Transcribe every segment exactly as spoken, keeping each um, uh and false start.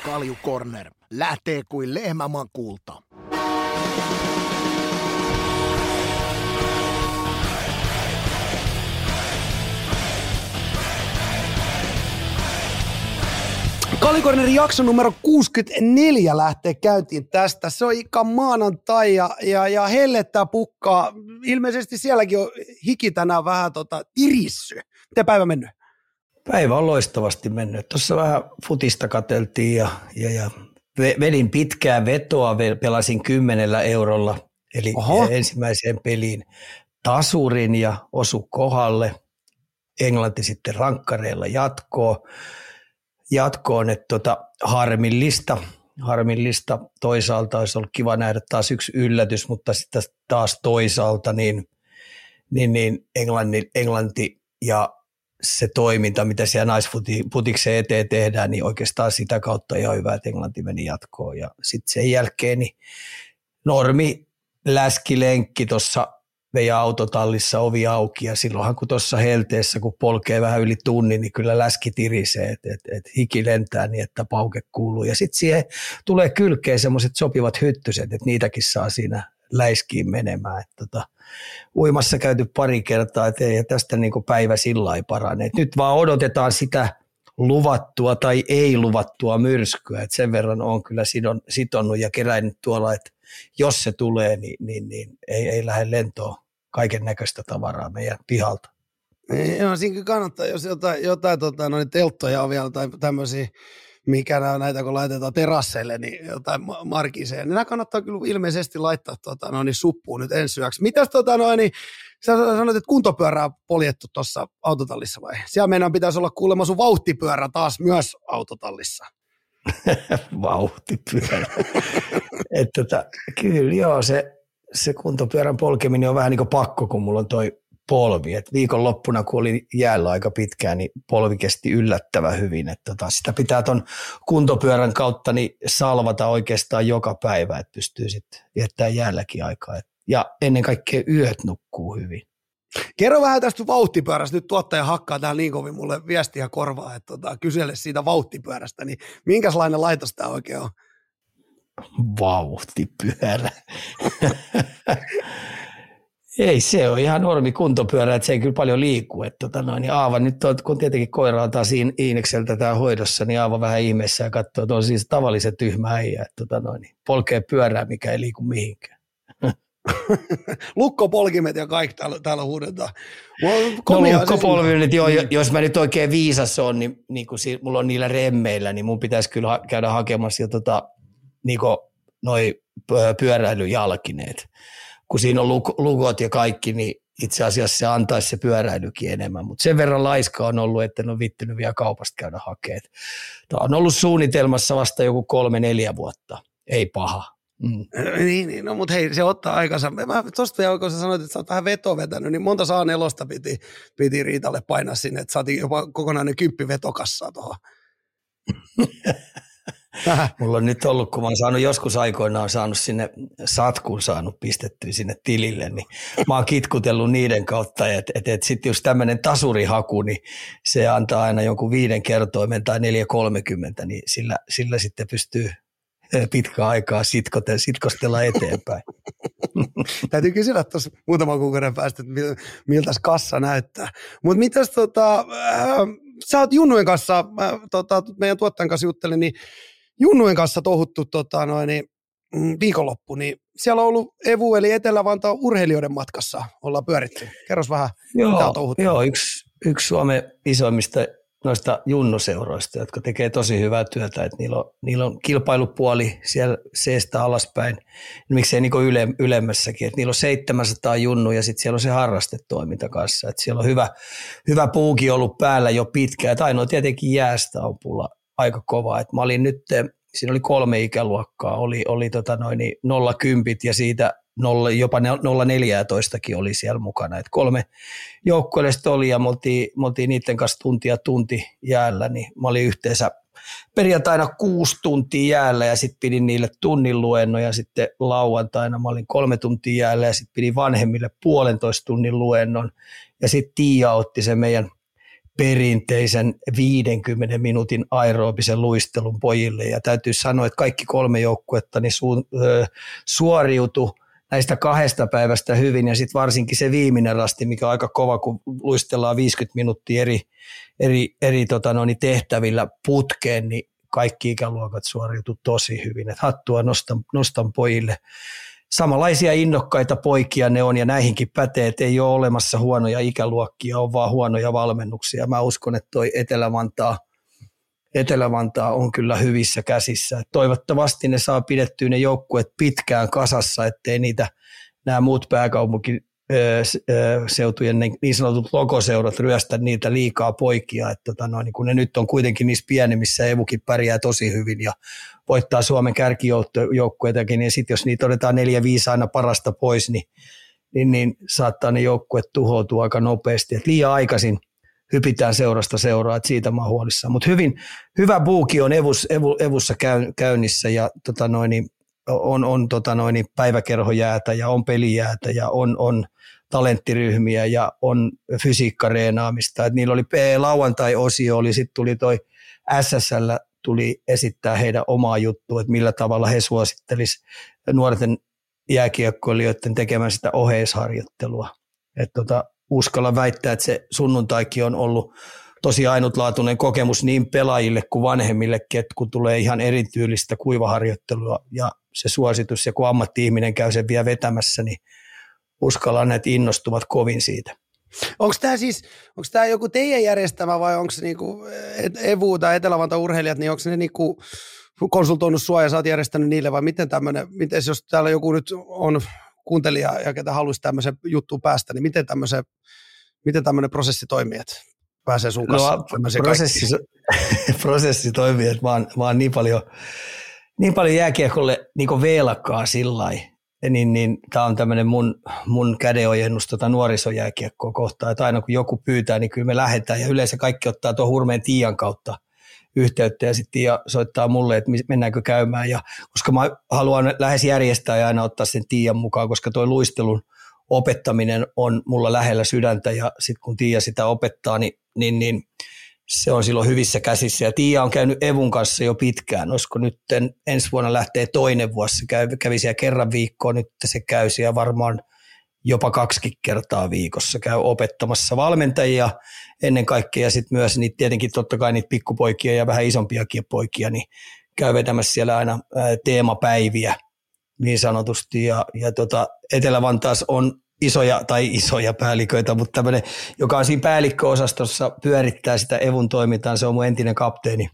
Kalju Corner lähtee kuin lehmä makuulta. Kalju Cornerin jakso numero kuusikymmentäneljä lähtee käyntiin tästä. Se on ikka maanantai ja, ja, ja hellettää pukkaa. Ilmeisesti sielläkin on hiki tänään vähän tota, tirissy. Miten päivä mennyt? Päivä on loistavasti mennyt. Tuossa vähän futista katseltiin ja, ja, ja vedin pitkää vetoa, pelasin kymmenellä eurolla, eli Oho. ensimmäiseen peliin tasurin ja osu kohdalle. Englanti sitten rankkareilla jatkoo. Jatkoon, että tota, harmillista, harmillista. Toisaalta olisi ollut kiva nähdä taas yksi yllätys, mutta sitten taas toisaalta niin, niin, niin Englanti, Englanti ja se toiminta, mitä siellä naisfutiksen eteen tehdään, niin oikeastaan sitä kautta ihan hyvä, että Englanti meni jatkoon. Ja sitten sen jälkeen niin normi läskilenkki tuossa meidän autotallissa ovi auki, ja silloinhan kun tuossa helteessä, kun polkee vähän yli tunnin, niin kyllä läski tirisee, että et, et hiki lentää niin, että pauke kuuluu. Ja sitten siihen tulee kylkeen semmoiset sopivat hyttyset, että niitäkin saa siinä läiskiin menemään. Et tota, uimassa käyty pari kertaa, että ei tästä niinku päivä sillä lailla parane. Et nyt vaan odotetaan sitä luvattua tai ei luvattua myrskyä, että sen verran on kyllä sidon, sitonut ja keräinyt tuolla, että jos se tulee, niin, niin, niin ei, ei lähde lentoon kaiken näköistä tavaraa meidän pihalta. Joo, siinä kannattaa, jos jotain, jotain tota, noin telttoja on vielä tai tämmöisiä, mikä näitä kun laitetaan terasseille, niin jotain markiseen, niin nämä kannattaa kyllä ilmeisesti laittaa tota, noin, suppuun nyt ensi yöksi. Mitäs tota, noin, niin, sä sanoit, että kuntopyörää on poljettu tuossa autotallissa vai? Siellä meidän pitäisi olla kuulemma sun vauhtipyörä taas myös autotallissa. Vauhtipyörä. Että tota, kyllä joo, se, se kuntopyörän polkeminen on vähän niin kuin pakko, kun mulla on toi polvi. Et viikonloppuna, kun oli jäällä aika pitkään, niin polvi kesti yllättävän hyvin. Et tota, sitä pitää ton kuntopyörän kautta niin salvata oikeastaan joka päivä, että pystyy sitten viettämään jäälläkin aikaa. Et, ja ennen kaikkea yöt nukkuu hyvin. Kerro vähän tästä vauhtipyörästä. Nyt tuottaja hakkaa tähän niin kovin mulle viestiä korvaa, että tota, kysele siitä vauhtipyörästä. Niin minkälainen laitos tämä oikein on? Vauhtipyörä. Ei, se on ihan normi kuntopyörä, että se ei kyllä paljon liiku. Että tota noin, niin Aava nyt on, kun tietenkin koira on taas Iinekseltä tää hoidossa, niin Aava vähän ihmeessä ja katsoo, että on siis tavalliset tyhmä äijä, että tota noin, niin polkee pyörää, mikä ei liiku mihinkään. Lukkopolkimet ja kaikki täällä, täällä huudetaan. No lukkopolkimet, joo, jos mä nyt oikein viisas on, niin, niin kun si, mulla on niillä remmeillä, niin mun pitäisi kyllä ha- käydä hakemassa jo tota, niin noi pyöräilyjalkineet. Kun siinä on luk- lukot ja kaikki, niin itse asiassa se antaisi se pyöräilykin enemmän. Mutta sen verran laiska on ollut, että en ole vittynyt vielä kaupasta käydä hakemaan. Tämä on ollut suunnitelmassa vasta joku kolme, neljä vuotta. Ei paha. Mm. Niin, niin, no mutta hei, se ottaa aikansa. Mä tuosta vielä, kun sä sanoit, että sä oot vähän vetoa vetänyt, niin monta saa nelosta piti, piti Riitalle painaa sinne, että saatiin jopa kokonainen kymppi vetokassaa tuohon. Mulla on nyt ollut, kun mä oon saanut joskus aikoinaan saanut sinne satkun saanut pistettyä sinne tilille, niin mä oon kitkutellut niiden kautta, että et, et sitten just tämmöinen tasurihaku, niin se antaa aina jonkun viiden kertoimen tai neljä kolmekymmentä, niin sillä, sillä sitten pystyy pitkään aikaa sitkote, sitkostella eteenpäin. Täytyy kysyä tuossa muutaman kuukauden päästä, että miltä kassa näyttää. Mutta mitäs tota, äh, sä oot Junnujen kanssa, äh, tota, meidän tuottajan kanssa juttelin, niin Junnujen kanssa touhuttu tota, noin, niin, mm, viikonloppu, niin siellä on ollut E V U eli Etelä-Vantaan urheilijoiden matkassa, ollaan pyöritty. Kerros vähän, joo, mitä on touhuttu. Joo, yksi, yksi Suomen isoimmista noista junnuseuroista, jotka tekee tosi hyvää työtä, että niillä on, niillä on kilpailupuoli siellä seestä alaspäin, miksei niin kuin yle, ylemmässäkin, että niillä on seitsemänsataa junnu ja sitten siellä on se harrastetoiminta kanssa, että siellä on hyvä, hyvä puuki ollut päällä jo pitkään, että ainoa tietenkin jäästä on pulla aika kova, että mä olin nyt, siinä oli kolme ikäluokkaa, oli, oli tota noin nolla kympit ja siitä nolla, jopa nolla neljätoistakin oli siellä mukana, että kolme joukkueellista oli ja me oltiin, me oltiin niiden kanssa tuntia tunti jäällä, niin mä olin yhteensä perjantaina kuusi tuntia jäällä ja sitten pidin niille tunnin luennon ja sitten lauantaina mä olin kolme tuntia jäällä ja sitten pidin vanhemmille puolentoista tunnin luennon ja sitten Tiia otti sen meidän perinteisen viidenkymmenen minuutin aerobisen luistelun pojille. Ja täytyy sanoa, että kaikki kolme joukkuetta niin su, ö, suoriutui näistä kahdesta päivästä hyvin, ja sitten varsinkin se viimeinen rasti, mikä on aika kova, kun luistellaan viisikymmentä minuuttia eri, eri, eri tota noin, tehtävillä putkeen, niin kaikki ikäluokat suoriutui tosi hyvin. Et hattua nostan, nostan pojille. Samanlaisia innokkaita poikia ne on, ja näihinkin pätee, että ei ole olemassa huonoja ikäluokkia, on vaan huonoja valmennuksia. Mä uskon, että toi Etelä-Vantaa, Etelä-Vantaa on kyllä hyvissä käsissä. Toivottavasti ne saa pidettyä ne joukkueet pitkään kasassa, ettei niitä nämä muut pääkaupunkiseutujen niin sanotut lokoseurat ryöstä niitä liikaa poikia. Että tota noin, kun ne nyt on kuitenkin niissä pienemmissä, Evukin pärjää tosi hyvin ja voittaa Suomen kärkijoukkueitakin, niin sitten jos niitä otetaan neljä viisi aina parasta pois, niin, niin, niin saattaa ne joukkueet tuhoutua aika nopeasti. Et liian aikaisin hypitään seurasta seuraa, että siitä mä oon huolissaan. Mutta hyvin, hyvä buuki on Evus, Evu, Evussa käy, käynnissä ja tota noin, on, on tota noin, päiväkerhojäätä ja on pelijäätä ja on, on talenttiryhmiä ja on fysiikkareenaamista. Et niillä oli lauantai-osio, oli sitten tuli toi S S L tuli esittää heidän omaa juttua, että millä tavalla he suosittelisivat nuorten jääkiekkoilijoiden tekemään sitä oheisharjoittelua. Et tota, uskalla väittää, että se sunnuntaikin on ollut tosi ainutlaatuinen kokemus niin pelaajille kuin vanhemmillekin, että kun tulee ihan erityylistä kuivaharjoittelua ja se suositus, ja kun ammatti-ihminen käy sen vielä vetämässä, niin uskallan, että innostuvat kovin siitä. Onko tämä siis, onko tämä joku teidän järjestämä vai onko se niinku Evu tai Etelä-Vantaan urheilijat, niin onko ne niinku konsultoinut sua ja sä oot järjestänyt niille vai miten tämmöinen, miten jos täällä joku nyt on kuuntelija ja ketä haluaisi tämmöisen juttuun päästä, niin miten tämmöisen, miten tämmöinen prosessi toimii, että pääsee sun kanssa no, prosessi, prosessi toimii, että mä oon, mä oon niin paljon, niin paljon jääkiekolle niin veelakkaa sillai. Niin, niin tämä on tämmöinen mun, mun kädenojennus tota nuorisojääkiekkoa kohtaan, että aina kun joku pyytää, niin kyllä me lähdetään, ja yleensä kaikki ottaa tuon hurmeen Tiian kautta yhteyttä, ja sitten Tiia soittaa mulle, että mennäänkö käymään, ja koska mä haluan lähes järjestää ja aina ottaa sen Tiian mukaan, koska tuo luistelun opettaminen on mulla lähellä sydäntä, ja sitten kun Tiia sitä opettaa, niin, niin, niin se on silloin hyvissä käsissä. Ja Tiia on käynyt Evun kanssa jo pitkään. Olisiko nyt ensi vuonna lähtee toinen vuosi. Se käy, kävi siellä kerran viikkoon, nyt se käy siellä varmaan jopa kaksi kertaa viikossa. Käy opettamassa valmentajia ennen kaikkea ja sitten myös niitä, tietenkin totta kai niitä pikkupoikia ja vähän isompiakin poikia, niin käy vetämässä siellä aina teemapäiviä niin sanotusti. Ja, ja tota, Etelä-Vantaassa on isoja tai isoja päälliköitä, mutta tämmöinen, joka on siinä päällikköosastossa, pyörittää sitä Evun toimintaa, se on mun entinen kapteeni.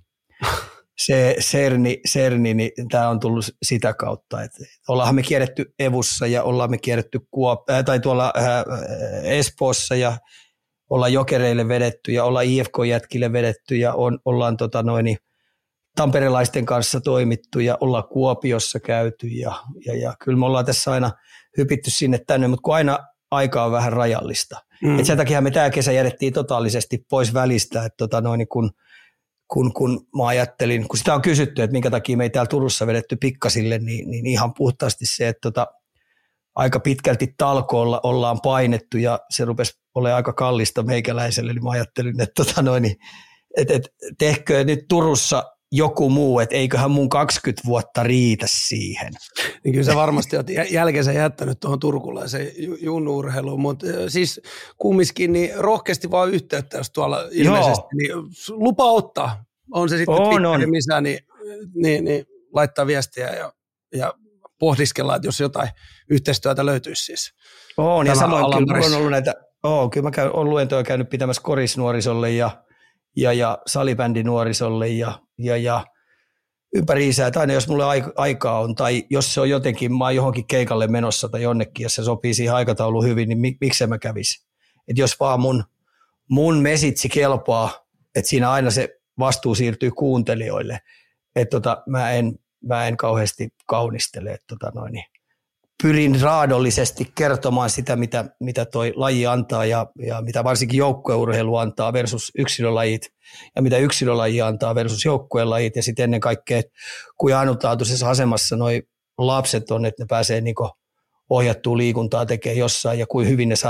Se Serni, Serni niin tämä on tullut sitä kautta, että ollaan me kierretty Evussa ja ollaan me kierretty Kuop- äh, tai tuolla äh, Espoossa ja ollaan Jokereille vedetty ja ollaan I F K-jätkille vedetty ja on, ollaan tota noin, tamperelaisten kanssa toimittu ja ollaan Kuopiossa käyty ja, ja, ja kyllä me ollaan tässä aina hypitty sinne tänne, mutta kun aina aika on vähän rajallista. Mm. Et sen takia me tämä kesä jätettiin totaalisesti pois välistä, että tota noin, kun, kun, kun mä ajattelin, kun sitä on kysytty, että minkä takia me ei täällä Turussa vedetty pikkasille, niin, niin ihan puhtaasti se, että tota, aika pitkälti talkoolla ollaan painettu ja se rupesi olemaan aika kallista meikäläiselle, niin mä ajattelin, että tota noin, et, et, tehkö nyt Turussa joku muu, että eiköhän mun kaksikymmentä vuotta riitä siihen. Niin kyllä sä varmasti olet jälkeensä jättänyt tuohon turkulaiseen junnu-urheiluun, mutta siis kumminkin niin rohkeasti vaan yhteyttä, jos tuolla ilmeisesti, niin lupa ottaa. On se sitten Twitter, missä, niin, niin, niin laittaa viestiä ja, ja pohdiskellaan, että jos jotain yhteistyötä löytyisi siis. On, ja samoin kyllä on ollut näitä, oh, kyllä mä käyn, olen luentoja käynyt pitämässä korisnuorisolle ja ja, ja salibändinuorisolle ja, ja, ja ympäriinsä, että aina jos mulle aikaa on tai jos se on jotenkin, mä oon johonkin keikalle menossa tai jonnekin ja se sopii siihen aikatauluun hyvin, niin mik, miksei mä kävisi. Että jos vaan mun, mun mesitsi kelpaa, että siinä aina se vastuu siirtyy kuuntelijoille, että tota, mä, en, mä en kauheasti kaunistele, että tota noin, niin pyrin raadollisesti kertomaan sitä, mitä, mitä toi laji antaa ja, ja mitä varsinkin joukkueurheilu antaa versus yksilölajit ja mitä yksilölaji antaa versus joukkuelajit ja sitten ennen kaikkea, kuin ainutlaatuisessa asemassa noi lapset on, että ne pääsee niinku ohjattua liikuntaa tekemään jossain ja kuin hyvin ne saa sit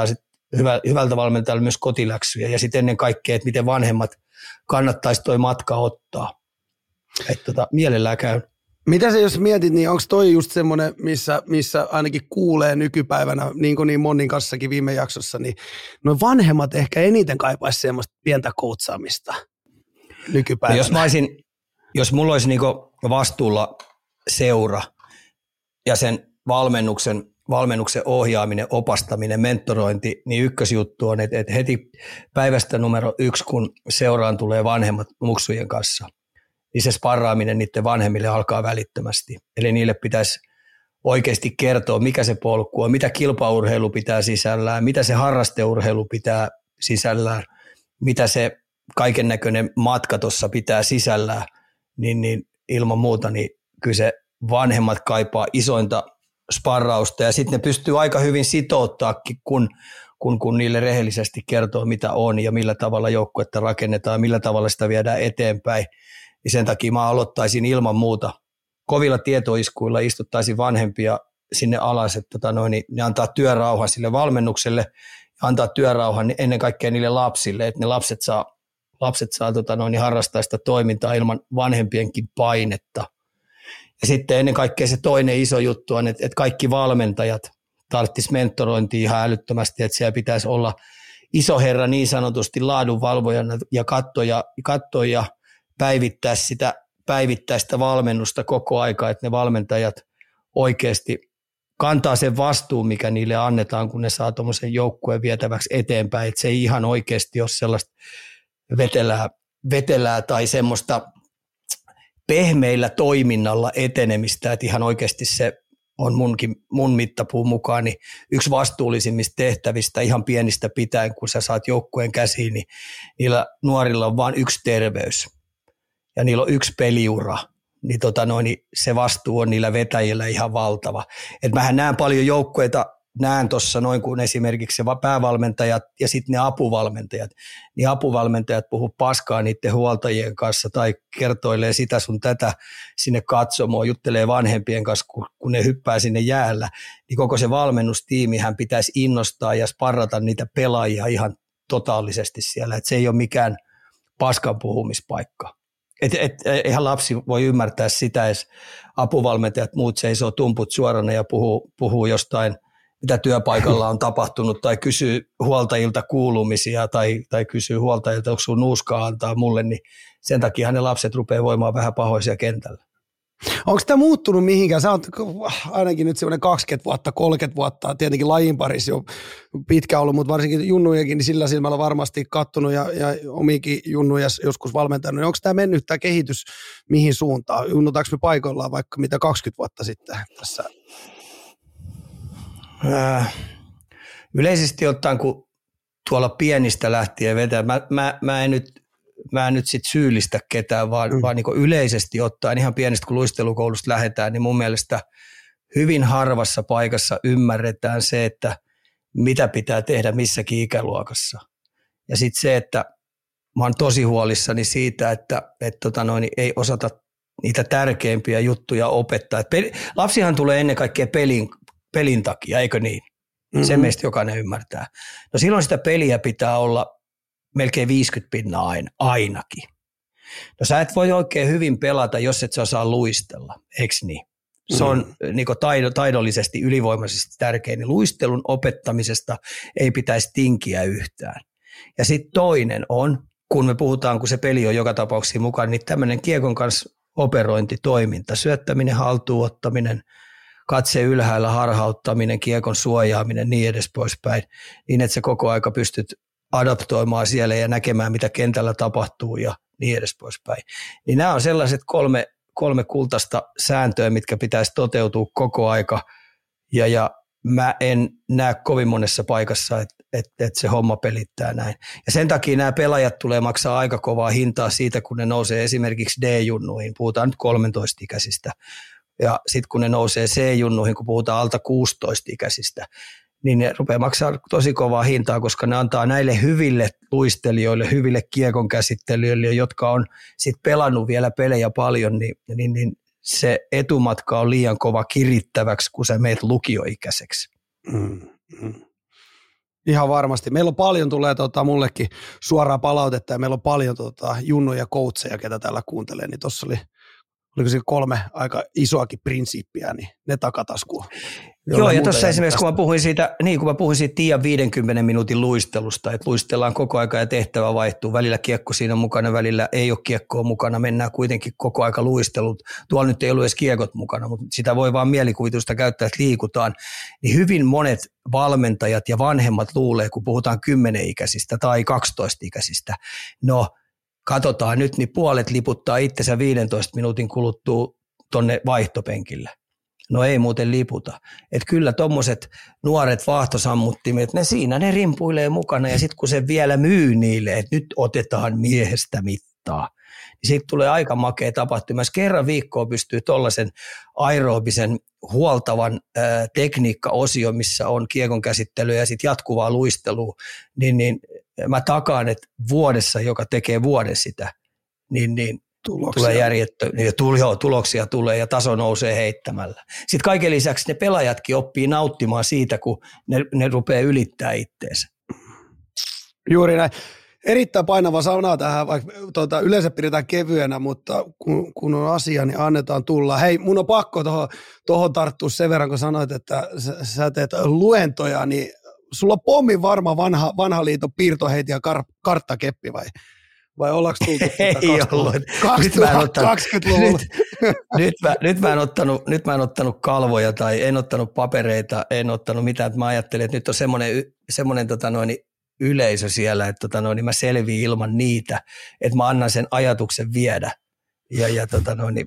hyvä, hyvältä valmentajalta myös kotiläksyjä ja sitten ennen kaikkea, että miten vanhemmat kannattaisi toi matka ottaa. Että tota, mielellään käyn. Mitä sä jos mietit, niin onko toi just semmoinen, missä, missä ainakin kuulee nykypäivänä, niin kuin niin monin kanssakin viime jaksossa, niin no vanhemmat ehkä eniten kaipaisi semmoista pientä koutsaamista nykypäivänä. No jos mä olisin, jos mulla olisi niinku vastuulla seura ja sen valmennuksen, valmennuksen ohjaaminen, opastaminen, mentorointi, niin ykkösjuttu on, että, että heti päivästä numero yksi, kun seuraan tulee vanhemmat muksujen kanssa, niin se sparraaminen niiden vanhemmille alkaa välittömästi. Eli niille pitäisi oikeasti kertoa, mikä se polku on, mitä kilpaurheilu pitää sisällään, mitä se harrasteurheilu pitää sisällään, mitä se kaiken näköinen matka tuossa pitää sisällään, niin, niin ilman muuta niin kyllä se vanhemmat kaipaa isointa sparrausta ja sitten ne pystyy aika hyvin sitouttaakin, kun, kun, kun niille rehellisesti kertoo, mitä on ja millä tavalla joukkuetta rakennetaan ja millä tavalla sitä viedään eteenpäin. Ja sen takia mä aloittaisin ilman muuta kovilla tietoiskuilla, istuttaisin vanhempia sinne alas, että tota noin, niin ne antaa työrauhan sille valmennukselle ja antaa työrauhan ennen kaikkea niille lapsille, että ne lapset saa, lapset saa tota noin, niin harrastaa sitä toimintaa ilman vanhempienkin painetta. Ja sitten ennen kaikkea se toinen iso juttu on, että, että kaikki valmentajat tarvitsisi mentorointia ihan älyttömästi, että siellä pitäisi olla iso herra niin sanotusti laadunvalvojana ja katsoja, katsoja päivittää sitä, päivittää sitä valmennusta koko aika, että ne valmentajat oikeasti kantaa sen vastuun, mikä niille annetaan, kun ne saa tuommoisen joukkueen vietäväksi eteenpäin, että se ei ihan oikeasti ole sellaista vetelää, vetelää tai semmoista pehmeillä toiminnalla etenemistä, että ihan oikeasti se on munkin, mun mittapuun mukaan niin yksi vastuullisimmista tehtävistä ihan pienistä pitäen, kun sä saat joukkueen käsiin, niin niillä nuorilla on vain yksi terveys ja niillä on yksi peliura, niin, tota noin, niin se vastuu on niillä vetäjillä ihan valtava. Et mähän näen paljon joukkueita, näen tuossa noin kuin esimerkiksi se päävalmentajat ja sitten ne apuvalmentajat, niin apuvalmentajat puhuu paskaa niiden huoltajien kanssa tai kertoilee sitä sun tätä sinne katsomoon, juttelee vanhempien kanssa, kun ne hyppää sinne jäällä, niin koko se valmennustiimihän pitäisi innostaa ja sparrata niitä pelaajia ihan totaalisesti siellä, että se ei ole mikään paskan puhumispaikka. Et, et, eihän lapsi voi ymmärtää sitä, jos apuvalmentajat muut seisoo tumput suorana ja puhuu, puhuu jostain, mitä työpaikalla on tapahtunut, tai kysyy huoltajilta kuulumisia, tai, tai kysyy huoltajilta, onko sun nuuskaa antaa mulle, niin sen takia ne lapset rupeaa voimaan vähän pahoisia kentällä. Onko tämä muuttunut mihinkään? Sä oot ainakin nyt semmoinen kaksikymmentä vuotta, kolmekymmentä vuotta, tietenkin lajin parissa jo pitkä ollut, mutta varsinkin junnujakin niin sillä silmällä varmasti kattonut ja, ja omiikin junnuja joskus valmentanut. Onko tämä mennyt tämä kehitys mihin suuntaan? Junnutaanko me paikoillaan vaikka mitä kaksikymmentä vuotta sitten tässä? Äh, yleisesti ottaen, kun tuolla pienistä lähtien vetää, mä, mä, mä en nyt Mä en nyt sit syyllistä ketään, vaan, mm. vaan niin yleisesti ottaen ihan pienestä, kun luistelukoulusta lähdetään, niin mun mielestä hyvin harvassa paikassa ymmärretään se, että mitä pitää tehdä missäkin ikäluokassa. Ja sitten se, että mä oon tosi huolissani siitä, että et tota noin, ei osata niitä tärkeimpiä juttuja opettaa. Et peli, lapsihan tulee ennen kaikkea pelin, pelin takia, eikö niin? Mm-hmm. Sen meistä jokainen ymmärtää. No silloin sitä peliä pitää olla melkein viisikymmentä pinnaa aina, ainakin. No sä et voi oikein hyvin pelata, jos et sä osaa luistella, eikö niin? Se on mm. niin taido, taidollisesti ylivoimaisesti tärkein. Niin luistelun opettamisesta ei pitäisi tinkiä yhtään. Ja sitten toinen on, kun me puhutaan, kun se peli on joka tapauksessa mukaan, niin tämmöinen kiekon kanssa operointitoiminta, syöttäminen, haltuunottaminen, katse ylhäällä harhauttaminen, kiekon suojaaminen, niin edes poispäin, niin että sä koko aika pystyt adaptoimaan siellä ja näkemään, mitä kentällä tapahtuu ja niin edes poispäin. Niin nämä on sellaiset kolme, kolme kultaista sääntöä, mitkä pitäisi toteutua koko aika, ja, ja mä en näe kovin monessa paikassa, että et, et se homma pelittää näin. Ja sen takia nämä pelaajat tulee maksaa aika kovaa hintaa siitä, kun ne nousee esimerkiksi D-junnuihin, puhutaan nyt kolmetoista-ikäisistä, ja sitten kun ne nousee C-junnuihin, kun puhutaan alta kuusitoista-ikäisistä, niin ne rupeaa maksaa tosi kovaa hintaa, koska ne antaa näille hyville luistelijoille, hyville kiekon käsittelijöille, jotka on sit pelannut vielä pelejä paljon, niin, niin, niin se etumatka on liian kova kirittäväksi, kun sä meet lukioikäiseksi. Mm, mm. Ihan varmasti. Meillä on paljon, tulee tota, mullekin suoraa palautetta ja meillä on paljon tota, junnuja coacheja, ketä täällä kuuntelee, niin tuossa oli, oliko siinä kolme aika isoakin prinsiippiä, niin ne takataskuun. Joo, ja tuossa esimerkiksi kun mä puhuin siitä, niin kun mä puhuin siitä Tiian viidenkymmenen minuutin luistelusta, että luistellaan koko aika ja tehtävä vaihtuu, välillä kiekko siinä on mukana, välillä ei ole kiekkoa mukana, mennään kuitenkin koko aika luistelut. Tuolla nyt ei ollut edes kiekot mukana, mutta sitä voi vaan mielikuvitusta käyttää, että liikutaan. Niin hyvin monet valmentajat ja vanhemmat luulee, kun puhutaan kymmenen-ikäisistä tai kaksitoista-ikäisistä, no katsotaan nyt, niin puolet liputtaa itsensä viidentoista minuutin kuluttua tonne vaihtopenkille. No ei muuten liputa. Että kyllä tommoset nuoret vaahtosammuttimet, ne siinä ne rimpuilee mukana ja sitten kun se vielä myy niille, että nyt otetaan miehestä mittaa, niin siitä tulee aika makea tapahtuma. Jos kerran viikkoa pystyy tollaisen aerobisen huoltavan ää, tekniikka-osio, missä on kiekon käsittelyä ja sitten jatkuvaa luistelua, niin, niin mä takaan, että vuodessa, joka tekee vuoden sitä, niin, niin tuloksia. Tulee järjettä, ja tuli, joo, tuloksia tulee ja taso nousee heittämällä. Sitten kaiken lisäksi ne pelaajatkin oppii nauttimaan siitä, kun ne, ne rupeaa ylittää itteensä. Juuri näin. Erittäin painava sana tähän, vaikka tuota, yleensä pidetään kevyenä, mutta kun, kun on asia, niin annetaan tulla. Hei, mun on pakko tuohon toho tarttua sen verran, kun sanoit, että sä, sä teet luentoja, niin sulla on pommin varma vanha, vanha liiton piirtoheiti ja kar, karttakeppi vai? Vai ollaanko tultu ei ollut. kaksikymmentäluvulla? Nyt, nyt, mä, nyt, mä en ottanut, nyt mä en ottanut kalvoja tai en ottanut papereita, en ottanut mitään. Mä ajattelin, että nyt on semmoinen, semmoinen tota noin, yleisö siellä, että tota noin, mä selviin ilman niitä, että mä annan sen ajatuksen viedä. Ja, ja tota noin,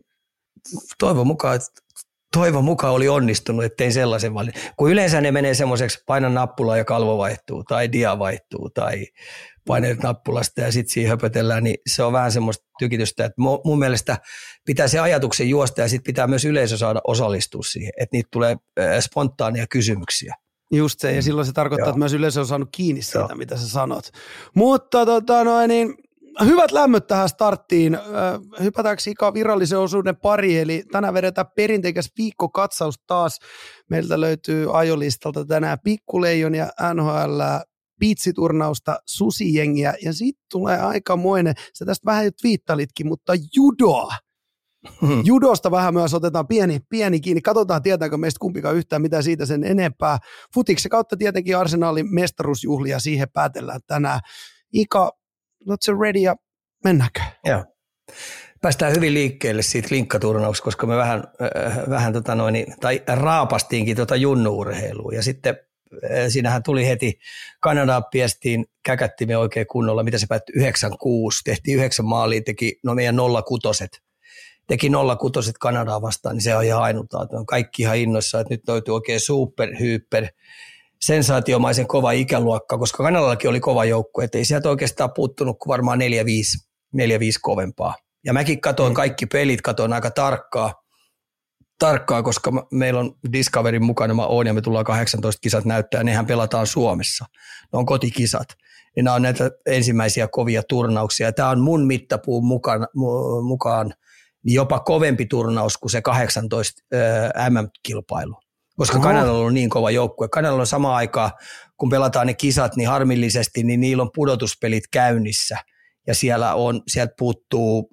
toivon mukaan, toivon mukaan oli onnistunut, ettein sellaisen valin. Kun yleensä ne menee semmoiseksi, painan nappulaa ja kalvo vaihtuu, tai dia vaihtuu, tai paineet nappulasta ja sitten siihen höpötellään, niin se on vähän semmoista tykitystä, että mun mielestä pitää se ajatuksen juosta ja sitten pitää myös yleisö saada osallistua siihen, että niitä tulee spontaania kysymyksiä. Just se, ja silloin se tarkoittaa, Joo. että myös yleisö on saanut kiinni siitä, Joo. mitä sä sanot. Mutta tota noin, niin hyvät lämmöt tähän starttiin. Hypätäänkö Ika virallisen osuuden pari, eli tänään vedetään perinteikäs viikkokatsaus taas. Meiltä löytyy ajolistalta tänään Pikkuleijonia, N H L, piitsiturnausta, susijengiä, ja sitten tulee aikamoinen, sä tästä vähän jo twiittalitkin, mutta judoa. Hmm. Judosta vähän myös otetaan pieni, pieni kiinni. Katsotaan, tietääkö meistä kumpikaan yhtään mitä siitä sen enempää. Futiksen kautta tietenkin Arsenalin mestaruusjuhlia, siihen päätellään tänään. Ika, let's ready ja mennäänkö? Joo. Päästään hyvin liikkeelle siitä linkkaturnauksesta, koska me vähän, äh, vähän tota noin, tai raapastiinkin tota junnu-urheilua. Ja sitten äh, siinähän tuli heti Kanadaan piestiin, käkättimme oikein kunnolla, mitä se päättyi yhdeksän kuusi. Tehtiin yhdeksän maalia, teki no meidän nolla kutoset. Teki nolla kutoset Kanadaa vastaan, niin se on ihan ainutlaatuinen. Kaikki ihan innoissaan, että nyt löytyy oikein super, hyper, sensaatiomaisen kova ikäluokka, koska Kanadallakin oli kova joukkue, että ei sieltä oikeastaan puuttunut kuin varmaan neljä viisi kovempaa. Ja mäkin katoin kaikki pelit, katoin aika tarkkaa, tarkkaa, koska meillä on Discoverin mukana, mä oon ja me tullaan kahdeksantoista kisat näyttää, ja nehän pelataan Suomessa. Ne on kotikisat. Ja nämä on näitä ensimmäisiä kovia turnauksia. Tämä on mun mittapuun mukaan, mukaan niin jopa kovempi turnaus kuin se kahdeksantoista M M-kilpailu, koska Oho. Kanadalla on niin kova joukkue. Kanadalla on samaan aikaan, kun pelataan ne kisat, niin harmillisesti, niin niillä on pudotuspelit käynnissä, ja siellä on, sieltä puuttuu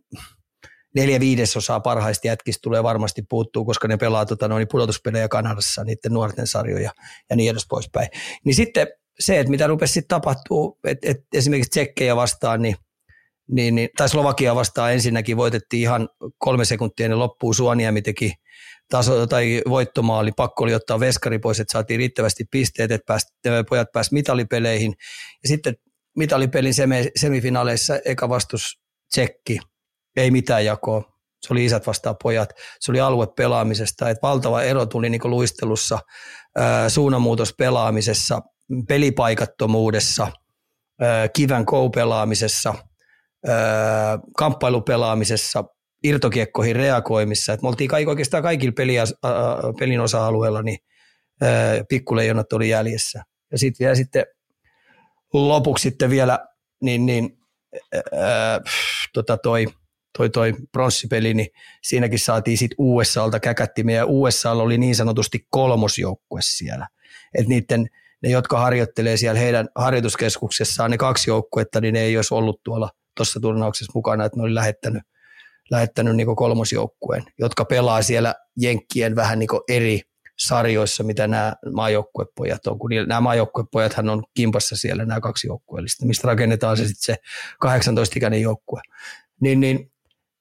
neljä viidesosaa parhaista jätkistä tulee varmasti puuttuu, koska ne pelaa tota, noin pudotuspelejä Kanadassa, niiden nuorten sarjoja ja niin edes poispäin. Niin sitten se, että mitä rupesi sitten tapahtuu, että et esimerkiksi tsekkejä vastaan, niin Niin, niin, tai Slovakia vastaan ensinnäkin voitettiin ihan kolme sekuntia ennen loppuun. Suoniemi teki taso, tai voittomaali, pakko oli ottaa veskari pois, että saatiin riittävästi pisteet, että pääst, pojat pääsivät mitalipeleihin. Ja sitten mitalipelin semifinaaleissa eka vastus tsekki, ei mitään jakoa. Se oli isät vastaan pojat, se oli aluepelaamisesta, että valtava ero tuli niin kuin luistelussa, ää, suunnanmuutos pelaamisessa, pelipaikattomuudessa, ää, kivän koupelaamisessa, kamppailupelaamisessa, irtokiekkoihin reagoimissa. Et me oltiin kaikki, oikeastaan kaikilla peliä, äh, pelin osa-alueella, niin äh, pikkuleijonat oli jäljessä. Ja sitten vielä sitten lopuksi sitten vielä niin, niin, äh, tota toi, toi, toi pronssipeli, niin siinäkin saatiin sitten U S A:lta käkättimeä, ja U S A:lla oli niin sanotusti kolmosjoukkue siellä. Että niiden ne, jotka harjoittelee siellä heidän harjoituskeskuksessaan, ne kaksi joukkuetta, niin ne ei olisi ollut tuolla tuossa turnauksessa mukana, että ne oli lähettänyt, lähettänyt niin kolmosjoukkueen, jotka pelaa siellä jenkkien vähän niin eri sarjoissa, mitä nämä maajoukkuepojat on, kun nämä maajoukkuepojathan on kimpassa siellä, nämä kaksi joukkueellista, mistä rakennetaan se sitten se kahdeksantoista-ikäinen joukkue. Niin, niin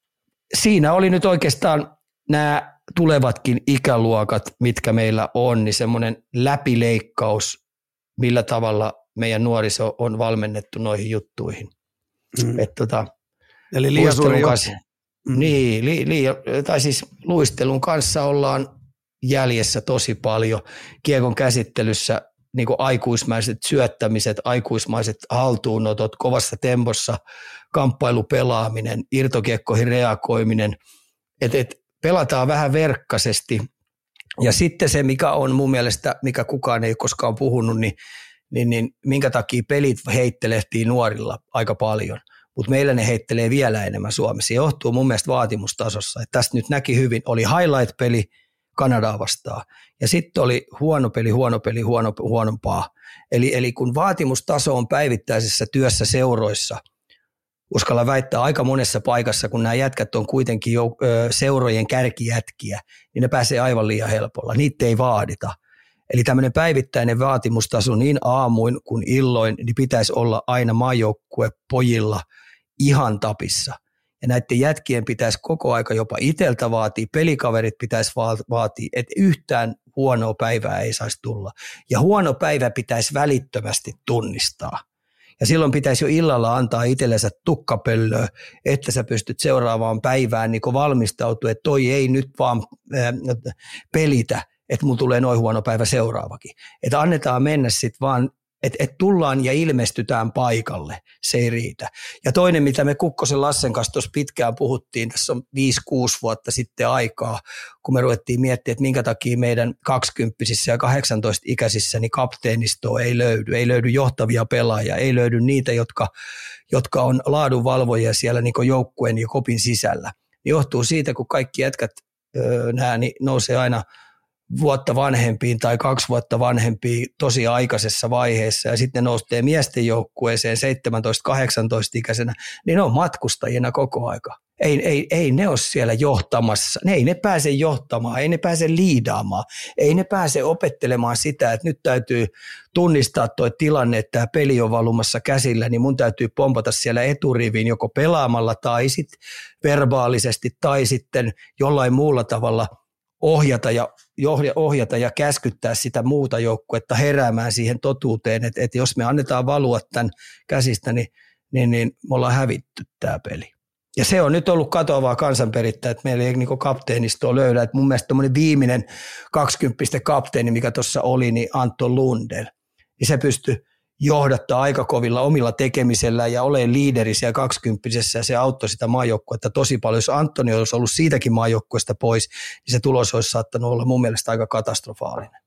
siinä oli nyt oikeastaan nämä tulevatkin ikäluokat, mitkä meillä on, niin semmoinen läpileikkaus, millä tavalla meidän nuoriso on valmennettu noihin juttuihin. Mm. Et tota, Eli liian suuri kanssa, mm. Niin, li, li, tai siis luistelun kanssa ollaan jäljessä tosi paljon. Kiekon käsittelyssä niin kuin aikuismaiset syöttämiset, aikuismaiset haltuunotot, kovassa tempossa kamppailupelaaminen, irtokiekkoihin reagoiminen, että et, pelataan vähän verkkaisesti. Ja sitten se, mikä on mun mielestä, mikä kukaan ei koskaan puhunut, niin, niin, niin minkä takia pelit heittelehtii nuorilla aika paljon. Mutta meillä ne heittelee vielä enemmän Suomessa. Se johtuu mun mielestä vaatimustasossa. Et tästä nyt näki hyvin, oli highlight-peli Kanadaa vastaan. Ja sitten oli huono peli, huono peli, huono, huonompaa. Eli, eli kun vaatimustaso on päivittäisessä työssä seuroissa, uskalla väittää aika monessa paikassa, kun nämä jätkät on kuitenkin jo, ö, seurojen kärkijätkiä, niin ne pääsee aivan liian helpolla. Niitä ei vaadita. Eli tämmöinen päivittäinen vaatimustaso niin aamuin kuin illoin, niin pitäisi olla aina maajoukkue pojilla ihan tapissa. Ja näiden jätkien pitäisi koko aika jopa iteltä vaatia, pelikaverit pitäisi vaatia, että yhtään huonoa päivää ei saisi tulla. Ja huono päivä pitäisi välittömästi tunnistaa. Ja silloin pitäisi jo illalla antaa itsellensä tukkapöllöä, että sä pystyt seuraavaan päivään niin valmistautua, että toi ei nyt vaan äh, pelitä, että mun tulee noin huono päivä seuraavakin. Että annetaan mennä sitten vaan, että et tullaan ja ilmestytään paikalle, se ei riitä. Ja toinen, mitä me Kukkosen Lassen kanssa tuossa pitkään puhuttiin, tässä on viisi kuusi vuotta sitten aikaa, kun me ruvettiin miettimään, että minkä takia meidän kaksikymppisissä ja kahdeksantoista-ikäisissä niin kapteenistoa ei löydy, ei löydy johtavia pelaajia, ei löydy niitä, jotka, jotka on laadunvalvojia siellä niin joukkueen ja kopin sisällä. Niin johtuu siitä, kun kaikki jätkät öö, nämä niin nousee aina vuotta vanhempiin tai kaksi vuotta vanhempiin tosi aikaisessa vaiheessa ja sitten ne nousee miesten joukkueeseen seitsemäntoista-kahdeksantoista-ikäisenä, niin ne on matkustajina koko aika. Ei, ei, ei ne ole siellä johtamassa, ne ei ne pääse johtamaan, ei ne pääse liidaamaan, ei ne pääse opettelemaan sitä, että nyt täytyy tunnistaa tuo tilanne, että tämä peli on valumassa käsillä, niin mun täytyy pompata siellä eturiviin joko pelaamalla tai sitten verbaalisesti tai sitten jollain muulla tavalla ohjata ja, ohjata ja käskyttää sitä muuta joukkuetta heräämään siihen totuuteen, että, että jos me annetaan valua tämän käsistä, niin, niin, niin me ollaan hävitty tämä peli. Ja se on nyt ollut katoavaa kansanperittää, että meillä ei niin kapteenistoa löydä. Että mun mielestä tuommoinen viimeinen kaksikymppisten kapteeni, mikä tuossa oli, niin Anton Lundell, niin se pystyi johdattaa aika kovilla omilla tekemisellä ja olemaan liideri siellä kaksikymppisessä ja se auttoi sitä maajoukkuetta tosi paljon. Jos Antoni olisi ollut siitäkin maajoukkueesta pois, niin se tulos olisi saattanut olla mun mielestä aika katastrofaalinen.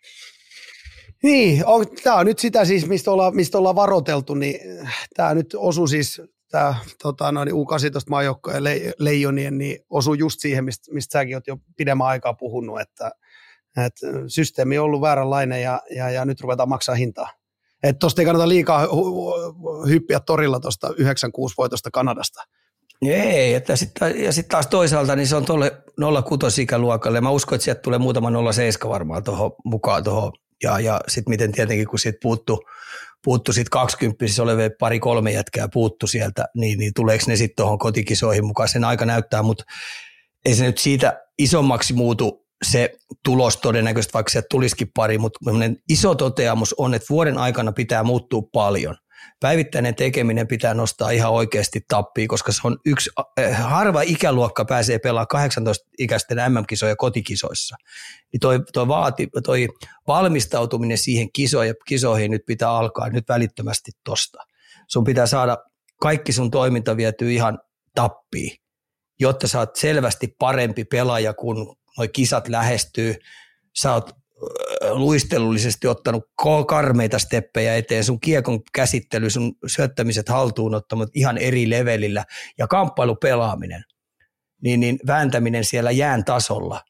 Niin, on, tämä on nyt sitä siis, mistä ollaan, mistä ollaan varoiteltu, niin tämä nyt osui siis, tämä tota, noin U kahdeksantoista maajoukkojen le, leijonien, niin osui just siihen, mistä, mistä säkin olet jo pidemmän aikaa puhunut, että, että systeemi on ollut vääränlainen ja, ja, ja nyt ruvetaan maksaa hintaa. Että tuosta ei kannata liikaa hyppiä torilla tuosta yhdeksän kuusi voitosta Kanadasta. Ei, että sit, ja sitten taas toisaalta niin se on tuolle nolla kuusi ikäluokalle. Mä uskon, että sieltä tulee muutama nolla seitsemän varmaan tohon, mukaan tuohon. Ja, ja sitten miten tietenkin, kun siitä puuttu, puuttu sit kaksikymppisissä olevia pari kolme jätkää puuttu sieltä, niin, niin tuleeko ne sitten tuohon kotikisoihin mukaan? Sen aika näyttää, mutta ei se nyt siitä isommaksi muutu se tulos todennäköisesti, vaikka sieltä tulisikin pari, mutta iso toteamus on, että vuoden aikana pitää muuttua paljon. Päivittäinen tekeminen pitää nostaa ihan oikeasti tappiin, koska se on yksi, harva ikäluokka pääsee pelaamaan kahdeksantoista-ikäisten äm äm-kisoja kotikisoissa. Niin toi, toi, vaati, toi valmistautuminen siihen kisoihin, kisoihin nyt pitää alkaa nyt välittömästi tosta. Sun pitää saada kaikki sun toiminta vietyä ihan tappiin, jotta sä oot selvästi parempi pelaaja, kun noi kisat lähestyy. Sä oot luistelullisesti ottanut karmeita steppejä eteen, sun kiekon käsittely, sun syöttämiset haltuunottamat ihan eri levelillä ja kamppailupelaaminen, niin, niin vääntäminen siellä jään tasolla,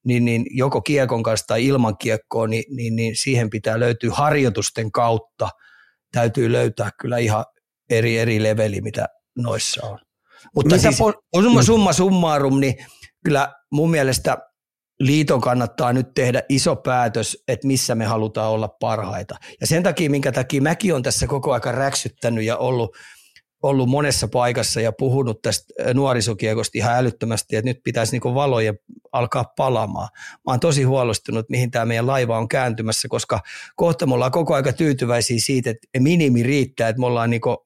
niin, niin joko kiekon kanssa tai ilman kiekkoa, niin, niin, niin siihen pitää löytyä harjoitusten kautta. Täytyy löytää kyllä ihan eri, eri leveli, mitä noissa on. Mutta mitä siis po- summa, summa summarum, niin kyllä mun mielestä liiton kannattaa nyt tehdä iso päätös, että missä me halutaan olla parhaita. Ja sen takia, minkä takia mäkin olen tässä koko ajan räksyttänyt ja ollut, ollut monessa paikassa ja puhunut tästä nuorisokiekosta ihan älyttömästi, että nyt pitäisi niinku valojen alkaa palaamaan. Mä oon tosi huolestunut, mihin tämä meidän laiva on kääntymässä, koska kohta me ollaan koko ajan tyytyväisiä siitä, että minimi riittää, että me ollaan niinku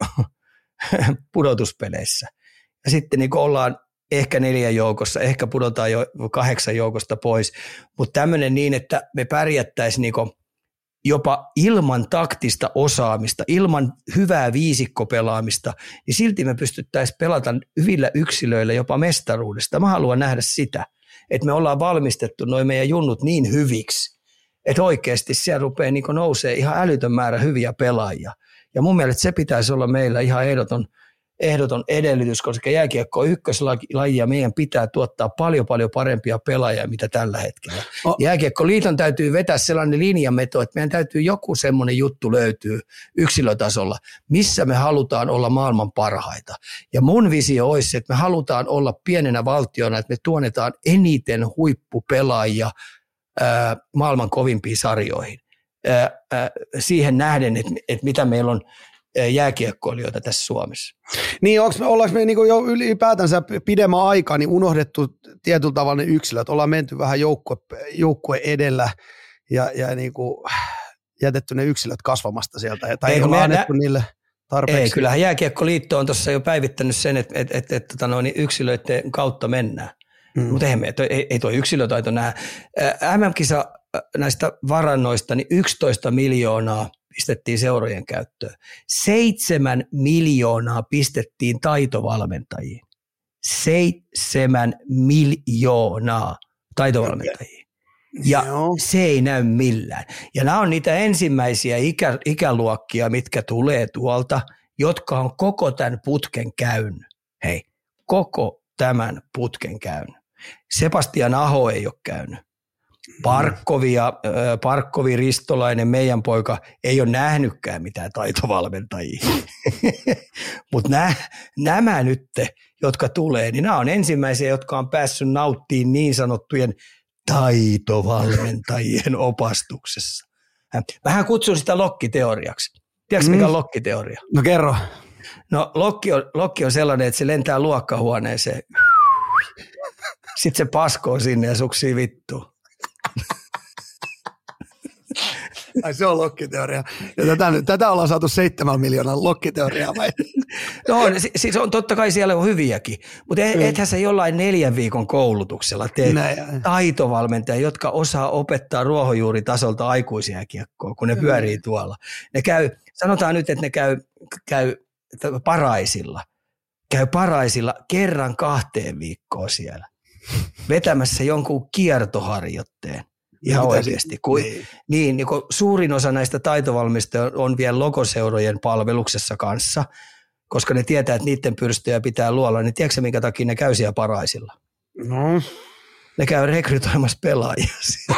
pudotuspeleissä. Ja sitten niinku ollaan ehkä neljän joukossa, ehkä pudotaan jo kahdeksan joukosta pois, mutta tämmöinen niin, että me pärjättäisiin niinku jopa ilman taktista osaamista, ilman hyvää viisikkopelaamista, niin silti me pystyttäisiin pelata hyvillä yksilöillä jopa mestaruudesta. Mä haluan nähdä sitä, että me ollaan valmistettu noin meidän junnut niin hyviksi, että oikeasti siellä rupeaa niin nousee ihan älytön määrä hyviä pelaajia. Ja mun mielestä se pitäisi olla meillä ihan ehdoton, ehdoton edellytys, koska jääkiekko on ykköslaji ja meidän pitää tuottaa paljon paljon parempia pelaajia, mitä tällä hetkellä. Oh. Jääkiekkoliiton täytyy vetää sellainen linjanveto, että meidän täytyy joku semmoinen juttu löytyy yksilötasolla, missä me halutaan olla maailman parhaita. Ja mun visio olisi, että me halutaan olla pienenä valtiona, että me tuonetaan eniten huippupelaajia ää, maailman kovimpiin sarjoihin. Ää, ää, siihen nähden, että, että mitä meillä on jääkiekkoilijoita tässä Suomessa. Niin, onko, ollaanko me niin jo ylipäätänsä pidemmän aikaa niin unohdettu tietyllä tavalla ne yksilöt? Ollaan menty vähän joukkue, joukkue edellä ja, ja niin kuin jätetty ne yksilöt kasvamasta sieltä, tai ei, ei olla annettu nä- niille tarpeeksi. Ei, kyllähän Jääkiekkoliitto on tuossa jo päivittänyt sen, että, että, että, että tota noin, yksilöiden kautta mennään. Mm. Mutta eihän me, ei, ei tuo yksilötaito nähdä. M M-kisa näistä varannoista, niin yksitoista miljoonaa pistettiin seurojen käyttöön. Seitsemän miljoonaa pistettiin taitovalmentajiin. Seitsemän miljoonaa taitovalmentajiin. Ja Joo. se ei näy millään. Ja nämä on niitä ensimmäisiä ikä, ikäluokkia, mitkä tulee tuolta, jotka on koko tämän putken käynyt. Hei, koko tämän putken käynyt. Sebastian Aho ei ole käynyt. Parkkovi, ja, äh, Parkkovi Ristolainen, meidän poika, ei ole nähnytkään mitään taitovalmentajia. Mutta nämä, nämä nyt, jotka tulee, niin nämä on ensimmäisiä, jotka on päässyt nauttimaan niin sanottujen taitovalmentajien opastuksessa. Vähän kutsun sitä lokkiteoriaksi. Tiedätkö, mikä on lokkiteoria? No kerro. No lokki on, lokki on sellainen, että se lentää luokkahuoneeseen. Sitten se paskoo sinne ja suksii vittuun. Ai se on lokkiteoria. Ja tätä, tätä ollaan saatu seitsemän miljoonan lokkiteoriaa vai? No on, siis on totta kai siellä on hyviäkin, mutta ethän sä jollain neljän viikon koulutuksella tee taitovalmentajia, jotka osaa opettaa ruohonjuuritasolta aikuisia kiekkoa, kun ne pyörii tuolla. Ne käy, sanotaan nyt, että ne käy, käy paraisilla, käy paraisilla kerran kahteen viikkoon siellä, vetämässä jonkun kiertoharjoitteen. Ihan oikeasti. Kun, niin. Niin, niin kun suurin osa näistä taitovalmistajia on vielä lokoseurojen palveluksessa kanssa, koska ne tietää, että niiden pyrstöjä pitää luolla, niin tiedätkö minkä takia ne käy siellä paraisilla? No. Ne käy rekrytoimassa pelaajia.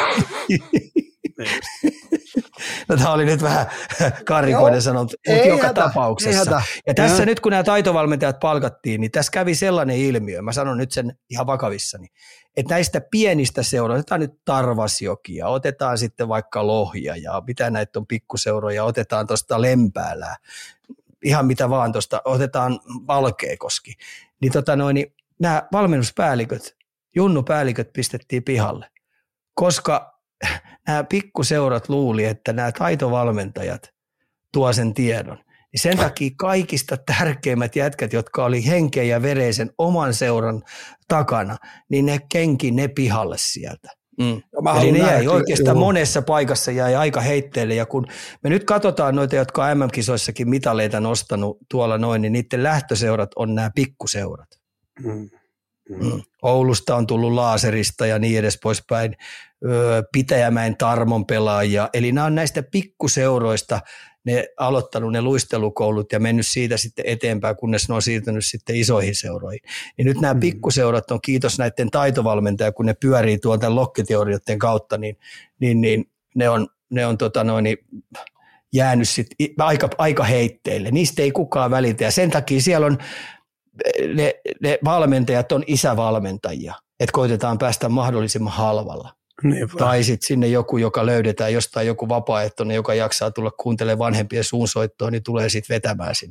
No tämä oli nyt vähän karikoiden sanonut, mutta joka hätä, tapauksessa. Ja tässä ja. Nyt kun nämä taitovalmentajat palkattiin, niin tässä kävi sellainen ilmiö, mä sanon nyt sen ihan vakavissani, että näistä pienistä seuroista, otetaan nyt Tarvasjokia, otetaan sitten vaikka Lohja ja mitä näitä on pikkuseuroja, otetaan tuosta Lempäälää, ihan mitä vaan tuosta, otetaan Valkeakoski, niin, tota noin, niin nämä valmennuspäälliköt, junnupäälliköt pistettiin pihalle, koska nämä pikkuseurat luuli, että nämä taitovalmentajat tuo sen tiedon. Niin sen takia kaikista tärkeimmät jätkät, jotka oli henkeä ja vereisen oman seuran takana, niin ne kenki ne pihalle sieltä. Mm. Eli ne jäi oikeastaan joo. monessa paikassa jäi aika heitteelle. Ja kun me nyt katsotaan noita, jotka on M M-kisoissakin mitaleita nostanut tuolla noin, niin niiden lähtöseurat on nämä pikkuseurat. Mm. Mm. Oulusta on tullut Laaserista ja niin edes poispäin. Pitäjämäen Tarmon pelaajia. Eli nämä on näistä pikkuseuroista ne aloittanut ne luistelukoulut ja mennyt siitä sitten eteenpäin, kunnes ne on siirtynyt sitten isoihin seuroihin. Ja nyt nämä pikkuseurat on, kiitos näiden taitovalmentajia, kun ne pyörii tuolta lokkiteorioiden kautta, niin, niin, niin ne on, ne on tota noin, jäänyt sit aika, aika heitteille. Niistä ei kukaan välitä ja sen takia siellä on ne, ne valmentajat on isävalmentajia, että koitetaan päästä mahdollisimman halvalla. Niinpä. Tai sitten sinne joku, joka löydetään jostain, joku vapaaehtoinen, joka jaksaa tulla kuuntelemaan vanhempien suunsoittoa, niin tulee sitten vetämään sinne.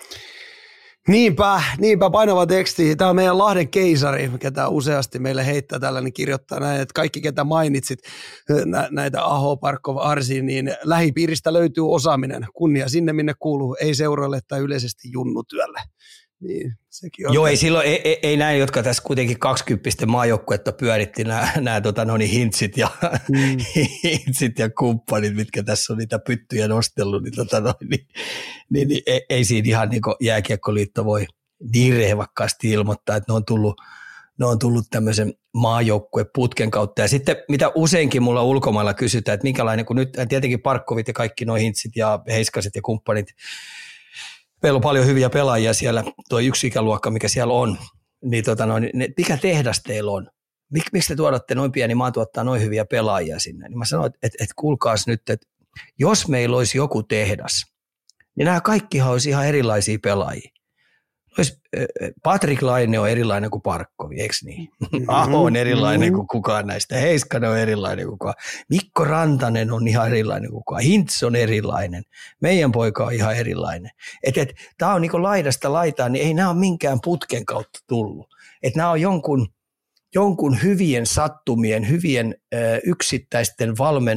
Niinpä, niinpä painava teksti. Tämä on meidän Lahden keisari, ketä useasti meille heittää tällä, niin kirjoittaa näin, että kaikki ketä mainitsit, nä- näitä Aho, Parkov, Arsi, niin lähipiiristä löytyy osaaminen. Kunnia sinne, minne kuuluu, ei seuroille tai yleisesti junnutyölle. Niin, sekin on. Joo, ei silloin, ei, ei, ei näin, jotka tässä kuitenkin kaksikymppisten maajoukkuetta pyöritti, nämä, nämä tota, no niin, hintsit, ja, mm. hintsit ja kumppanit, mitkä tässä on niitä pyttyjä nostellut, niin, tota, no, niin, niin, niin ei, ei siinä ihan niin kuin Jääkiekkoliitto voi niin rehvakkaasti ilmoittaa, että ne on tullut, ne on tullut tämmöisen maajoukkueputken kautta. Ja sitten mitä useinkin mulla ulkomailla kysytään, että minkälainen, kun nyt tietenkin Parkkovit ja kaikki nuo hintsit ja Heiskaset ja kumppanit, meillä on paljon hyviä pelaajia siellä, tuo yksi ikäluokka, mikä siellä on, niin tota noin, ne, mikä tehdas teillä on? Mik, miksi te tuodatte noin pieni maa tuottaa noin hyviä pelaajia sinne? Niin mä sanoin, että et, et kuulkaas nyt, että jos meillä olisi joku tehdas, niin nämä kaikkihan olisi ihan erilaisia pelaajia. Ois, Patrik Laine on erilainen kuin Parkkovi, eikö niin? Aho on erilainen kuin kukaan näistä. Heiskanen on erilainen kuin kukaan. Mikko Rantanen on ihan erilainen kuin kukaan. Hintz on erilainen. Meidän poika on ihan erilainen. Että et, tämä on niin kuin laidasta laitaan, niin ei nämä ole minkään putken kautta tullut. Että nämä on jonkun, jonkun hyvien sattumien, hyvien ö, yksittäisten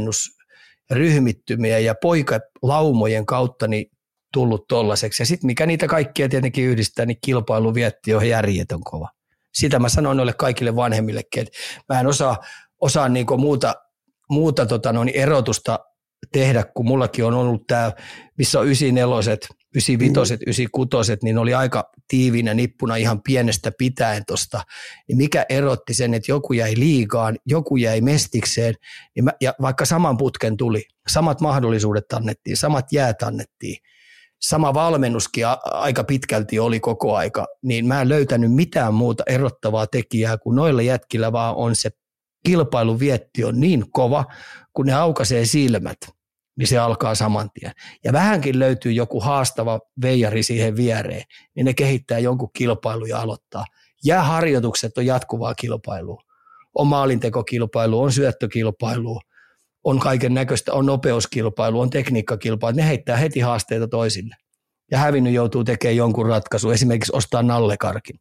valmennusryhmittymien ja poikalaumojen kautta niin tullut tollaiseksi. Ja sitten mikä niitä kaikkia tietenkin yhdistää, niin kilpailuvietti on järjetön kova. Sitä mä sanoin noille kaikille vanhemmillekin, että mä en osaa, osaa niinku muuta, muuta tota noin erotusta tehdä, kun mullakin on ollut tämä, missä on yhdeksänkymmentäneljä, yhdeksänkymmentäviisi, yhdeksänkymmentäkuusi, niin oli aika tiiviinä nippuna ihan pienestä pitäen tosta. Niin mikä erotti sen, että joku jäi liigaan, joku jäi mestikseen, niin mä, ja vaikka saman putken tuli, samat mahdollisuudet annettiin, samat jäät annettiin, sama valmennuskin aika pitkälti oli koko aika, niin mä en löytänyt mitään muuta erottavaa tekijää, kun noilla jätkillä vaan on se kilpailuvietti on niin kova, kun ne aukaisee silmät, niin se alkaa saman tien. Ja vähänkin löytyy joku haastava veijari siihen viereen, niin ne kehittää jonkun kilpailu ja aloittaa. Ja harjoitukset on jatkuvaa kilpailua. On maalintekokilpailu, on syöttökilpailu, on kaiken näköistä, on nopeuskilpailu, on tekniikkakilpailu. Ne heittää heti haasteita toisille. Ja hävinnyt joutuu tekemään jonkun ratkaisun, esimerkiksi ostaa nallekarkin.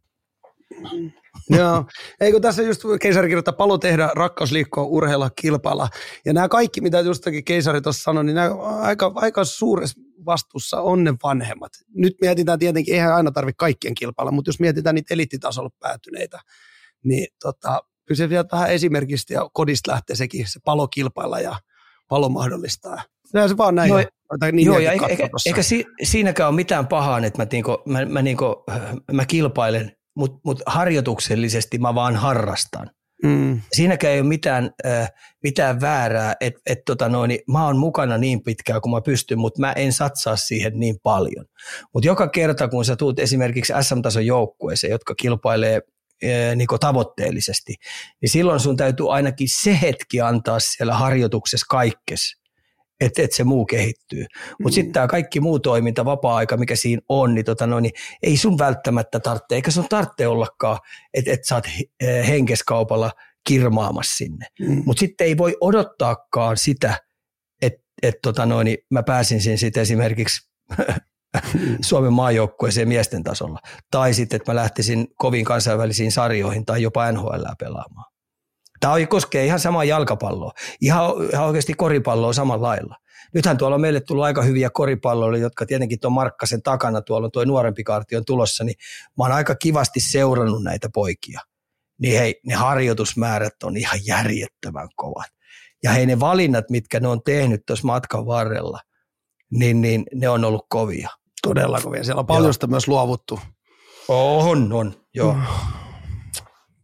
Joo, eikö tässä just keisari kirjoittaa, palo tehdä, rakkaus liikkua, urheilla, kilpailla. Ja nämä kaikki, mitä justakin keisari tuossa sanoi, niin nämä aika, aika suuressa vastuussa on ne vanhemmat. Nyt mietitään tietenkin, eihän aina tarvitse kaikkien kilpailla, mutta jos mietitään niitä eliittitasolla päätyneitä, niin tota, kyllä se vielä vähän esimerkistä ja kodista lähtee sekin, se palo kilpailla ja palo mahdollistaa. Näin se vaan näin. No, niin joo, ja eikä, eikä, eikä si, siinäkään ole mitään pahaa, että mä, niinku, mä, mä, niinku, mä kilpailen, mutta mut harjoituksellisesti mä vaan harrastan. Mm. Siinäkään ei ole mitään, äh, mitään väärää, että et, tota noin, mä oon mukana niin pitkään kuin mä pystyn, mutta mä en satsaa siihen niin paljon. Mutta joka kerta, kun sä tuut esimerkiksi S M-tason joukkueeseen, jotka kilpailee äh, niinku tavoitteellisesti, niin silloin sun täytyy ainakin se hetki antaa siellä harjoituksessa kaikkes, että et se muu kehittyy. Mutta mm. sitten tämä kaikki muu toiminta, vapaa-aika, mikä siinä on, niin, tota noin, niin ei sun välttämättä tarvitse, eikä sun tarvitse ollakaan, että et sä oot henkeskaupalla kirmaamassa sinne. Mm. Mutta sitten ei voi odottaakaan sitä, että et, tota noin, niin mä pääsin sitten esimerkiksi Suomen maajoukkueeseen miesten tasolla. Tai sitten, että mä lähtisin koviin kansainvälisiin sarjoihin tai jopa N H L:ää pelaamaan. Tämä koskee ihan samaa jalkapalloa. Ihan, ihan oikeasti koripalloa samalla lailla. Nythän tuolla on meille tullut aika hyviä koripalloja, jotka tietenkin tuon Markkasen takana, tuolla on tuo nuorempi kaarti on tulossa, niin mä oon aika kivasti seurannut näitä poikia. Niin hei, ne harjoitusmäärät on ihan järjettömän kovat. Ja hei, ne valinnat, mitkä ne on tehnyt tuossa matkan varrella, niin, niin ne on ollut kovia. Todella kovia. Siellä on paljon sitä myös luovuttu. On, on, joo.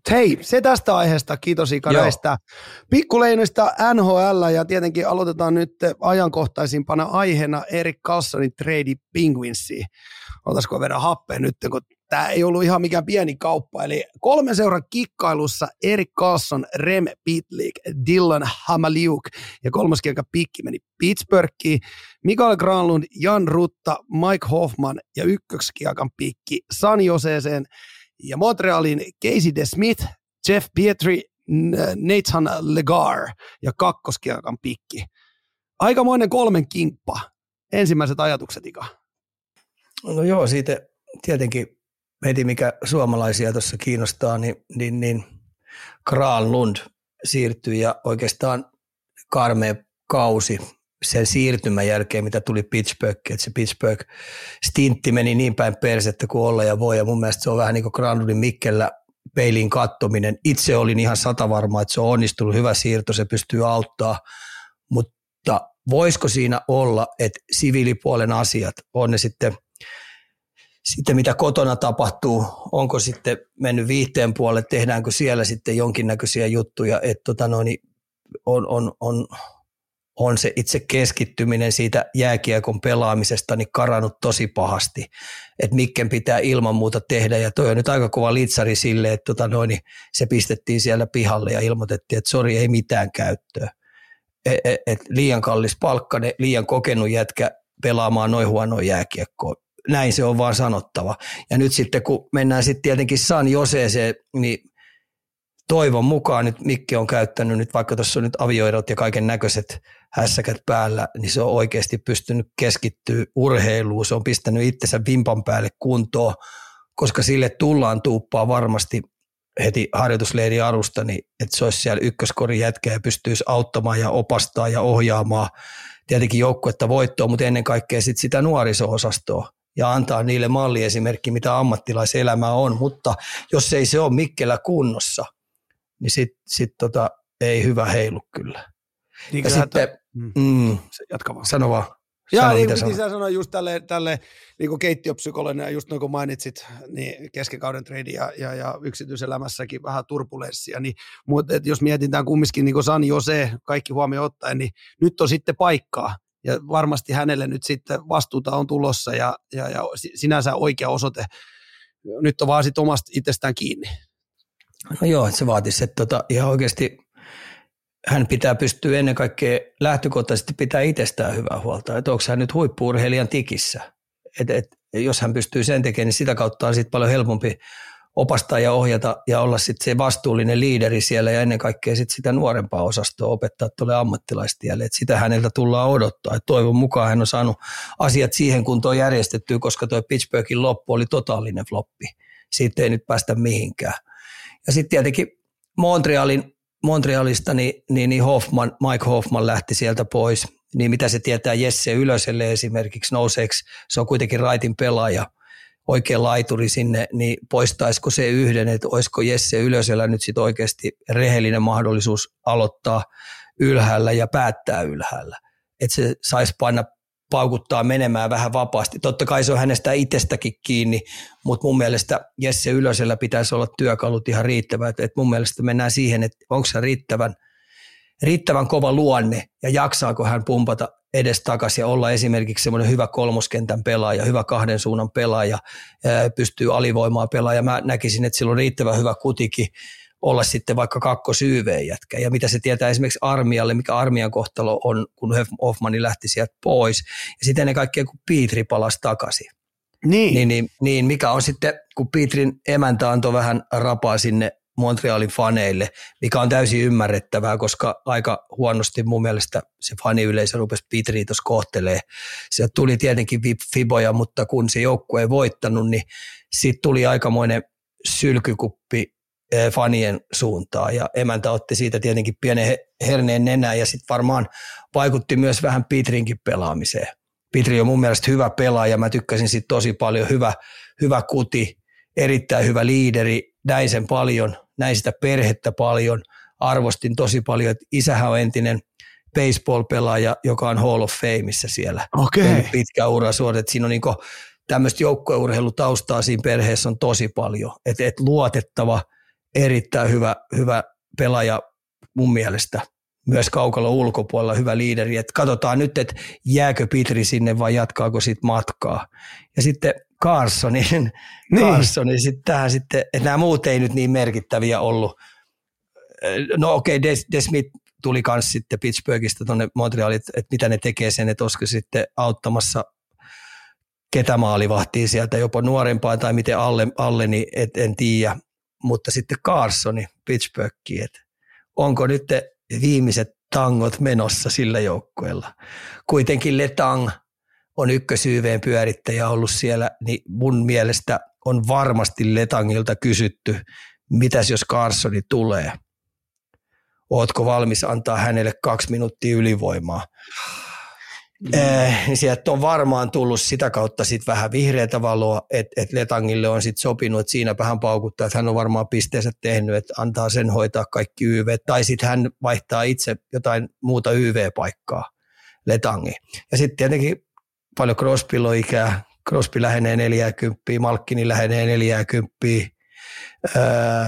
hei, se tästä aiheesta. Kiitos Ika näistä pikkuleinoista N H L ja tietenkin aloitetaan nyt ajankohtaisimpana aiheena Erik Karlssonin trade Penguinsiin. Otaisiko verran happea nyt, kun tämä ei ollut ihan mikään pieni kauppa. Eli kolmen seuran kikkailussa Erik Karlsson, Rem Pitlick, Dylan Hamaliuk ja kolmas kierkä pikki meni Pittsburghiin. Mikael Granlund, Jan Rutta, Mike Hoffman ja ykköskiekan pikki San Joseeseen. Ja Montrealin Casey DeSmith, Jeff Petrie, Nathan Legar ja kakkoskiekan pikki. Aikamoinen kolmen kimppa. Ensimmäiset ajatukset, Ika. No joo, siitä tietenkin heti mikä suomalaisia tuossa kiinnostaa, niin, niin, niin Granlund siirtyi ja oikeastaan karmea kausi sen siirtymän jälkeen, mitä tuli Pittsburghiin, että se Pittsburgh-stintti meni niin päin persettä kuin olla ja voi, ja mun mielestä se on vähän niin kuin Granlundin Mikkellä peiliin kattominen. Itse olin ihan satavarma, että se on onnistunut, hyvä siirto, se pystyy auttaa, mutta voisiko siinä olla, että siviilipuolen asiat, on ne sitten, sitten mitä kotona tapahtuu, onko sitten mennyt viihteen puolelle, tehdäänkö siellä sitten jonkinnäköisiä juttuja, että tota noin, on, on, on on se itse keskittyminen siitä jääkiekon pelaamisesta niin karannut tosi pahasti, että Mikken pitää ilman muuta tehdä, ja toi on nyt aika kova litsari sille, että tota noin, se pistettiin siellä pihalle ja ilmoitettiin, että sori, ei mitään käyttöä. Et, et, et liian kallis palkkane, liian kokenut jätkä pelaamaan noin huonoa jääkiekkoa. Näin se on vaan sanottava. Ja nyt sitten kun mennään sitten tietenkin San Joseeseen, niin toivon mukaan nyt Mikki on käyttänyt nyt, vaikka tuossa on nyt avioerot ja kaiken näköiset hässäkät päällä, niin se on oikeasti pystynyt keskittyä urheiluun, se on pistänyt itsensä vimpan päälle kuntoon, koska sille tullaan tuuppaa varmasti heti harjoitusleirin alusta, niin että se olisi siellä ykköskorin jätkä ja pystyisi auttamaan ja opastaa ja ohjaamaan tietenkin joukkuetta voittoon, mutta ennen kaikkea sit sitä nuoriso-osastoa ja antaa niille malliesimerkki, mitä ammattilaiselämä on, mutta jos ei se ole Mikkelä kunnossa, niin sitten sit tota, ei hyvä heilu kyllä. Niin ja sitten, mm, jatka vaan. Sano vaan. Jaa, sano, niin piti sä sanoa just tälle, tälle niin keittiöpsykologina, ja just noin kun mainitsit, niin keskikauden trade ja, ja, ja yksityiselämässäkin vähän turbulenssia, niin, mutta jos mietitään kumminkin niin San Jose, kaikki huomioon ottaen, niin nyt on sitten paikkaa, ja varmasti hänelle nyt sitten vastuuta on tulossa, ja, ja, ja sinänsä oikea osoite, nyt on vaan sitten omasta itsestään kiinni. No joo, että se vaatisi, että tota, ihan oikeasti hän pitää pystyä ennen kaikkea lähtökohtaisesti pitää itsestään hyvää huolta, että onko hän nyt huippu-urheilijan tikissä. Et, et, jos hän pystyy sen tekemään, niin sitä kautta on sitten paljon helpompi opastaa ja ohjata ja olla sitten se vastuullinen liideri siellä ja ennen kaikkea sitten sitä nuorempaa osastoa opettaa tuolle ammattilaistielle. Et sitä häneltä tullaan odottaa. Et toivon mukaan hän on saanut asiat siihen kuntoon järjestettyä, koska tuo Pittsburghin loppu oli totaalinen floppi. Siitä ei nyt päästä mihinkään. Ja sitten tietenkin Montrealin, Montrealista niin, niin, niin Hoffman, Mike Hoffman lähti sieltä pois. Niin mitä se tietää Jesse Ylöselle esimerkiksi nouseeksi, se on kuitenkin raitin pelaaja, oikea laituri sinne, niin poistaisiko se yhden, että olisiko Jesse Ylösellä nyt sitten oikeasti rehellinen mahdollisuus aloittaa ylhäällä ja päättää ylhäällä. Että se saisi panna paukuttaa menemään vähän vapaasti. Totta kai se on hänestä itsestäkin kiinni, mutta mun mielestä Jesse Ylösellä pitäisi olla työkalut ihan riittävät. Et mun mielestä mennään siihen, että onko se riittävän, riittävän kova luonne ja jaksaako hän pumpata edes takaisin ja olla esimerkiksi semmoinen hyvä kolmoskentän pelaaja, hyvä kahden suunnan pelaaja, pystyy alivoimaa pelaaja. Mä näkisin, että sillä on riittävän hyvä kutikin olla sitten vaikka kakkosyyveen jätkä. Ja mitä se tietää esimerkiksi armialle, mikä armian kohtalo on, kun Hoffmani lähti sieltä pois. Ja sitten ennen kaikkea, kun Petrie palasi takaisin. Niin. Niin, niin, niin mikä on sitten, kun Petrien emäntä antoi vähän rapaa sinne Montrealin faneille, mikä on täysin ymmärrettävää, koska aika huonosti mun mielestä se faniyleisö rupesi Petrie tuossa kohtelee. Sieltä tuli tietenkin fiboja, mutta kun se joukkue ei voittanut, niin siitä tuli aikamoinen sylkykuppi fanien suuntaan ja emäntä otti siitä tietenkin pienen herneen nenää ja sitten varmaan vaikutti myös vähän Petrienkin pelaamiseen. Petrie on mun mielestä hyvä pelaaja, mä tykkäsin siitä tosi paljon, hyvä, hyvä kuti, erittäin hyvä liideri, näin sen paljon, näin sitä perhettä paljon, arvostin tosi paljon, että isähän on entinen baseball-pelaaja, joka on Hall of Fameissa siellä. Okay. Pitkä ura suorit, siinä on niinku tämmöistä joukkueurheilutaustaa siinä perheessä on tosi paljon, että et luotettava, erittäin hyvä, hyvä pelaaja mun mielestä. Myös kaukalon ulkopuolella hyvä liideri. Et katsotaan nyt, että jääkö Petri sinne vai jatkaako sit matkaa. Ja sitten Carsonin, niin. Carsonin sitten tähän sitten, että nämä muut ei nyt niin merkittäviä ollut. No okei, okay, Des, Desmith tuli myös sitten Pittsburghista tuonne Montrealiin, että mitä ne tekee sen, että olisiko sitten auttamassa ketä maalivahtia sieltä, jopa nuorempaa tai miten alle, alle niin et, en tiedä. Mutta sitten Carsoni Pittsburghiin, että onko nyt viimeiset tangot menossa sillä joukkueella. Kuitenkin Letang on ykkösyyveen pyörittäjä ollut siellä, niin mun mielestä on varmasti Letangilta kysytty, mitäs jos Carsoni tulee. Ootko valmis antaa hänelle kaksi minuuttia ylivoimaa? Mm. Eh, niin sieltä on varmaan tullut sitä kautta sit vähän vihreätä valoa, että et Letangille on sitten sopinut, että siinäpä hän paukuttaa, että hän on varmaan pisteensä tehnyt, että antaa sen hoitaa kaikki Y V, tai sitten hän vaihtaa itse jotain muuta Y V-paikkaa Letangiin. Ja sitten tietenkin paljon Crosbylla on ikää, Crosby lähenee neljääkymppiä, Malkkini lähenee neljääkymppiä, öö,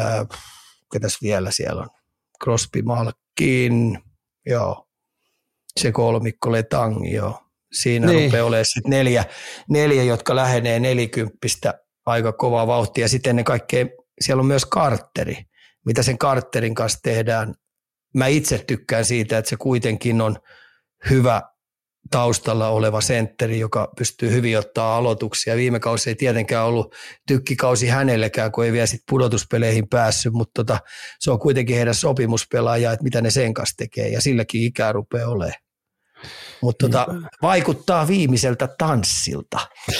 ketäs vielä siellä on? Crosby, Malkin, joo. Se kolmikko Letang, joo. Siinä niin. Rupeaa olemaan sitten neljä, neljä, jotka lähenee nelikymppistä aika kovaa vauhtia. Sitten ennen kaikkea siellä on myös Carteri. Mitä sen Carterin kanssa tehdään? Mä itse tykkään siitä, että se kuitenkin on hyvä taustalla oleva sentteri, joka pystyy hyvin ottaa aloituksia. Viime kausi ei tietenkään ollut tykkikausi hänellekään, kun ei vielä sit pudotuspeleihin päässyt, mutta tota, se on kuitenkin heidän sopimuspelaaja, että mitä ne sen kanssa tekee, ja silläkin ikää rupeaa olemaan. Mutta tota, vaikuttaa viimeiseltä tanssilta.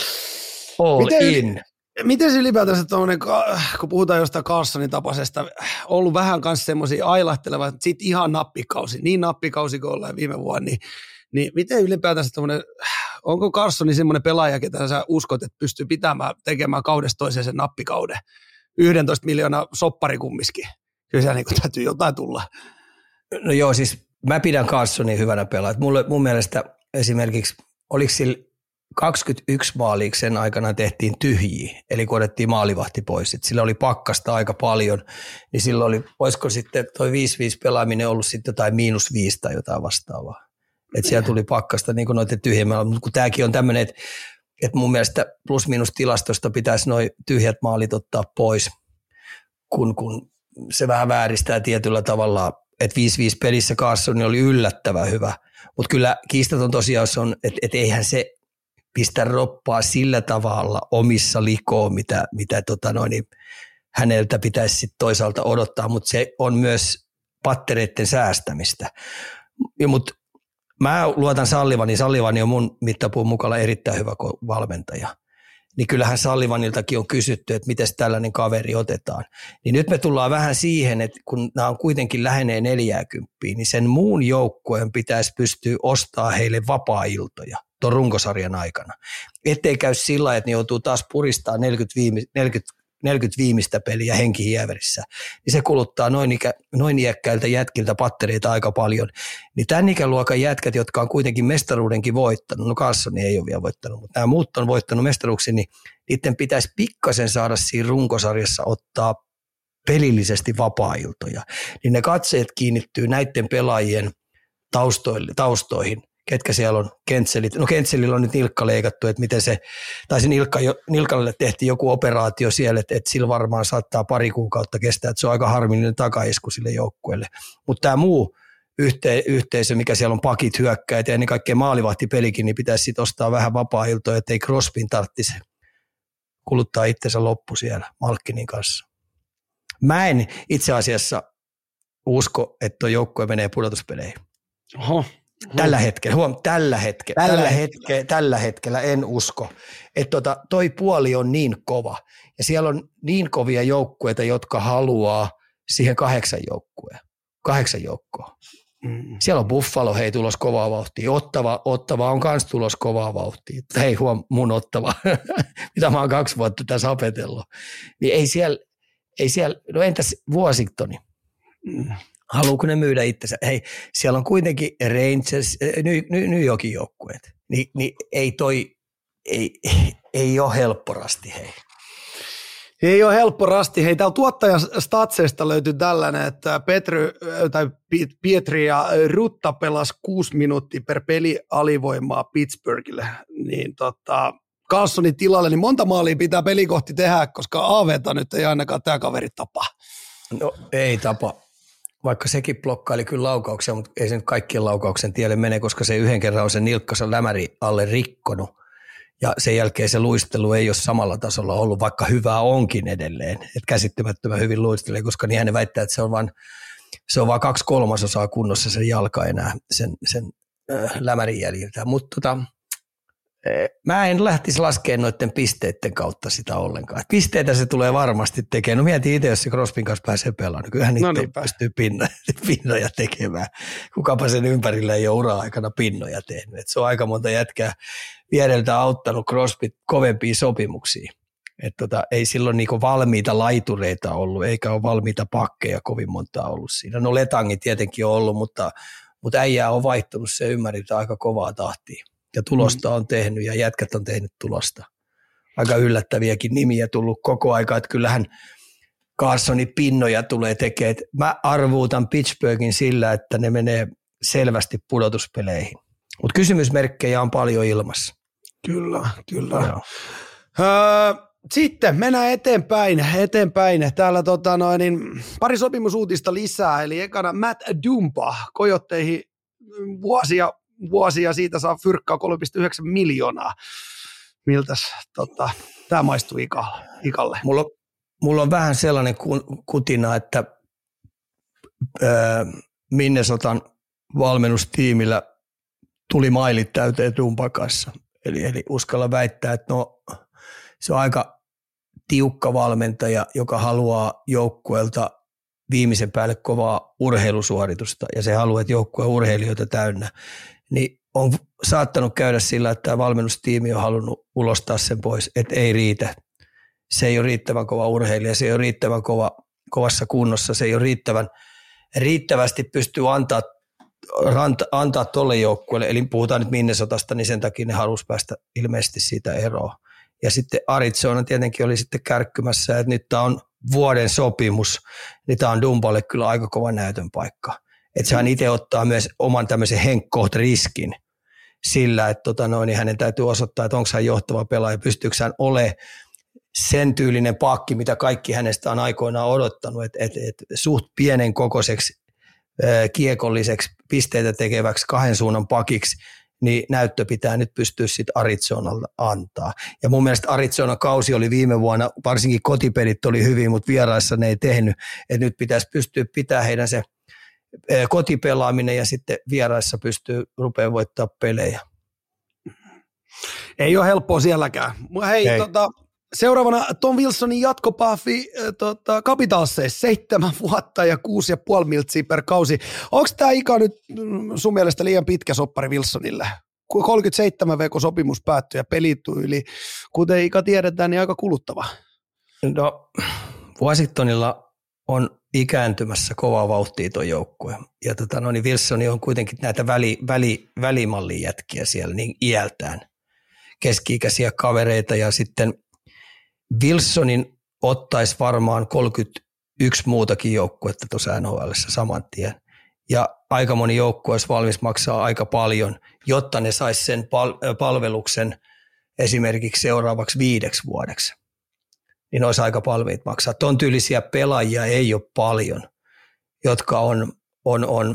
All miten, in. Miten se ylipäätänsä tuommoinen, kun puhutaan jostain Carsonin tapaisesta, ollut vähän kanssa semmoisia ailahtelevia, että sit ihan nappikausi, niin nappikausi kuin ollaan viime vuonna, niin Niin miten ylipäätänsä tommoinen, onko Carsoni semmoinen pelaaja, ketä sä uskot, että pystyy pitämään, tekemään kaudesta toiseen sen nappikauden? yksitoista miljoonaa soppari kumminkin. Kyllä siellä niin täytyy jotain tulla. No joo, siis mä pidän Carsonia hyvänä pelaajana. Mulle, mun mielestä esimerkiksi, oliko sillä kaksikymmentäyksi maalia sen aikana tehtiin tyhjiä, eli kun otettiin maalivahti pois. Et sillä oli pakkasta aika paljon, niin silloin oli, olisiko sitten toi viisi viisi pelaaminen ollut sitten jotain miinus viisi tai jotain vastaavaa. Että siellä tuli pakkasta niin kuin noiden tyhjemmällä, mutta kun tämäkin on tämmöinen, että, että mun mielestä plus-minus tilastosta pitäisi noin tyhjät maalit ottaa pois, kun, kun se vähän vääristää tietyllä tavalla, että viisi viisi pelissä Carson oli yllättävän hyvä, mutta kyllä kiistaton tosiaan on, että, että eihän se pistä roppaa sillä tavalla omissa likoon, mitä, mitä tota noin, niin häneltä pitäisi sit toisaalta odottaa, mutta se on myös pattereiden säästämistä. Mutta mä luotan Sullivaniin. Sullivani on mun mittapuun mukana erittäin hyvä valmentaja. Niin kyllähän Sullivaniltakin on kysytty, että miten tällainen kaveri otetaan. Niin nyt me tullaan vähän siihen, että kun nämä on kuitenkin lähenee neljääkymppiä, niin sen muun joukkueen pitäisi pystyä ostamaan heille vapaa-iltoja tuon runkosarjan aikana. Ettei käy sillä lailla, että ne joutuu taas puristaa neljäkymmentä, viime, neljäkymmentä, neljäkymmentä viimeistä peliä henkihieverissä. Niin se kuluttaa noin, ikä, noin iäkkäiltä jätkiltä pattereita aika paljon. Niin tämän ikäluokan jätkät, jotka on kuitenkin mestaruudenkin voittanut, no Carson ei ole vielä voittanut, mutta nämä muut on voittanut mestaruuksia, niin niiden pitäisi pikkasen saada siinä runkosarjassa ottaa pelillisesti vapaa-iltoja. Niin ne katseet kiinnittyy näiden pelaajien taustoihin, ketkä siellä on Kentselit. No Kentselillä on nyt nilkka leikattu, että miten se, tai se nilkka, nilkalle tehtiin joku operaatio siellä, että, että sillä varmaan saattaa pari kuukautta kestää, että se on aika harmillinen takaisku sille joukkueelle. Mutta tämä muu yhte, yhteisö, mikä siellä on pakit, hyökkäät ja ennen kaikkea maalivahtipelikin, niin pitäisi sitten ostaa vähän vapaa-iltoja, ettei Crosbyn tarvitsisi kuluttaa itsensä loppu siellä Malkkinin kanssa. Mä en itse asiassa usko, että tuo joukkue menee pudotuspeleihin. Oho. Tällä hetkellä, huom, tällä hetkellä, tällä, tällä, hetkellä, tällä hetkellä en usko, että tota, toi puoli on niin kova ja siellä on niin kovia joukkueita, jotka haluaa siihen kahdeksan joukkueen, kahdeksan joukkoa. Mm. Siellä on Buffalo, hei tulos kovaa vauhtia, Ottava, Ottava on kans tulos kovaa vauhtia, hei huom, mun Ottava, mitä mä oon kaksi vuotta tässä apetellut, niin ei siellä, ei siellä, no entäs Washingtoni? Mm. Haluuko ne myydä itsensä? Hei, siellä on kuitenkin Rangers, New, New Yorkin joukkueet. Ni, niin ei toi, ei, ei ole helppo rasti, hei. Ei ole helppo rasti. Hei, täällä tuottajan statseista löytyy tällainen, että Petry, tai Pietri ja Rutta pelasi kuusi minuuttia per peli alivoimaa Pittsburghille. Niin tota, Carlsonin tilalle, niin monta maalia pitää pelikohti tehdä, koska A V:ta nyt ei ainakaan tämä kaveri tapa. No ei tapa. Vaikka sekin blokkaili kyllä laukauksia, mutta ei se nyt kaikkien laukauksen tielle mene, koska se yhden kerran on se nilkkansa lämäri alle rikkonut. Ja sen jälkeen se luistelu ei ole samalla tasolla ollut, vaikka hyvää onkin edelleen. Että käsittämättömän hyvin luistelee, koska niin hän väittää, että se on vain se on vaan kaksi kolmasosaa kunnossa sen jalka enää sen, sen äh, lämärin jäljiltä. Mutta tota, äh, mä en lähtisi laskemaan noiden pisteiden kautta sitä ollenkaan. Et pisteitä se tulee varmasti tekemään. No mietin itse, jos se Crosbyn kanssa pääsee pelaamaan. No kyllähän niitä no pystyy pinno, pinnoja tekemään. Kukapa sen ympärillä ei ole ura-aikana pinnoja tehnyt. Et se on aika monta jätkää viereltä auttanut Crosby kovempia sopimuksia. Et tota, ei silloin niinku valmiita laitureita ollut, eikä ole valmiita pakkeja kovin montaa ollut siinä. No Letangi tietenkin on ollut, mutta, mutta äijää on vaihtunut se ymmäriltä aika kovaa tahtia. Ja tulosta on tehnyt ja jätkät on tehnyt tulosta. Aika yllättäviäkin nimiä tullut koko aika, että kyllähän Carlsonin pinnoja tulee tekemään. Mä arvuutan Pittsburghin sillä, että ne menee selvästi pudotuspeleihin. Mutta kysymysmerkkejä on paljon ilmassa. Kyllä, kyllä. Öö, sitten mennään eteenpäin, eteenpäin. Täällä tota noin, niin pari sopimusuutista lisää, eli ekana Matt Dumba, Kojotteihin vuosia, vuosia siitä saa fyrkkaa kolme pilkku yhdeksän miljoonaa. Miltäs tota, tämä maistuu Ikalle? Ikalle? Mulla, mulla on vähän sellainen kutina, että öö, Minnesotan valmennustiimillä tuli mailit täyteen Dumban kanssa. Eli, eli uskalla väittää, että no, se on aika tiukka valmentaja, joka haluaa joukkueelta viimeisen päälle kovaa urheilusuoritusta, ja se haluaa, että joukkue on urheilijoita täynnä. Niin on saattanut käydä sillä, että tämä valmennustiimi on halunnut ulostaa sen pois, että ei riitä. Se ei ole riittävän kova urheilija, se ei ole riittävän kova, kovassa kunnossa, se ei ole riittävän, riittävästi pystyy antaa antaa tuolle joukkueelle, eli puhutaan nyt Minnesotasta, niin sen takia ne halusi päästä ilmeisesti siitä eroon. Ja sitten Arizona tietenkin oli sitten kärkkymässä, että nyt tämä on vuoden sopimus, niin tämä on Dumballe kyllä aika kova näytön paikka. Että hän itse ottaa myös oman tämmöisen henkkoht-riskin sillä, että tota noin, niin hänen täytyy osoittaa, että onko hän johtava pelaaja, pystyykö hän olemaan sen tyylinen pakki, mitä kaikki hänestä on aikoinaan odottanut, että et, et suht pienen kokoiseksi kiekolliseksi pisteitä tekeväksi kahden suunnan pakiksi, niin näyttö pitää nyt pystyä sitten Arizonalta antaa. Ja mun mielestä Arizonan kausi oli viime vuonna, varsinkin kotipelit oli hyvin, mutta vieraissa ne ei tehnyt, että nyt pitäisi pystyä pitämään heidän se kotipelaaminen ja sitten vieraissa pystyy rupeaa voittaa pelejä. Ei ole helppoa sielläkään. Hei, Hei. Tota, seuraavana Tom Wilsonin jatkopaafi tota, Capitalseissa seitsemän vuotta ja kuusi ja puoli miltsiä per kausi. Onko tämä ikä nyt sun mielestä liian pitkä soppari Wilsonille? kolmekymmentäseitsemän vuotta, kun sopimus päättyi ja pelityyli, kuten ikä tiedetään, niin aika kuluttava. No, Washingtonilla on ikääntymässä kovaa vauhtia tuo joukkue. Ja tota, no, niin Wilson on kuitenkin näitä väli, väli, välimallin jätkiä siellä niin iältään. Keski-ikäisiä kavereita ja sitten Wilsonin ottaisi varmaan kolmekymmentäyksi muutakin joukkuetta tuossa N H L:ssä saman tien. Ja aika moni joukkue olisi valmis maksaa aika paljon, jotta ne saisi sen pal- palveluksen esimerkiksi seuraavaksi viideksi vuodeksi. Niin olisi aika valmiit maksaa. Ton tyylisiä pelaajia ei ole paljon, jotka on, on, on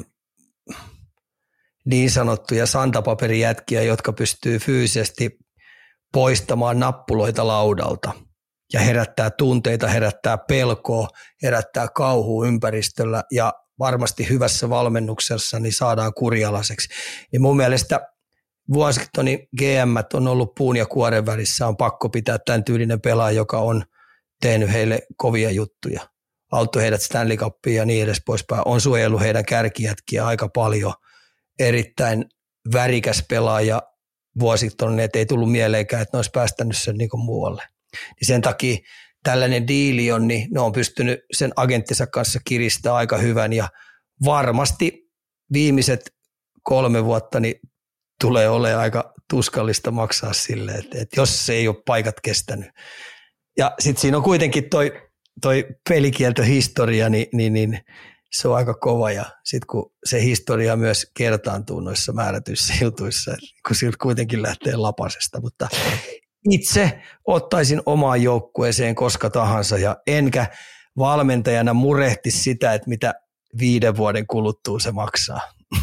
niin sanottuja santapaperijätkiä, jotka pystyy fyysisesti poistamaan nappuloita laudalta ja herättää tunteita, herättää pelkoa, herättää kauhua ympäristöllä ja varmasti hyvässä valmennuksessa niin saadaan kurialaiseksi. Ja mun mielestä Washingtonin G M on ollut puun ja kuoren välissä, on pakko pitää tämän tyylinen pelaaja, joka on tehnyt heille kovia juttuja. Auttoi heidät Stanley Cupiin ja niin edes poispäin. On suojellut heidän kärkijätkiä aika paljon. Erittäin värikäs pelaaja Washingtonille, että ei tullut mieleenkään, että ne olisi päästänyt sen niin kuin muualle. Niin sen takia tällainen diili on, niin ne on pystynyt sen agenttinsa kanssa kiristämään aika hyvän ja varmasti viimeiset kolme vuotta niin tulee olemaan aika tuskallista maksaa sille, että, että jos se ei ole paikat kestänyt. Ja sitten siinä on kuitenkin toi, toi pelikieltohistoria, niin, niin, niin se on aika kova. Ja sitten kun se historia myös kertaantuu noissa määrätyissä jutuissa, kun siltä kuitenkin lähtee lapasesta. Mutta itse ottaisin omaan joukkueeseen koska tahansa ja enkä valmentajana murehti sitä, että mitä viiden vuoden kuluttua se maksaa.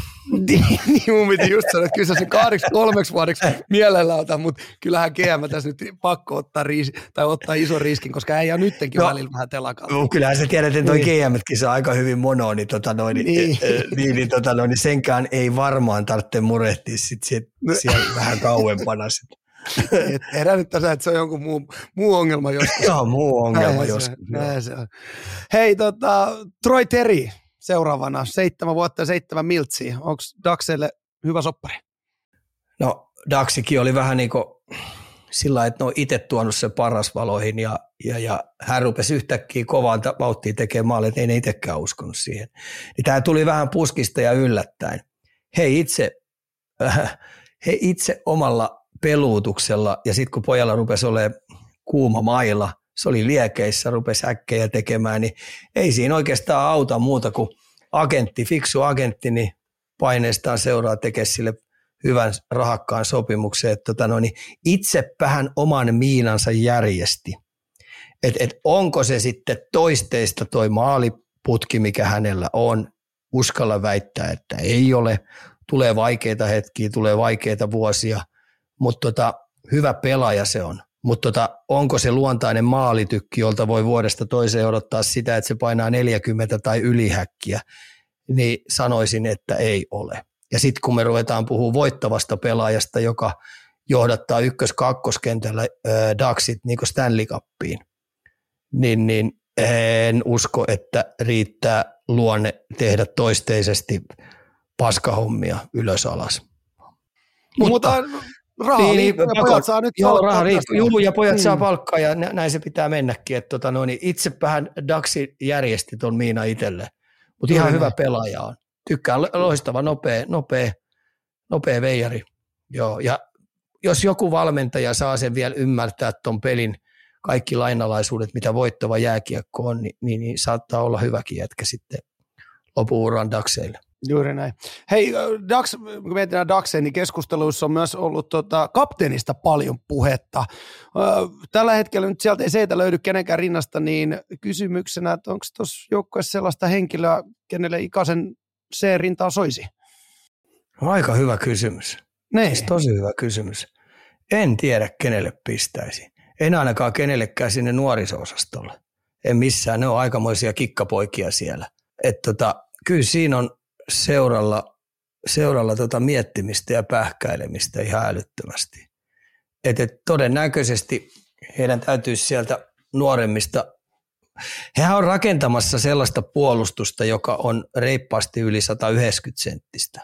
Niin, mun piti just sanoa, että kyllä se kahdeksi kolmeksi vuodeksi mielellä ota, mutta kyllähän G M tässä nyt pakko ottaa, riisi, tai ottaa ison riskin, koska ei ole nyttenkin no, välillä vähän telakalla. No, kyllähän sä tiedät, että toi niin. G M:tkin saa aika hyvin monoa, niin, tota noin, niin. niin, niin, tota noin, niin senkään ei varmaan tarvitse murehtia sit, sit, no. siellä vähän kauempana. Sit. Et erä nyt tässä, että se on jonkun muu, muu ongelma joskus. Joo, muu ongelma näin joskus. Se, näin se on. Hei, tota, Troy Terry seuraavana, seitsemän vuotta ja seitsemän miltsiä. Onko Daxelle hyvä soppari? No, Daxikin oli vähän niin kuin sillä lailla, että ne on itse tuonut sen paras valoihin ja, ja, ja hän rupesi yhtäkkiä kovaan vauhtiin tekemään maalle, että ei ne itsekään uskonut siihen. Niin tämä tuli vähän puskista ja yllättäen. He itse, äh, he itse omalla peluutuksella ja sitten kun pojalla rupesi olemaan kuuma mailla, se oli liekeissä, rupesi äkkejä tekemään, niin ei siinä oikeastaan auta muuta kuin agentti, fiksu agentti, niin paineistaan seuraa tekee sille hyvän rahakkaan sopimuksen, että tota no, niin itsepähän oman miinansa järjesti. Että et onko se sitten toisteista toi maaliputki, mikä hänellä on, uskalla väittää, että ei ole, tulee vaikeita hetkiä, tulee vaikeita vuosia, mutta tota, hyvä pelaaja se on. Mutta tota, onko se luontainen maalitykki, jolta voi vuodesta toiseen odottaa sitä, että se painaa neljäkymmentä tai ylihäkkiä, niin sanoisin, että ei ole. Ja sitten kun me ruvetaan puhumaan voittavasta pelaajasta, joka johdattaa ykkös-kakkoskentällä äh, Daxit niin kuin Stanley Cupiin, niin, niin en usko, että riittää luonne tehdä toisteisesti paskahommia ylös alas. Mutta... Raha niin, liikkuu ja pojat saa nyt joo, raha liikkuu, juu, ja pojat hmm. saa palkkaa ja näin se pitää mennäkin. Että tota, no, niin itsepähän Daxi järjesti ton Miina itselle, mutta ihan hyvä pelaaja on. Tykkään loistava, nopea, nopea, nopea veijari. Joo, ja jos joku valmentaja saa sen vielä ymmärtää ton pelin kaikki lainalaisuudet, mitä voittava jääkiekko on, niin, niin, niin saattaa olla hyväkin jätkä sitten lopun-uran Daxeille. Juuri näin. Hei, Dax, kun mietitään Daxeen, niin keskusteluissa on myös ollut tota, kapteenista paljon puhetta. Tällä hetkellä nyt sieltä ei seitä löydy kenenkään rinnasta, niin kysymyksenä, että onko tuossa joukkueessa sellaista henkilöä, kenelle Ikasen C-rintaa soisi? Aika hyvä kysymys. Niin. Tosi hyvä kysymys. En tiedä, kenelle pistäisi. En ainakaan kenellekään sinne nuoriso-osastolle. En missään, ne on aikamoisia kikkapoikia siellä. Että tota, kyllä siinä on seuralla, seuralla tota miettimistä ja pähkäilemistä ihan älyttömästi. Että et todennäköisesti heidän täytyisi sieltä nuoremmista, hehän on rakentamassa sellaista puolustusta, joka on reippaasti yli sata yhdeksänkymmentä senttistä.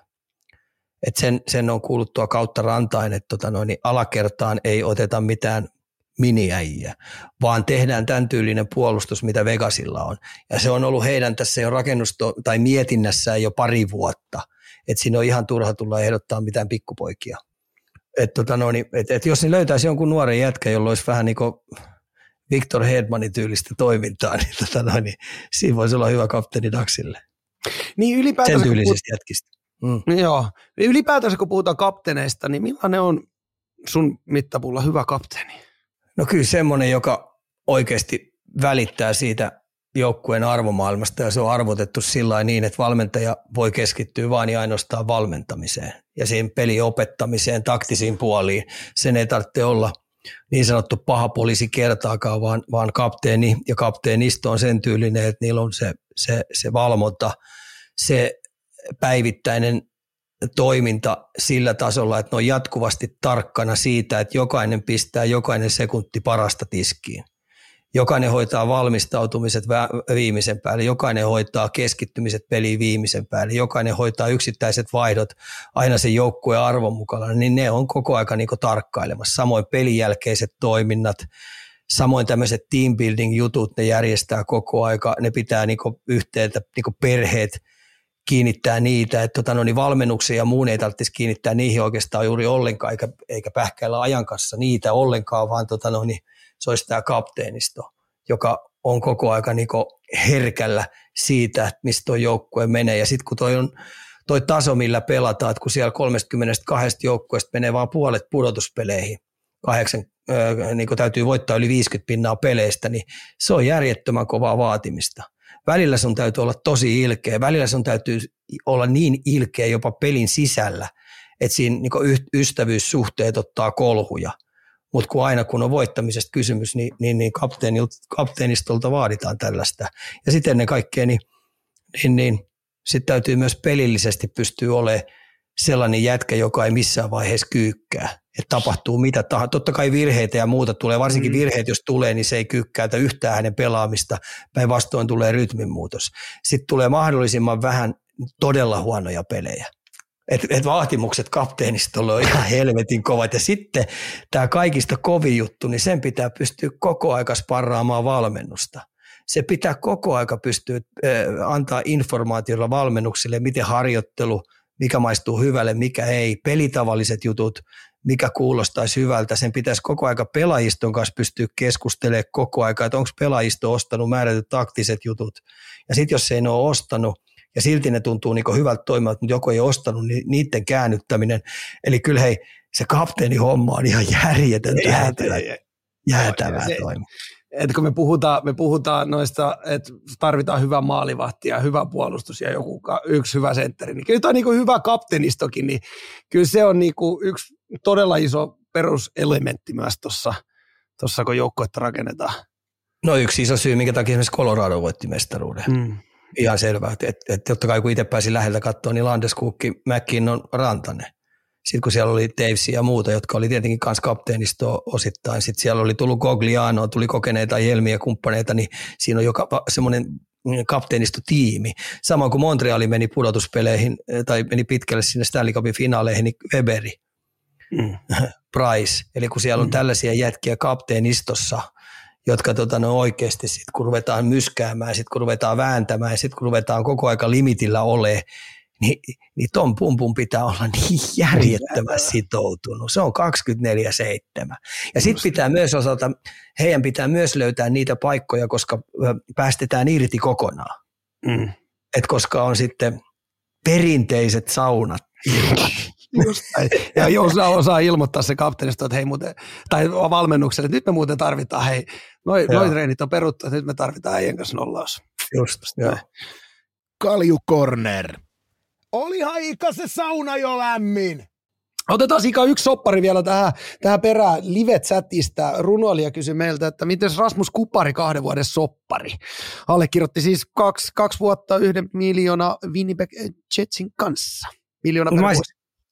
Et sen, sen on kuullut tuo kautta rantain, että tota noin, niin alakertaan ei oteta mitään miniäjiä, vaan tehdään tämän tyylinen puolustus, mitä Vegasilla on. Ja se on ollut heidän tässä jo rakennusto- tai mietinnässään jo pari vuotta, että siinä on ihan turha tulla ehdottaa mitään pikkupoikia. Et tota no, niin, et, et jos ne löytäisi jonkun nuoren jätkä, jolla olisi vähän niin kuin Victor Hedmanin tyylistä toimintaa, niin, tota no, niin siinä voisi olla hyvä kapteeni Daxille. Niin ylipäätänsä, sen tyylisestä puhut... jätkistä. Mm. Joo. Ylipäätänsä kun puhutaan kapteeneista, niin millainen on sun mittapuulla hyvä kapteeni? No kyllä semmoinen, joka oikeasti välittää siitä joukkueen arvomaailmasta ja se on arvotettu sillä niin, että valmentaja voi keskittyä vain ja ainoastaan valmentamiseen ja siihen pelin opettamiseen, taktisiin puoliin. Sen ei tarvitse olla niin sanottu paha poliisi kertaakaan, vaan, vaan kapteeni ja kapteenisto on sen tyylinen, että niillä on se, se, se valvonta, se päivittäinen toiminta sillä tasolla, että ne on jatkuvasti tarkkana siitä, että jokainen pistää jokainen sekunti parasta tiskiin. Jokainen hoitaa valmistautumiset viimeisen päälle, jokainen hoitaa keskittymiset peliin viimeisen päälle, jokainen hoitaa yksittäiset vaihdot aina sen joukkueen arvon mukana, niin ne on koko aika niin kuin tarkkailemassa. Samoin pelin jälkeiset toiminnat, samoin tämmöiset team building jutut, ne järjestää koko aika, ne pitää niin kuin yhteyttä, niin kuin perheet, kiinnittää niitä, että tota, no niin valmennuksia ja muun ei tarvitsisi kiinnittää niihin oikeastaan juuri ollenkaan, eikä, eikä pähkäillä ajan kanssa niitä ollenkaan, vaan tota, no niin se olisi tämä kapteenisto, joka on koko aika niin herkällä siitä, että mistä tuo joukkue menee. Ja sitten kun toi on toi taso, millä pelataan, että kun siellä kolmekymmentäkaksi joukkueesta menee vaan puolet pudotuspeleihin, kahdeksan, äh, niin täytyy voittaa yli viisikymmentä pinnaa peleistä, niin se on järjettömän kovaa vaatimista. Välillä sun täytyy olla tosi ilkeä, välillä sun täytyy olla niin ilkeä jopa pelin sisällä, että siinä niin ystävyyssuhteet ottaa kolhuja. Mutta kun aina kun on voittamisesta kysymys, niin, niin, niin kapteenistolta vaaditaan tällaista. Ja sitten ennen kaikkea, niin, niin, niin sitten täytyy myös pelillisesti pystyä olemaan sellainen jätkä, joka ei missään vaiheessa kyykkää. Että tapahtuu mitä tahansa. Totta kai virheitä ja muuta tulee, varsinkin virheet, jos tulee, niin se ei kyykkäätä yhtään hänen pelaamista. Päinvastoin tulee rytminmuutos. Sitten tulee mahdollisimman vähän todella huonoja pelejä. Että et vaatimukset kapteenistolle on ihan helvetin kovat. Ja sitten tämä kaikista kovin juttu, niin sen pitää pystyä koko aika sparraamaan valmennusta. Se pitää koko aika pystyä äh, antaa informaatiolla valmennuksille, miten harjoittelu, mikä maistuu hyvälle, mikä ei, pelitavalliset jutut, mikä kuulostaisi hyvältä. Sen pitäisi koko aika pelaajiston kanssa pystyä keskustelemaan koko aika, että onko pelaajisto ostanut määrätyt taktiset jutut. Ja sitten jos ei ne ole ostanut, ja silti ne tuntuu niin hyvältä toimivalta, mutta joku ei ostanut, niin niiden käännyttäminen. Eli kyllä hei, se kapteeni homma on ihan järjetöntä, jäätävää, jäätävää toimia. Että kun me puhutaan, me puhutaan noista, että tarvitaan hyvä maalivahti ja hyvä puolustus ja joku yksi hyvä sentteri, niin kyllä tämä on niin kuin hyvä kapteenistokin, niin kyllä se on niin kuin yksi todella iso peruselementti myös tuossa, tuossa kun joukkuetta rakennetaan. No yksi iso syy, minkä takia esimerkiksi Colorado voitti mestaruuden. Hmm. Ihan selvää, että, että, että totta kai kun itse pääsin läheltä katsoa, niin Landeskog, McKinnon, Rantanen. Sitten kun siellä oli Tavesia ja muuta, jotka oli tietenkin myös kapteenistoa osittain. Sitten siellä oli tullut Gogliano, tuli kokeneita Jelmiä kumppaneita, niin siinä on joka semmoinen kapteenistotiimi. Samoin kuin Montreali meni pudotuspeleihin tai meni pitkälle sinne Stanley Cupin finaaleihin, niin Weberi, mm. Price. Eli kun siellä on mm. tällaisia jätkiä kapteenistossa, jotka tota, no oikeasti sitten kun ruvetaan myskäämään, sitten kun ruvetaan vääntämään, sitten kun ruvetaan koko aika limitillä olemaan, niin, niin ton pumpun pitää olla niin järjettömän sitoutunut. Se on kaksikymmentäneljä seitsemän. Ja sitten pitää myös osata, heidän pitää myös löytää niitä paikkoja, koska päästetään irti kokonaan. Mm. Et koska on sitten perinteiset saunat. Just, ja jos osaa ilmoittaa se kapteenisto, että hei muuten, tai valmennukselle, että nyt me muuten tarvitaan, hei, noi, noi treenit on peruttu, että nyt me tarvitaan äijän kanssa nollaus. Just, joo. Kalju Corner. Olihan Ika se sauna jo lämmin. Otetaan Ika yksi soppari vielä tähän, tähän perään live-chatista. Runoilija kysyi meiltä, että miten Rasmus Kupari kahden vuoden soppari? Allekirjoitti siis kaksi, kaksi vuotta yhden miljoona Winnipeg Jetsin kanssa. Miljoona per vuosi.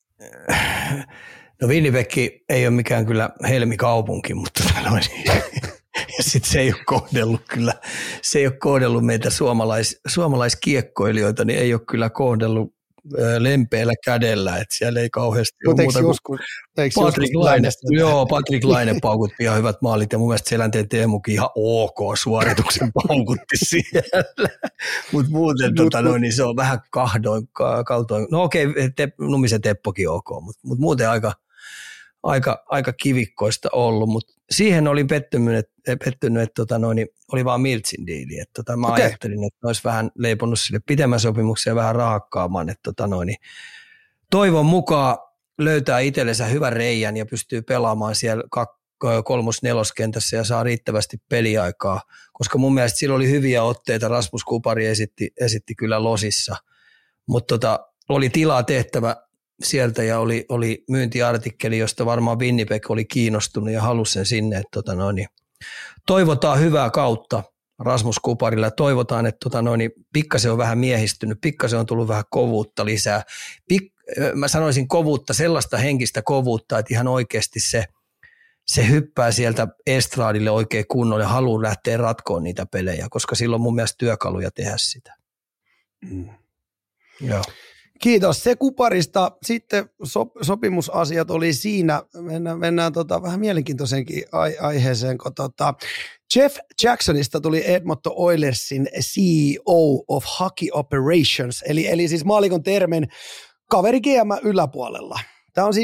No Winnipeg ei ole mikään kyllä helmikaupunki, mutta noin. Ja sitten se ei ole kohdellut kyllä, se ei ole kohdellut meitä suomalais, suomalaiskiekkoilijoita, niin ei ole kyllä kohdellut ö, lempeällä kädellä, että siellä ei kauheasti ole muuta kuin Patrick Laine, joo, Patrick Laine paukutti ihan hyvät maalit ja mun mielestä Selänteen Teemukin ihan ok suorituksen paukutti siellä, mutta muuten mut, tota, no, niin se on vähän kahdoin, kaltoin, no okei, te, Numisen Teppokin ok, mutta mut muuten aika, aika, aika kivikkoista ollut, mutta siihen olin pettynyt, että, pettynyt, että tota, no, niin oli vaan Miltsin diili, että tota, mä okay. ajattelin, että olisi vähän leiponut sille pitemmän sopimuksen ja vähän rahakkaamaan, että tota, no, niin toivon mukaan löytää itsellensä hyvän reijän ja pystyy pelaamaan siellä kolmos-neloskentässä ja saa riittävästi peliaikaa, koska mun mielestä sillä oli hyviä otteita, Rasmus Kupari esitti, esitti kyllä losissa, mutta tota, oli tilaa tehtävä sieltä ja oli, oli myyntiartikkeli, josta varmaan Winnipeg oli kiinnostunut ja halusi sen sinne, että tota no, niin toivotaan hyvää kautta Rasmus Kuparilla, toivotaan, että tota no, niin pikkasen on vähän miehistynyt, pikkasen on tullut vähän kovuutta lisää, Pik- mä sanoisin kovuutta, sellaista henkistä kovuutta, että ihan oikeasti se, se hyppää sieltä estraadille oikein kunnolla ja haluaa lähteä ratkoon niitä pelejä, koska silloin on mun mielestä työkaluja tehdä sitä. Mm. Joo. Kiitos. Se Kuparista. Sitten sop, sopimusasiat oli siinä. Mennään, mennään tota, vähän mielenkiintoisenkin ai- aiheeseen, kun tota, Jeff Jacksonista tuli Edmonton Oilersin C E O of Hockey Operations, eli, eli siis maalikon termen kaveri G M yläpuolella. Tämä on siis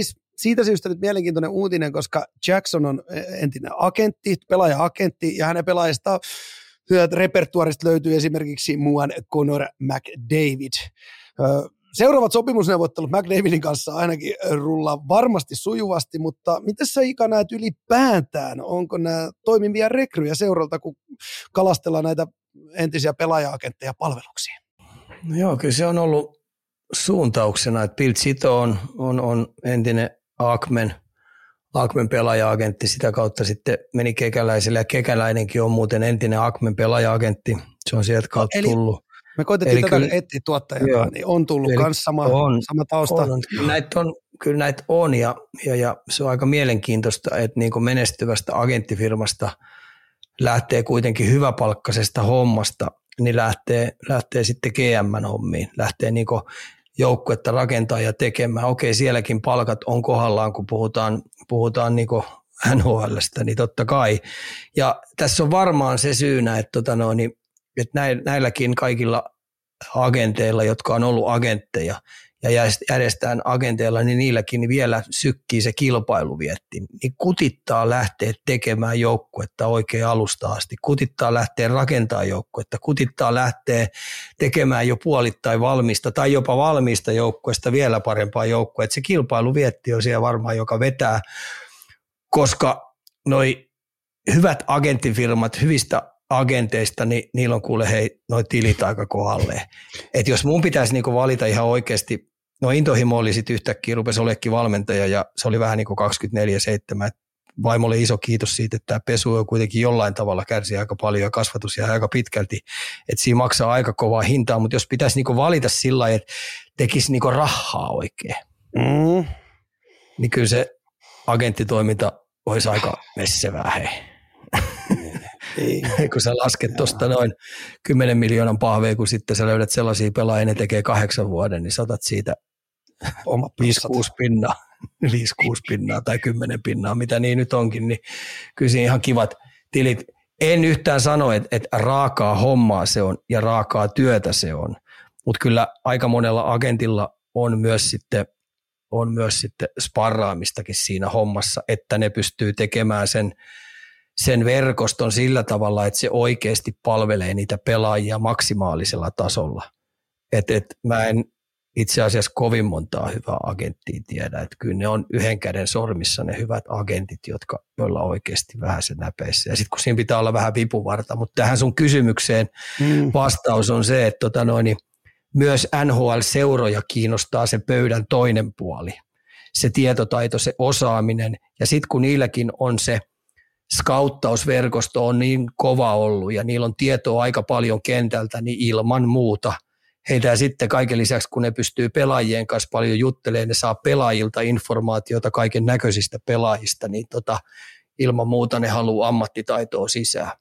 siitä syystä nyt mielenkiintoinen uutinen, koska Jackson on entinen agentti, pelaaja-agentti, ja hänen pelaajista repertuarista löytyy esimerkiksi muuan Connor McDavid. Seuraavat sopimusneuvottelut McDavidin kanssa ainakin rullaa varmasti sujuvasti, mutta miten sä Ika näet ylipäätään? Onko nämä toimivia rekryjä seuralta, kun kalastellaan näitä entisiä pelaaja-agentteja palveluksiin? No joo, kyllä se on ollut suuntauksena, että Bill Zito on, on, on entinen Akmen, Akmen pelaaja-agentti, sitä kautta sitten meni Kekäläiselle, ja Kekäläinenkin on muuten entinen Akmen pelaaja-agentti, se on sieltä kautta Eli tullut. Me koitettiin Eli tätä kyllä, etsiä tuottajaa, niin on tullut myös sama, on, sama tausta. On, kyllä, näitä on, kyllä näitä on, ja, ja, ja se on aika mielenkiintoista, että niin kuin menestyvästä agenttifirmasta lähtee kuitenkin hyväpalkkaisesta hommasta, niin lähtee, lähtee sitten G M-hommiin, lähtee niin kuin joukkuetta rakentaa ja tekemään. Okei, sielläkin palkat on kohdallaan, kun puhutaan, puhutaan niin kuin N H L:stä, niin totta kai. Ja tässä on varmaan se syynä, että, tota no, niin, että näilläkin kaikilla agenteilla, jotka on ollut agentteja ja järjestään agenteilla, niin niilläkin vielä sykkii se kilpailuvietti. Niin kutittaa lähteä tekemään joukkuetta oikein alusta asti, kutittaa lähteä rakentamaan joukkuetta, kutittaa lähteä tekemään jo puolittain valmista tai jopa valmista joukkueesta vielä parempaa joukkuetta. Se kilpailuvietti on siellä varmaan, joka vetää, koska noi hyvät agenttifirmat, hyvistä agenteista, niin niillä on kuule hei, noi tilit aika kohdalleen. Että jos mun pitäisi niinku valita ihan oikeasti, no intohimo oli sitten yhtäkkiä, rupesi olekin valmentaja ja se oli vähän niin kuin kaksikymmentäneljä seitsemän. Vaimolle iso kiitos siitä, että tämä pesu on kuitenkin jollain tavalla kärsi aika paljon ja kasvatus jää aika pitkälti. Että siinä maksaa aika kovaa hintaa, mutta jos pitäisi niinku valita sillä lailla, että tekisi niinku rahaa oikein, mm. niin kyllä se agenttitoiminta olisi aika messevää hei. Ei. Kun sä lasket tuosta noin kymmenen miljoonan pahvea, kun sitten sä löydät sellaisia pelaajia, ne tekee kahdeksan vuoden, niin saatat siitä viisi kuusi pinnaa, viisi kuusi pinnaa tai kymmenen pinnaa, mitä niin nyt onkin, niin kyllä siinä ihan kivat tilit. En yhtään sano, että, että raakaa hommaa se on ja raakaa työtä se on, mutta kyllä aika monella agentilla on myös sitten, on myös sitten sparraamistakin siinä hommassa, että ne pystyy tekemään sen sen verkoston sillä tavalla, että se oikeasti palvelee niitä pelaajia maksimaalisella tasolla. Et, et mä en itse asiassa kovin montaa hyvää agenttia tiedä, että kyllä ne on yhden käden sormissa ne hyvät agentit, jotka, joilla oikeasti vähän se näpeissä. Ja sitten kun siinä pitää olla vähän vipuvarta, mutta tähän sun kysymykseen mm. vastaus on se, että tota noin, myös N H L-seuroja kiinnostaa se pöydän toinen puoli, se tietotaito, se osaaminen ja sitten kun niilläkin on se skauttausverkosto on niin kova ollut ja niillä on tietoa aika paljon kentältä, niin ilman muuta. Heitä sitten kaiken lisäksi, kun ne pystyy pelaajien kanssa paljon juttelemaan, ne saa pelaajilta informaatiota kaiken näköisistä pelaajista, niin tota, ilman muuta ne haluaa ammattitaitoa sisään.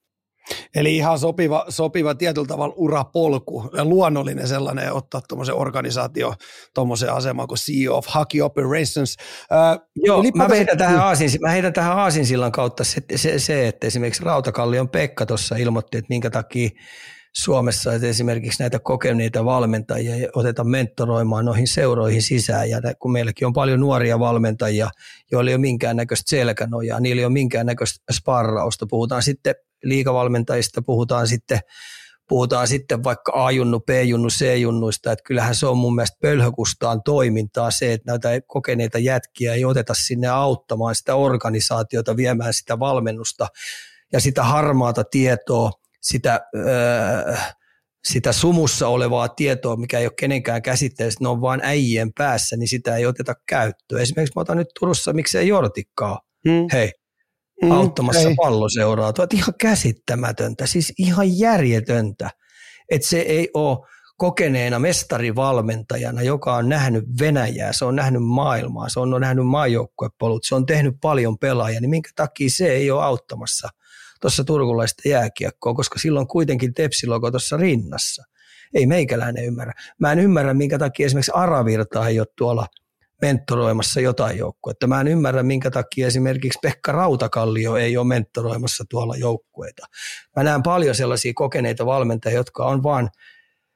Eli ihan sopiva, sopiva tietyllä tavalla urapolku ja luonnollinen sellainen ottaa tuommoisen organisaatio tuommoisen asemaan kuin C E O of Hockey Operations. Äh, Joo, mä heitän, tähän aasin, mä heitän tähän aasinsillan kautta se, se, se, että esimerkiksi Rautakallion Pekka tuossa ilmoitti, että minkä takia Suomessa että esimerkiksi näitä kokeneita valmentajia otetaan mentoroimaan noihin seuroihin sisään, ja kun meilläkin on paljon nuoria valmentajia, joilla ei ole minkäännäköistä selkänojaa, niillä ei ole minkäännäköistä sparrausta, puhutaan sitten liigavalmentajista, puhutaan sitten, puhutaan sitten vaikka A-junnu, B-junnu, C-junnuista, että kyllähän se on mun mielestä pölhökustaan toimintaa se, että näitä kokeneita jätkiä ei oteta sinne auttamaan sitä organisaatiota, viemään sitä valmennusta ja sitä harmaata tietoa, sitä, öö, sitä sumussa olevaa tietoa, mikä ei ole kenenkään käsitteessä, ne on vaan äijien päässä, niin sitä ei oteta käyttöön. Esimerkiksi mä otan nyt Turussa, miksei Jortikkaa, hmm. hei, hmm, auttamassa hei. Palloseuraa. Tuo ihan käsittämätöntä, siis ihan järjetöntä, että se ei ole kokeneena mestarivalmentajana, joka on nähnyt Venäjää, se on nähnyt maailmaa, se on nähnyt maajoukkuepolut, se on tehnyt paljon pelaajia, niin minkä takia se ei ole auttamassa tuossa turkulaista jääkiekkoa, koska silloin kuitenkin Tepsi-logo tuossa rinnassa. Ei meikäläinen ymmärrä. Mä en ymmärrä, minkä takia esimerkiksi Aravirta ei ole tuolla mentoroimassa jotain joukkuetta. Mä en ymmärrä, minkä takia esimerkiksi Pekka Rautakallio ei ole mentoroimassa tuolla joukkueita. Mä näen paljon sellaisia kokeneita valmentajia, jotka on vaan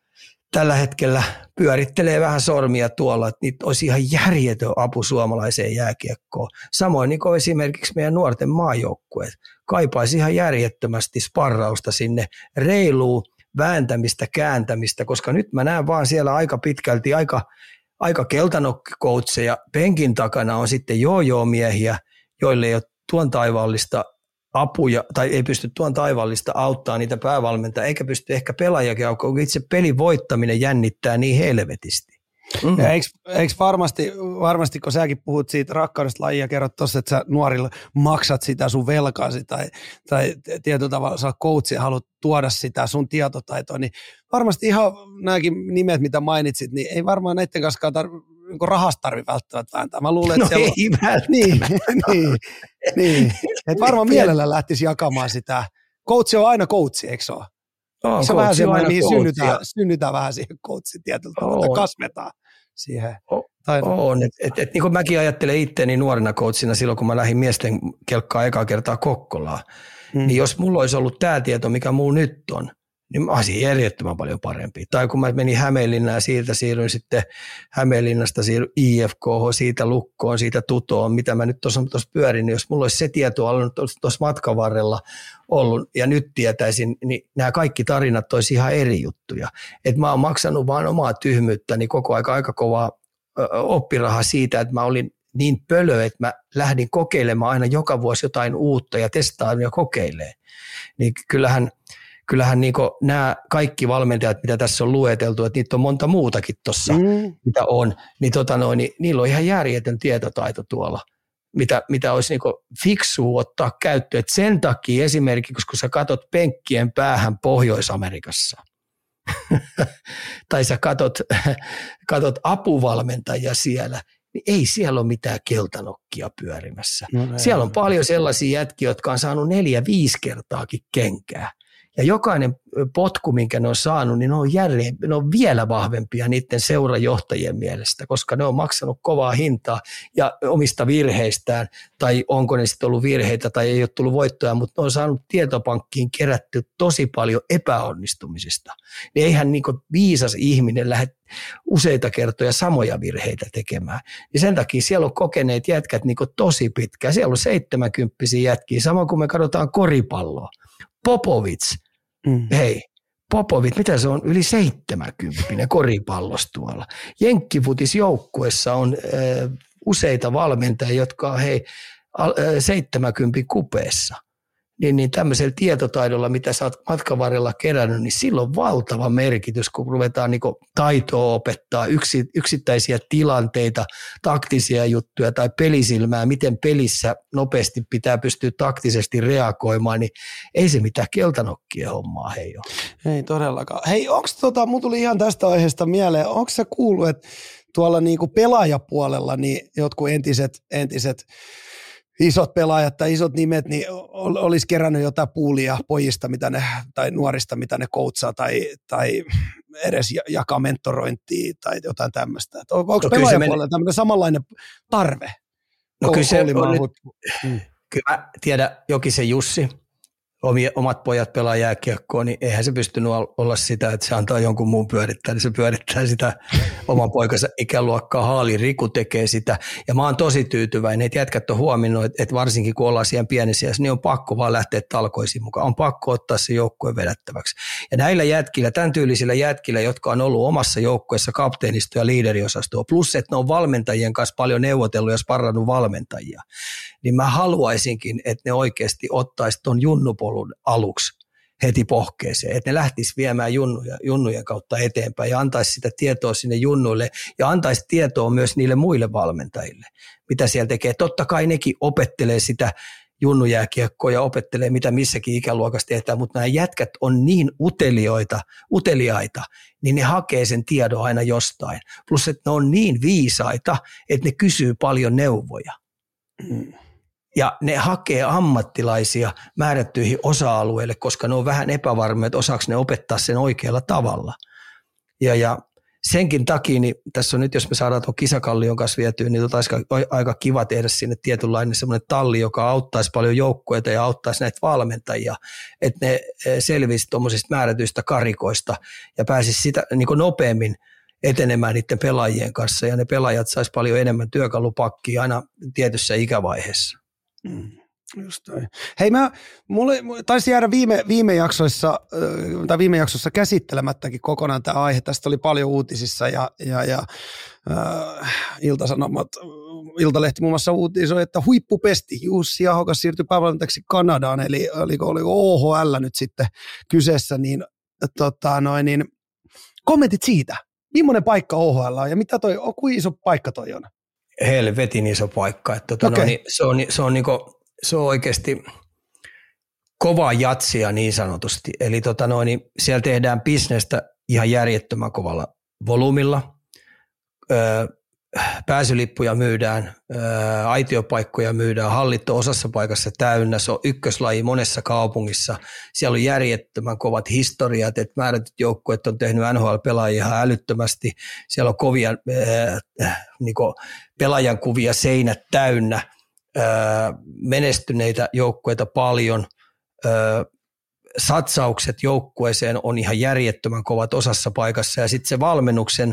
tällä hetkellä pyörittelee vähän sormia tuolla, että niitä olisi ihan järjetön apu suomalaiseen jääkiekkoon. Samoin niin kuin esimerkiksi meidän nuorten maajoukkueet kaipaisi ihan järjettömästi sparrausta sinne, reilua vääntämistä, kääntämistä, koska nyt mä näen vaan siellä aika pitkälti aika, aika keltanokkikoutseja. Penkin takana on sitten joo-joo-miehiä, joille ei ole tuon taivaallista apuja, tai ei pysty tuon taivaallista auttaa niitä päävalmentajia, eikä pysty ehkä pelaajakin, kun itse pelin voittaminen jännittää niin helvetisti. Mm. Ja eikö, eikö varmasti, varmasti, kun säkin puhut siitä rakkaudesta lajia, kerrot tuossa, että sä nuorilla maksat sitä sun velkaasi tai, tai tietyllä tavalla sä coach ja haluat tuoda sitä sun tietotaitoa, niin varmasti ihan nämäkin nimet, mitä mainitsit, niin ei varmaan näiden kanssa tar- niin rahasta tarvitse välttämättä vääntää. Mä luulen, että no siellä ei on, niin, niin, niin, että varmaan mielellä lähtisi jakamaan sitä. Coach on aina coach, eikö se ole? Oh, se on vähän semmoinen, mihin synnytään, synnytään vähän siihen coachin tietyllä tavalla, oh. kasvetaan siihen. Oh. On, että et, et, niin kuin mäkin ajattelen itseäni nuorena coachina silloin, kun mä lähdin miesten kelkkaa ekaa kertaa Kokkolaan, hmm. niin jos mulla olisi ollut tämä tieto, mikä mulla nyt on, niin mä olisin järjettömän paljon parempi. Tai kun mä menin Hämeenlinnaan ja siitä siirryin sitten Hämeenlinnasta siirryin I F K, siitä Lukkoon, siitä Tutoon, mitä mä nyt tuossa pyörin, niin jos mulla olisi se tieto ollut tuossa matkan varrella ollut ja nyt tietäisin, niin nämä kaikki tarinat olisi ihan eri juttuja. Että mä oon maksanut vaan omaa tyhmyyttäni koko aika aika kovaa oppirahaa siitä, että mä olin niin pölö, että mä lähdin kokeilemaan aina joka vuosi jotain uutta ja testaan ja kokeilemaan. Niin kyllähän Kyllähän niin nämä kaikki valmentajat, mitä tässä on lueteltu, että niitä on monta muutakin tuossa, mm. mitä on, niin, tota noin, niin niillä on ihan järjetön tietotaito tuolla, mitä, mitä olisi niin fiksua ottaa käyttöön. Et sen takia esimerkiksi, kun sä katot penkkien päähän Pohjois-Amerikassa, tai sä katot, katot apuvalmentajia siellä, niin ei siellä ole mitään keltanokkia pyörimässä. No, siellä on paljon sellaisia jätkiä, jotka on saanut neljä, viisi kertaakin kenkää. Ja jokainen potku, minkä ne on saanut, niin ne on, jälleen, ne on vielä vahvempia niiden seurajohtajien mielestä, koska ne on maksanut kovaa hintaa ja omista virheistään, tai onko ne sitten ollut virheitä tai ei ole tullut voittoja, mutta ne on saanut tietopankkiin kerätty tosi paljon epäonnistumisista. Niin eihän niin kuin viisas ihminen lähde useita kertoja samoja virheitä tekemään. Ja sen takia siellä on kokeneet jätkät niin kuin tosi pitkään. Siellä on seitsemänkymppisiä jätkiä, samoin kuin me katsotaan koripalloa. Popovic, mm. hei, Popovic, mitä se on, yli seitsemänkymppinen koripallossa tuolla. Jenkkifutisjoukkuessa on äh, useita valmentajia, jotka on hei, äh, seitsemänkymmentä kupeessa. Niin, niin tämmöisellä tietotaidolla, mitä sä oot matkan varrella kerännyt, niin sillä on valtava merkitys, kun ruvetaan niin kuin taitoa opettaa, yksi, yksittäisiä tilanteita, taktisia juttuja tai pelisilmää, miten pelissä nopeasti pitää pystyä taktisesti reagoimaan, niin ei se mitään keltanokkia hommaa hei ole. Ei todellakaan. Hei, onko tota, mun tuli ihan tästä aiheesta mieleen, onko sä kuullut, että tuolla niinku pelaajapuolella niin jotkut entiset, entiset isot pelaajat tai isot nimet, niin olisi kerännyt jotain puulia pojista mitä ne, tai nuorista, mitä ne coachaa tai, tai edes jakaa mentorointia tai jotain tämmöistä. Onko no, pelaajapuolella men... tämmöinen samanlainen tarve? No kyllä se on nyt, hmm. kyllä mä tiedän Jokisen Jussi, omat pojat pelaa jääkiekkoa, niin eihän se pystynyt olla sitä, että se antaa jonkun muun pyörittää, niin se pyörittää sitä oman poikansa ikäluokkaa. Haali Riku tekee sitä, ja mä oon tosi tyytyväinen, että jätkät on huomioinut, että varsinkin kun ollaan siellä pienessä, niin on pakko vaan lähteä talkoisiin mukaan, on pakko ottaa se joukkue vedettäväksi. Ja näillä jätkillä, tämän tyylisillä jätkillä, jotka on ollut omassa joukkueessa kapteenisto ja liideriosastoa, plus että ne on valmentajien kanssa paljon neuvotellut ja sparrannut valmentajia, niin mä haluaisinkin, että ne oikeasti ottaisi ton junnupolun aluksi heti pohkeeseen, että ne lähtisi viemään junnuja, junnujen kautta eteenpäin ja antaisi sitä tietoa sinne junnuille ja antaisi tietoa myös niille muille valmentajille, mitä siellä tekee. Totta kai nekin opettelee sitä junnujääkiekkoa ja opettelee, mitä missäkin ikäluokassa tehdään, mutta nämä jätkät on niin utelioita, uteliaita, niin ne hakee sen tiedon aina jostain. Plus, että ne on niin viisaita, että ne kysyy paljon neuvoja. Mm. Ja ne hakee ammattilaisia määrättyihin osa-alueille, koska ne on vähän epävarmoja, että osaako ne opettaa sen oikealla tavalla. Ja, ja senkin takia, niin tässä on nyt, jos me saadaan tuon kisakallion kanssa vietyä, niin tota olisi aika kiva tehdä sinne tietynlainen semmoinen talli, joka auttaisi paljon joukkueita ja auttaisi näitä valmentajia, että ne selviisi tuommoisista määrätyistä karikoista ja pääsisi sitä niin kuin nopeammin etenemään niiden pelaajien kanssa ja ne pelaajat saisi paljon enemmän työkalupakkia aina tietyssä ikävaiheessa. Mm. Just toi. Hei, mä, mulle taisi jäädä viime, viime, jaksoissa, tai viime jaksossa käsittelemättäkin kokonaan tämä aihe. Tästä oli paljon uutisissa ja, ja, ja äh, Ilta-Sanomat, Iltalehti muun muassa uutisoi, että huippupesti Jussi Ahokas siirtyi päävalmentajaksi Kanadaan, eli oliko, oliko O H L nyt sitten kyseessä, niin, tota, noin, niin kommentit siitä, millainen paikka O H L on ja mitä toi, kuinka iso paikka toi on? Helvetin iso paikka, että tota, okay. no, niin, se on, se on niinku Se on oikeasti kovaa jatsia niin sanotusti. Eli tota noin, niin siellä tehdään bisnestä ihan järjettömän kovalla volyymilla. Öö, pääsylippuja myydään, öö, aitiopaikkoja myydään, hallit on osassa paikassa täynnä. Se on ykköslaji monessa kaupungissa. Siellä on järjettömän kovat historiat, että määrätyt joukkueet on tehnyt N H L-pelaajia ihan älyttömästi. Siellä on kovia öö, niin kuin pelaajan kuvia seinät täynnä. Menestyneitä joukkueita paljon, satsaukset joukkueeseen on ihan järjettömän kovat osassa paikassa ja sitten se valmennuksen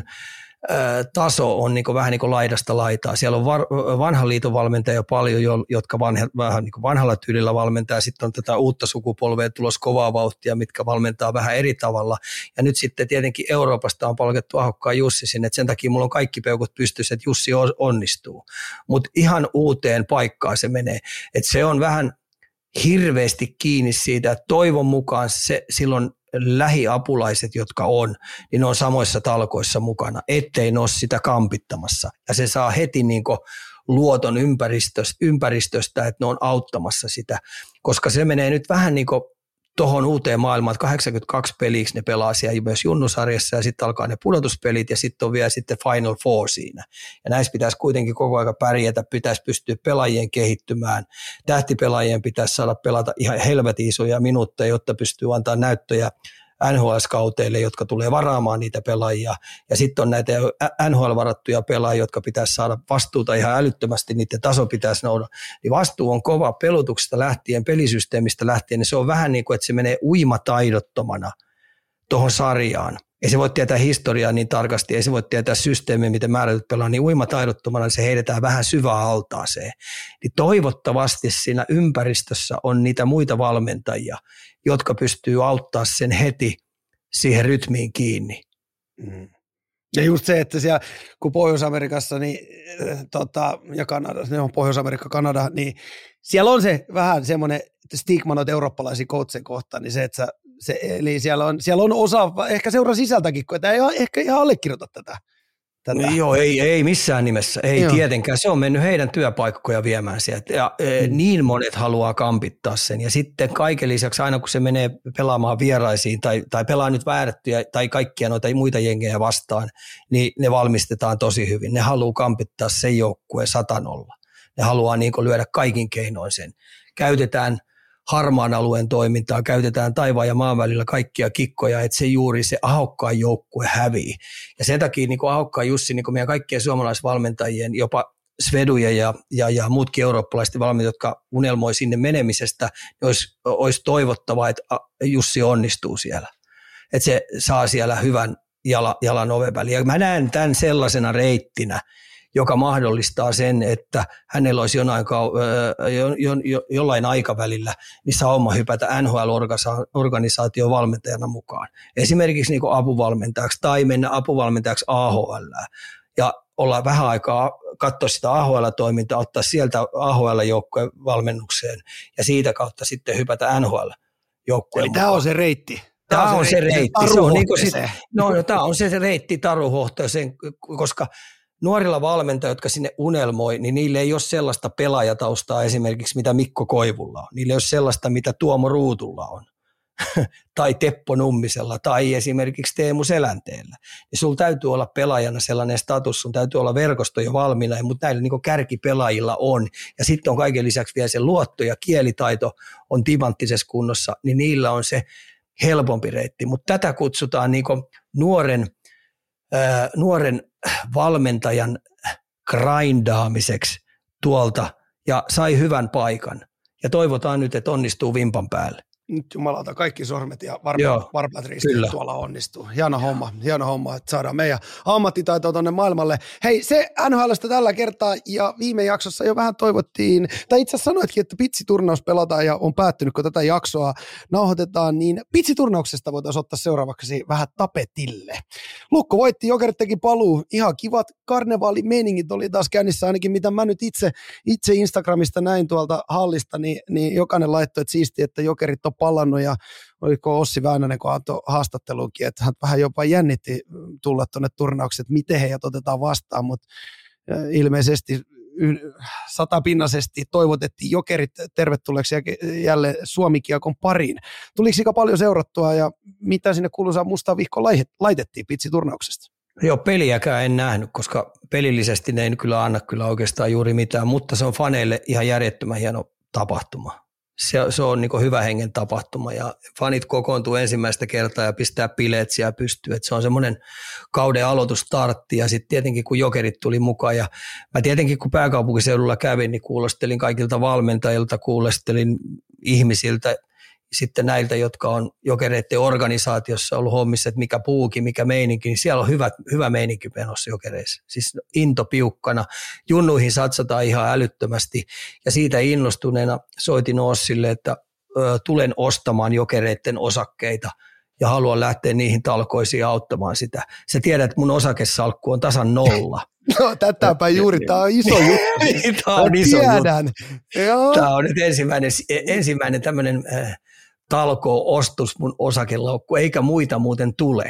taso on niinku vähän niin kuin laidasta laitaa. Siellä on vanhan liiton valmentajia paljon, jotka vanha, vähän niin kuin vanhalla tyylillä valmentaa, sitten on tätä uutta sukupolvea tulossa kovaa vauhtia, mitkä valmentaa vähän eri tavalla. Ja nyt sitten tietenkin Euroopasta on palkattu Ahokkaan Jussi sinne, että sen takia mulla on kaikki peukut pystyssä, että Jussi onnistuu. Mutta ihan uuteen paikkaan se menee. Että se on vähän hirveästi kiinni siitä, että toivon mukaan se silloin lähiapulaiset, jotka on, niin ne on samoissa talkoissa mukana, ettei ne ole sitä kampittamassa. Ja se saa heti niin kuin luoton ympäristöstä, ympäristöstä, että ne on auttamassa sitä, koska se menee nyt vähän niin kuin tuohon uuteen maailmaan, että kahdeksankymmentäkaksi peliksi ne pelaa siellä myös junnusarjassa ja sitten alkaa ne pudotuspelit ja sitten on vielä sitten Final Four siinä. Ja näissä pitäisi kuitenkin koko ajan pärjätä, pitäisi pystyä pelaajien kehittymään. Tähtipelaajien pitäisi saada pelata ihan helvetin isoja minuutteja, jotta pystyy antaa näyttöjä N H L-skauteille, jotka tulee varaamaan niitä pelaajia. Ja sitten on näitä N H L-varattuja pelaajia, jotka pitäisi saada vastuuta ihan älyttömästi, niiden taso pitäisi noudata. Niin vastuu on kova pelutuksesta lähtien, pelisysteemistä lähtien, niin se on vähän niin kuin, että se menee uimataidottomana tuohon sarjaan. Ei se voi tietää historiaa niin tarkasti, ei se voi tietää systeemiä, miten määrätyt pelaa, niin uimataidottomana niin se heitetään vähän syvään altaaseen. Niin toivottavasti siinä ympäristössä on niitä muita valmentajia, jotka pystyy auttaa sen heti siihen rytmiin kiinni. Mm. Ja just se, että siellä, kun Pohjois-Amerikassa niin, tota, ja Kanadassa, ne on Pohjois-Amerikka, Kanada, niin siellä on se vähän semmoinen stigma noita eurooppalaisia coachien kohtaan, niin se, että sä, se, eli siellä on, siellä on osa, ehkä seuran sisältäkin, että ei ehkä ihan allekirjoita tätä. tätä. No joo, ei, ei missään nimessä, ei joo. Tietenkään. Se on mennyt heidän työpaikkoja viemään sieltä ja mm. niin monet haluaa kampittaa sen. Ja sitten kaiken lisäksi aina kun se menee pelaamaan vieraisiin tai, tai pelaa nyt väärättyjä tai kaikkia noita muita jengejä vastaan, niin ne valmistetaan tosi hyvin. Ne haluaa kampittaa sen joukkueen satanolla. Ne haluaa niin kuin lyödä kaikin keinoin sen. Käytetään harmaan alueen toimintaa, käytetään taivaan ja maan välillä kaikkia kikkoja, että se juuri se Ahokkaan joukkue hävii. Ja sen takia niin kuin Ahokkaan Jussi, niin kuin meidän kaikkien suomalaisvalmentajien, jopa Sveduja ja, ja, ja muutkin eurooppalaiset valmentajat, jotka unelmoi sinne menemisestä, niin olisi, olisi toivottavaa, että Jussi onnistuu siellä. Että se saa siellä hyvän jala, jalan oven väliin. Ja mä näen tämän sellaisena reittinä, joka mahdollistaa sen, että hänellä olisi jonain, jo, jo, jo, jollain aikavälillä niin sauma hypätä N H L-organisaation valmentajana mukaan. Esimerkiksi niin kuin apuvalmentajaksi tai mennä apuvalmentajaksi A H L ja olla vähän aikaa katsoa sitä A H L-toimintaa, ottaa sieltä A H L-joukkojen valmennukseen ja siitä kautta sitten hypätä N H L-joukkojen Eli mukaan. Tämä on se reitti. Tämä, tämä on se reitti. reitti. Se on niin kuin sit, no, no, tämä on se reitti taruhohtoiseen, koska nuorilla valmentajilla, jotka sinne unelmoi, niin niille ei ole sellaista pelaajataustaa esimerkiksi, mitä Mikko Koivulla on. Niille ei ole sellaista, mitä Tuomo Ruutulla on. Tai Teppo Nummisella tai esimerkiksi Teemu Selänteellä. Ja sulla täytyy olla pelaajana sellainen status, sun täytyy olla verkosto jo valmiina, mutta näillä niin kärkipelaajilla on. Ja sitten on kaiken lisäksi vielä se luotto ja kielitaito on timanttisessa kunnossa, niin niillä on se helpompi reitti. Mutta tätä kutsutaan niin nuoren ää, nuoren valmentajan grindaamiseksi tuolta ja sai hyvän paikan. Ja toivotaan nyt, että onnistuu vimpan päälle. Nyt jumalauta, kaikki sormet ja varpaat, varpaat ristiin tuolla onnistuu. Hieno homma, hieno homma, että saadaan meidän ammattitaitoa tuonne maailmalle. Hei, se N H L:stä tällä kertaa ja viime jaksossa jo vähän toivottiin, tai itse asiassa sanoitkin, että pitsiturnaus pelataan ja on päättynyt, kun tätä jaksoa nauhoitetaan, niin pitsiturnauksesta voitaisiin ottaa seuraavaksi vähän tapetille. Lukko voitti, Jokerit teki paluu, ihan kivat karnevaalimeiningit oli taas käynnissä, ainakin mitä mä nyt itse, itse Instagramista näin tuolta hallista, niin, niin jokainen laittoi, että siistiä, että Jokerit on palannut ja oliko Ossi Väänänen, kun antoi haastatteluunkin, että hän vähän jopa jännitti tulla tuonne turnaukseen, että miten heidät otetaan vastaan, mutta ilmeisesti satapinnaisesti toivotettiin Jokerit tervetulleeksi jälleen Suomi-kiekon pariin. Tuliko aika paljon seurattua ja mitä sinne kuuluisaan mustaan vihkoon laitettiin pitsiturnauksesta? Joo, peliäkään en nähnyt, koska pelillisesti ne ei kyllä anna kyllä oikeastaan juuri mitään, mutta se on faneille ihan järjettömän hieno tapahtuma. Se, se on niin kuin hyvä hengen tapahtuma ja fanit kokoontuu ensimmäistä kertaa ja pistää bileet siellä pystyyn. Et se on semmoinen kauden aloitusstartti ja sitten tietenkin kun Jokerit tuli mukaan ja mä tietenkin kun pääkaupunkiseudulla kävin, niin kuulostelin kaikilta valmentajilta, kuulostelin ihmisiltä, sitten näiltä, jotka on Jokereiden organisaatiossa ollut hommissa, että mikä puuki, mikä meininki, niin siellä on hyvä, hyvä meininki menossa Jokereissa. Siis into piukkana, junnuihin satsataan ihan älyttömästi ja siitä innostuneena soitin Ossille, että ö, tulen ostamaan Jokereiden osakkeita ja haluan lähteä niihin talkoisiin auttamaan sitä. Sä tiedät, että mun osakesalkku on tasan nolla. No tätäpä juuri, tämä on iso juttu. Tämä on iso tiedän. Juttu. Tämä on nyt ensimmäinen, ensimmäinen tämmöinen äh, talko-ostus mun osakelaukku, eikä muita muuten tule.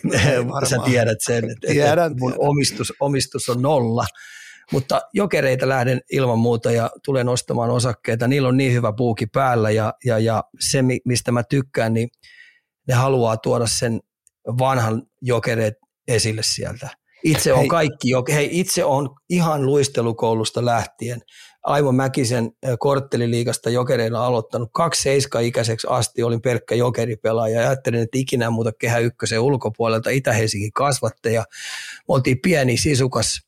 Sä tiedät sen, että, tiedän, että mun tiedän. Omistus, omistus on nolla. Mutta Jokereita lähden ilman muuta ja tulen ostamaan osakkeita. Niillä on niin hyvä puuki päällä ja, ja, ja se, mistä mä tykkään, niin ne haluaa tuoda sen vanhan Jokereet esille sieltä. Itse on kaikki, hei itse on ihan luistelukoulusta lähtien Aimo Mäkisen kortteliliigasta Jokereilla aloittanut. Kaksi seiska-ikäiseksi asti olin pelkkä jokeripelaaja ja ajattelin, että ikinä en muuta Kehä Ykkösen ulkopuolelta Itä-Helsingin kasvatteja. Me oltiin pieni sisukas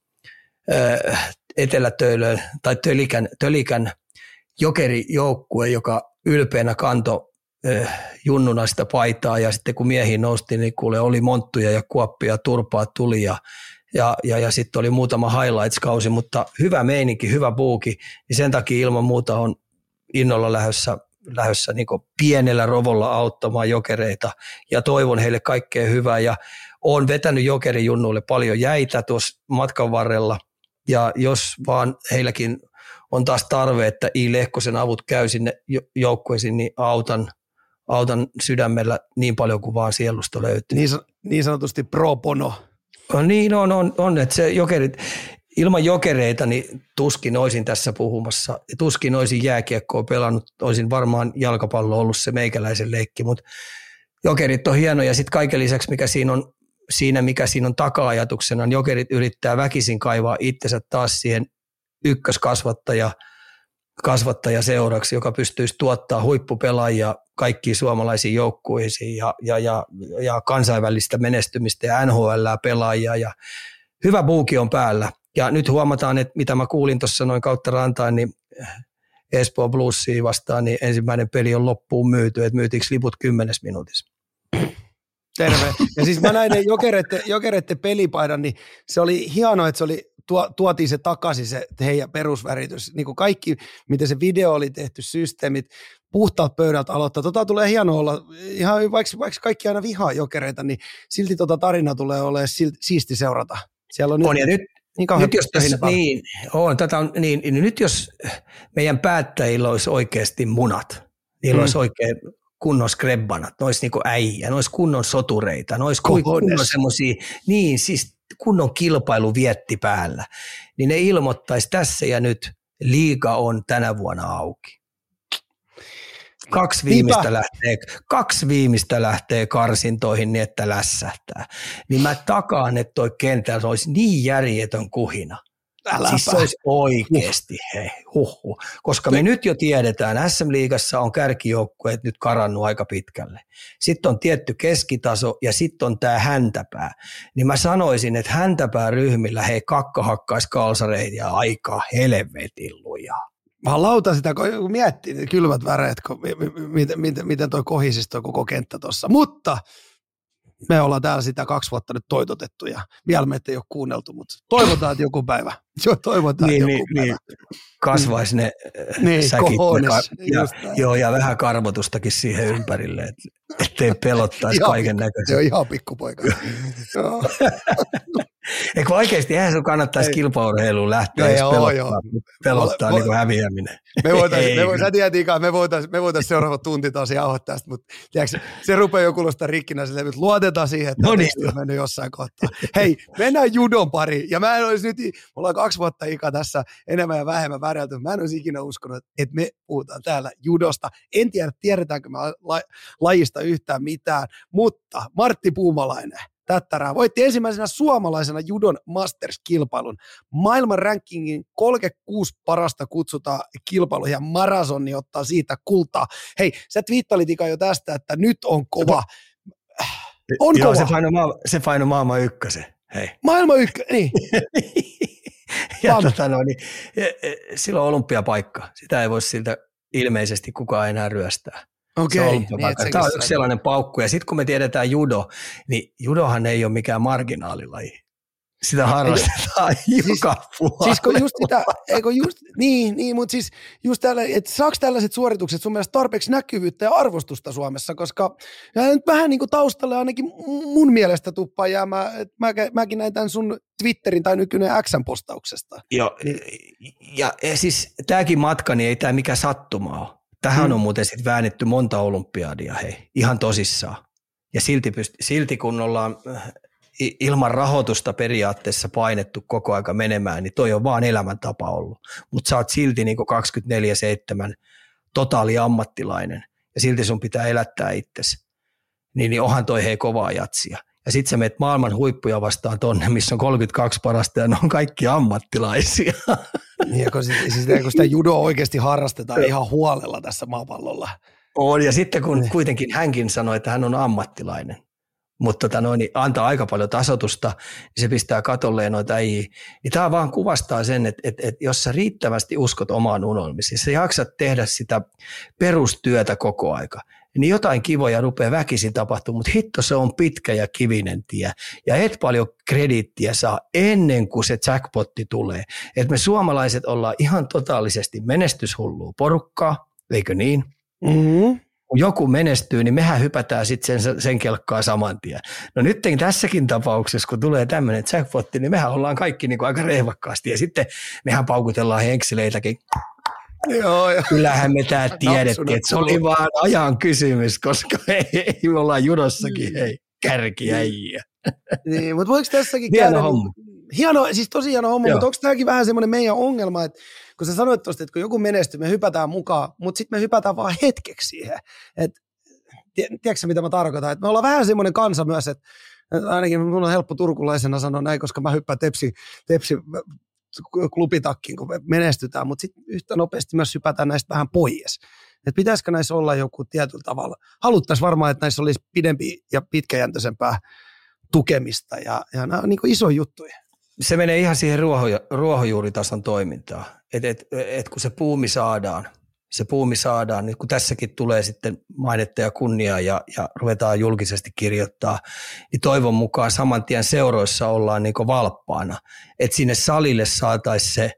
äh, Etelä-Töölön tai Tölikän, Tölikän jokerijoukkue, joka ylpeänä kantoi äh, junnuna sitä paitaa ja sitten kun miehiin noustiin, niin kuule oli monttuja ja kuoppia, turpaa tuli ja Ja, ja, ja sitten oli muutama highlights-kausi, mutta hyvä meininki, hyvä puuki, niin sen takia ilman muuta on innolla lähdössä, lähdössä niin kuin pienellä rovolla auttamaan Jokereita ja toivon heille kaikkea hyvää ja olen vetänyt Jokerijunnuille paljon jäitä tuossa matkan varrella ja jos vaan heilläkin on taas tarve, että I. Lehkosen avut käy sinne joukkueisiin, niin autan, autan sydämellä niin paljon kuin vaan sielusta löytyy. Niin, niin sanotusti pro bono. No niin on, on, on, että se Jokerit, ilman Jokereita niin tuskin olisin tässä puhumassa, tuskin olisin jääkiekkoa pelannut, olisin varmaan jalkapallo ollut se meikäläisen leikki, mutta Jokerit on hieno ja sitten kaiken lisäksi mikä siinä on, siinä mikä siinä on taka-ajatuksena, niin Jokerit yrittää väkisin kaivaa itsensä taas siihen ykköskasvattaja kasvattaja seuraksi, joka pystyisi tuottaa huippupelaajia kaikkiin suomalaisiin joukkueisiin ja, ja, ja, ja kansainvälistä menestymistä ja N H L-pelaajia ja hyvä buuki on päällä. Ja nyt huomataan, että mitä mä kuulin tuossa noin kautta rantain, niin Espoo Bluesia vastaan, niin ensimmäinen peli on loppuun myyty, että myytiinkö liput kymmenes minuutissa. Terve. Ja siis mä näin Jokereiden, Jokereiden pelipaidan, niin se oli hienoa, että se oli, tuo, tuotiin se takaisin se heidän perusväritys. Niin kuin kaikki, miten se video oli tehty, systeemit, puhtaat pöydältä aloittaa. Tota tulee hienoa olla, ihan vaikka, vaikka kaikki aina vihaa Jokereita, niin silti tota tarina tulee olemaan siisti seurata. Siellä on, on nyt, ja nyt, niin, nyt jos tässä, niin, on, tätä on, niin, niin nyt jos meidän päättäjillä olisi oikeasti munat, niillä mm. olisi oikein kunnon skrebbanat, ne olisi niinku äijä, ne olisi kunnon sotureita, ne olisi kunnon semmoisia, niin siis kunnon kilpailuvietti päällä, niin ne ilmoittaisi tässä ja nyt, liiga on tänä vuonna auki. Kaksi viimeistä, lähtee, kaksi viimeistä lähtee karsintoihin niin, että lässähtää. Niin mä takaan, että toi kentällä olisi niin järjetön kuhina. Äläpä. Siis se olisi oikeasti, hei, huhhuh. Koska me nyt jo tiedetään, S M-liigassa on kärkijoukkueet nyt karannut aika pitkälle. Sitten on tietty keskitaso ja sitten on tämä häntäpää. Niin mä sanoisin, että häntäpääryhmillä hei kakka hakkaisi kalsareita aika helvetin lujaa. Mä lautan sitä, kun miettii kylmät väreet, kun, miten, miten, miten toi kohisisi toi koko kenttä tuossa. Mutta me ollaan täällä sitä kaksi vuotta nyt toitotettu ja vielä meitä ei ole kuunneltu, mutta toivotaan, että joku päivä. Joo, toivotaan, niin, joku niin, päivä. Niin. Kasvaisi ne niin, säkit kohones, ja, ja, joo, ja vähän karvotustakin siihen ympärille, et, ettei pelottaisi kaiken näköistä. Se on ihan pikkupoika. Eikö oikeasti, eihän sun kannattaisi kilpaurheiluun lähteä, jos pelottaa, joo. pelottaa Ole, niin kuin häviäminen. Me voitaisiin, me voitaisiin, sä tiedät Ika, me voitaisiin, me voitaisiin seuraava tunti taas jauhoittaa sitä, mutta tiedätkö, se rupeaa jo kuulostaa rikkinä silleen, että luotetaan siihen, että no niin. on mennyt jossain kohtaa. Hei, mennään judon pariin, ja mä en olisi nyt, me ollaan kaksi vuotta Ika tässä enemmän ja vähemmän värjälty, mä en olisi ikinä uskonut, että me puhutaan täällä judosta. En tiedä, tiedetäänkö me lajista yhtään mitään, mutta Martti Puumalainen, tättärää, voitti ensimmäisenä suomalaisena judon Masters-kilpailun. Maailman rankingin kolmekymmentäkuusi parasta kutsutaan kilpailu ja maratoni ottaa siitä kultaa. Hei, sä twiittalit Ika jo tästä, että nyt on kova. On Joo, kova. Se paino, maa, se paino maailman ykkösen. Hei. Maailman ykkösen, niin. ja tota no, niin, silloin olympiapaikka. Sitä ei voi siltä ilmeisesti kukaan enää ryöstää. Okei, niin, tämä on yksi sellainen paukku. Ja sitten kun me tiedetään judo, niin judohan ei ole mikään marginaalilaji. Sitä harrastetaan siis, joka puolella. Siis kun just sitä, eikö just, niin, niin, mutta siis just tällä, että saako tällaiset suoritukset sun mielestä tarpeeksi näkyvyyttä ja arvostusta Suomessa, koska nyt vähän niin kuin taustalle ainakin mun mielestä tuppaa jäämään, että mä, mäkin näin tämän sun Twitterin tai nykyinen X-postauksesta. Joo, niin. ja, ja siis tämäkin matka, niin ei tämä mikä sattuma ole. Tähän hmm. on muuten sitten väännetty monta olympiadia, hei, ihan tosissaan. Ja silti, pyst- silti kun ollaan ilman rahoitusta periaatteessa painettu koko aika menemään, niin toi on vaan elämäntapa ollut. Mutta sä oot silti niin kaksikymmentäneljä seitsemän totaali ammattilainen ja silti sun pitää elättää itsesi. Niin, niin onhan toi hei kovaa jatsia. Ja sit sä meet maailman huippuja vastaan tonne, missä on kolmekymmentäkaksi parasta ja ne on kaikki ammattilaisia. Niin, kun, siis, siis, kun sitä judoa oikeasti harrastetaan ihan huolella tässä maapallolla. On, ja sitten kun kuitenkin hänkin sanoi, että hän on ammattilainen, mutta tota noin, niin antaa aika paljon tasotusta, niin se pistää katolleen noita äijiä. Niin tämä vaan kuvastaa sen, että, että, että jos sä riittävästi uskot omaan unelmisiin, sä jaksat tehdä sitä perustyötä koko aika, niin jotain kivoja rupeaa väkisin tapahtumaan, mutta hitto se on pitkä ja kivinen tie. Ja et paljon krediittiä saa ennen kuin se jackpotti tulee. Että me suomalaiset ollaan ihan totaalisesti menestyshullua porukkaa, eikö niin? Mm-hmm. Kun joku menestyy, niin mehän hypätään sitten sen, sen kelkkaa saman tien. No nyt tässäkin tapauksessa, kun tulee tämmöinen jackpotti, niin mehän ollaan kaikki niin kuin aika rehvakkaasti. Ja sitten mehän paukutellaan henksileitäkin. Joo, joo. Kyllähän me tää tiedettiin, että se oli vaan ajan kysymys, koska hei, me ollaan judossakin, hei, kärkiäjiä. Niin, mutta voiko tässäkin hieno käydä? Homma. Hieno, siis tosi hieno homma, joo. Mutta onko tämäkin vähän semmoinen meidän ongelma, että kun sä sanoit tuosta, että kun joku menestyy, me hypätään mukaan, mutta sitten me hypätään vaan hetkeksi siihen. Et, tiedätkö mitä mä tarkoitan? Et me ollaan vähän semmoinen kansa myös, että ainakin mun on helppo turkulaisena sanoa näin, koska mä hyppään tepsi, tepsi klubitakkiin, kun me menestytään, mutta sitten yhtä nopeasti myös hypätään näistä vähän pois. Että pitäisikö näissä olla joku tietyllä tavalla? Haluttaisiin varmaan, että näissä olisi pidempi ja pitkäjäntöisempää tukemista ja, ja nämä on niin kuin isoja juttuja. Se menee ihan siihen ruoho, ruohonjuuritason toimintaan, että et, et kun se puumi saadaan, se puumi saadaan, niin kun tässäkin tulee sitten mainetta ja kunniaa ja, ja ruvetaan julkisesti kirjoittaa, niin toivon mukaan saman tien seuroissa ollaan niin kuin valppaana, että sinne salille saataisiin se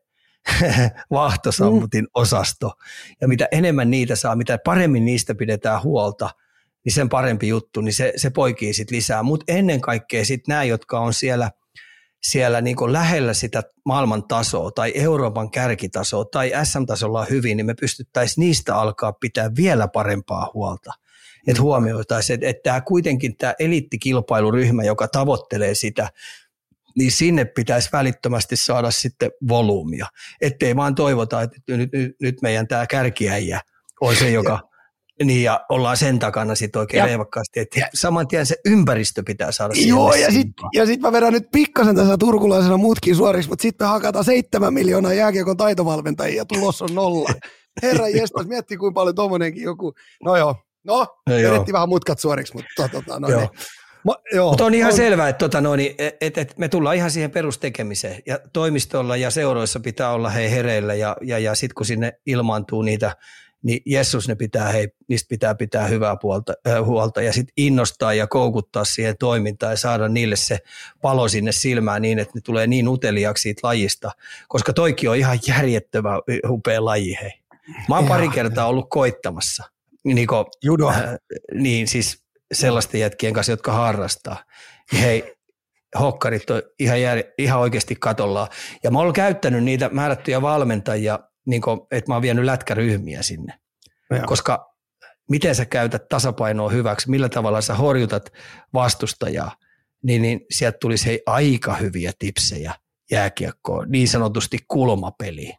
vahtosammutin osasto. Ja mitä enemmän niitä saa, mitä paremmin niistä pidetään huolta, niin sen parempi juttu, niin se, se poikii sitten lisää. Mutta ennen kaikkea sitten nämä, jotka on siellä, siellä niin kuin lähellä sitä maailman tasoa tai Euroopan kärkitasoa tai S M-tasolla on hyvin, niin me pystyttäisiin niistä alkaa pitää vielä parempaa huolta. Että huomioitaisiin, että, että tämä kuitenkin tämä eliittikilpailuryhmä, joka tavoittelee sitä, niin sinne pitäisi välittömästi saada sitten volyymia. Ettei vaan toivota, että nyt, nyt, nyt meidän tämä kärkiäijä on se, joka Niin ja ollaan sen takana sitten oikein reivakkaasti, että saman tien se ympäristö pitää saada siihen. Joo, ja sitten ja sit mä vedän nyt pikkasen tässä turkulaisena muutkin suoriksi, mutta sitten me hakataan seitsemän miljoonaa jääkiekon taitovalmentajia ja tulos on nolla. Herra jestas, miettii kuinka paljon tommonenkin joku, no joo, no, vedettiin vähän mutkat suoriksi, mutta tota, no niin. Ma, Mutta on ihan on. selvää, että tota, no, niin, et, et me tullaan ihan siihen perustekemiseen ja toimistolla ja seuroissa pitää olla hei hereillä ja, ja, ja sitten kun sinne ilmaantuu niitä, niin Jessus ne pitää, hei, niistä pitää pitää hyvää puolta, äh, huolta ja sitten innostaa ja koukuttaa siihen toimintaan ja saada niille se palo sinne silmään niin, että ne tulee niin uteliaaksi siitä lajista, koska toikin on ihan järjettömän upea laji, hei. Mä oon pari kertaa ollut koittamassa. Niin, kun, Judo. Äh, niin siis sellaisten jätkien kanssa, jotka harrastaa. Hei, hokkarit on ihan, jär, ihan oikeasti katollaan. Ja mä oon käyttänyt niitä määrättyjä valmentajia, niin kun, että mä oon vienyt lätkäryhmiä sinne. Ja. Koska miten sä käytät tasapainoa hyväksi, millä tavalla sä horjutat vastustajaa, niin, niin sieltä tulisi hei aika hyviä tipsejä jääkiekkoon, niin sanotusti kulmapeliin.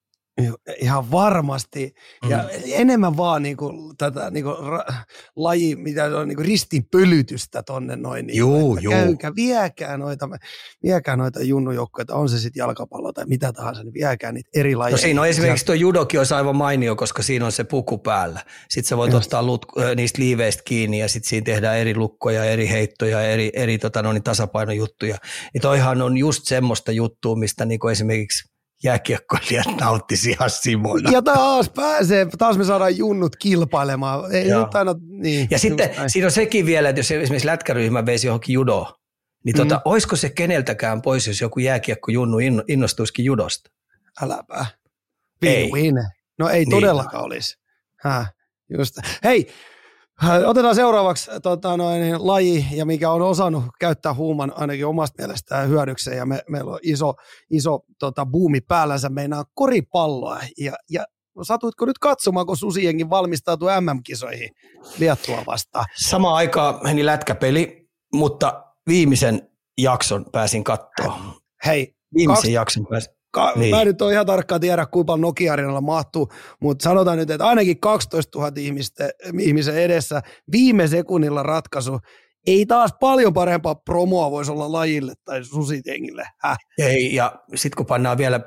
Ihan varmasti. Ja mm. enemmän vaan niinku tätä niinku ra- laji, mitä on niinku ristinpölytystä tonne noin. Niinku, juu, juu. Käykää, viekää noita, viekää noita junnujoukkoja, on se sitten jalkapallo tai mitä tahansa, niin viekää niitä eri lajeja. No siinä on esimerkiksi tuo judokin olisi aivan mainio, koska siinä on se puku päällä. Sitten sä voit Just. ottaa lut, niistä liiveistä kiinni ja sitten siinä tehdään eri lukkoja, eri heittoja, eri, eri tota, no, niin tasapainojuttuja. Ja toihan on just semmoista juttua, mistä niinku esimerkiksi jääkiekkoilijat nauttisi ihan Simona. Ja taas pääsee, taas me saadaan junnut kilpailemaan. Ei nyt aina, niin, ja sitten näin. Siinä on sekin vielä, että jos esimerkiksi lätkäryhmä veisi johonkin judoon, niin tota, mm. olisiko se keneltäkään pois, jos joku jääkiekkojunnu innostuisikin judosta? Äläpä. Win-win. No ei niin. todellakaan olisi. Häh, just. Hei, otetaan seuraavaksi tota, noin, laji, ja mikä on osannut käyttää huuman ainakin omasta mielestään hyödykseen, ja me, meillä on iso, iso tota, buumi päällänsä, meinaa koripalloa, ja, ja satuitko nyt katsomaan, kun Susijenkin valmistautui äm äm-kisoihin Liettua vastaan? Samaan aikaan meni lätkäpeli, mutta viimeisen jakson pääsin katsoa. Hei, viimeisen kaksi... jakson pääsin. Ka- niin. Mä en nyt ole ihan tarkkaan tiedä, kuinka paljon Nokia-arenalla mahtuu, mutta sanotaan nyt, että ainakin kaksitoistatuhatta ihmistä, ihmisen edessä viime sekunnilla ratkaisu. Ei taas paljon parempaa promoa voisi olla lajille tai susitengille. Häh? Ei, ja sitten kun pannaan vielä,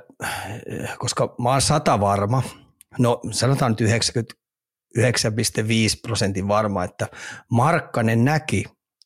koska mä oon sata varma, no sanotaan nyt yhdeksänkymmentäyhdeksän pilkku viisi prosentin varma, että Markkanen näki,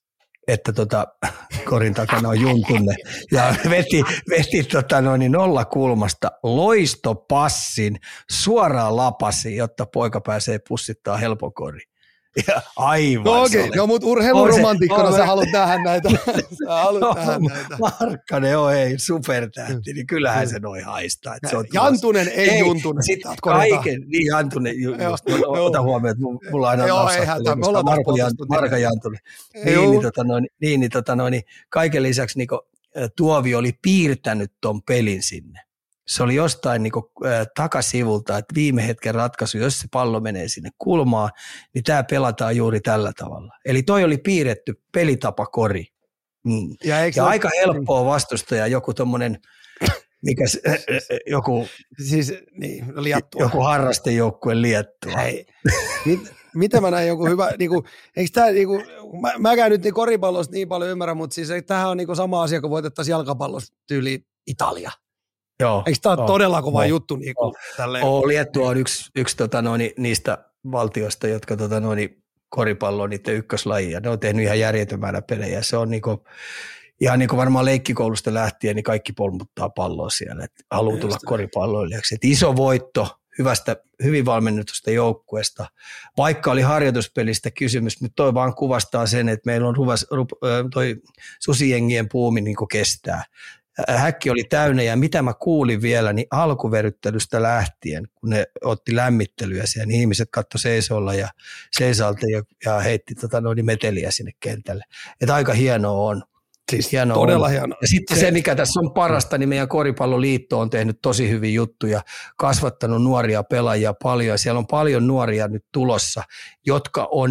että tota, korin takana on Juntunne, ja veti, veti tota noin nolla kulmasta loistopassin suoraan lapasiin, jotta poika pääsee pussittaa helpon korin. Ja aivan. No okei, okay. No mutta urheiluromantikkona sä haluat nähdä näitä. Sä haluat no, nähdä näitä. Markkanen on ei supertähti, niin kyllähän se noin haistaa. Että se on Jantunen ei, ei Juntunen. Sitten kaiken, niin Jantunen, just, ota huomioon, että mulla aina napsahtaa. Marka Jantunen. Niin, niin, tota noin, niin, niin, tota noin, kaiken lisäksi niin Tuovi oli piirtänyt ton pelin sinne. Se oli jostain niin kuin, äh, takasivulta, että viime hetken ratkaisu, jos se pallo menee sinne kulmaan, niin tämä pelataan juuri tällä tavalla. Eli toi oli piirretty pelitapa kori. Mm. Ja, ja aika helppoa vastustaja, joku tommonen, mikä äh, joku, siis, niin, joku harrastejoukkue Liettua. Hei, mit, mitä mä näin joku hyvä, niinku, eikö tämä, niinku, mä, mäkään nyt niin koripallosta niin paljon ymmärrä, mutta siis tämähän on niinku sama asia, kun voitettaisiin jalkapallosta tyyliin Italia. Joo, eikö tämä ole todella kova oh, juttu? Niin kuin, oh, Liettua on yksi, yksi tota, noin, niistä valtioista, jotka tota, noin, koripallo on niiden ykköslaji, ja ne on tehnyt ihan järjettömänä pelejä. Se on niin kuin, ihan niin kuin varmaan leikkikoulusta lähtien, niin kaikki polmuttaa palloa siellä, että haluaa tulla koripalloilijaksi. Et iso voitto hyvästä, hyvin valmennetusta joukkueesta, vaikka oli harjoituspelistä kysymys, mutta toi vaan kuvastaa sen, että meillä on ruvas, rup, toi susijengien puumi niin kuin kestää. Häkki oli täynnä, ja mitä mä kuulin vielä, niin alkuveryttelystä lähtien, kun ne otti lämmittelyä siellä, niin ihmiset katsoi seisolla ja seisalta ja, ja heitti tota noin meteliä sinne kentälle. Että aika hienoa on. Siis hienoa todella on. hienoa. Ja sitten se, mikä tässä on parasta, niin meidän Koripalloliitto on tehnyt tosi hyviä juttuja, kasvattanut nuoria pelaajia paljon, ja siellä on paljon nuoria nyt tulossa, jotka on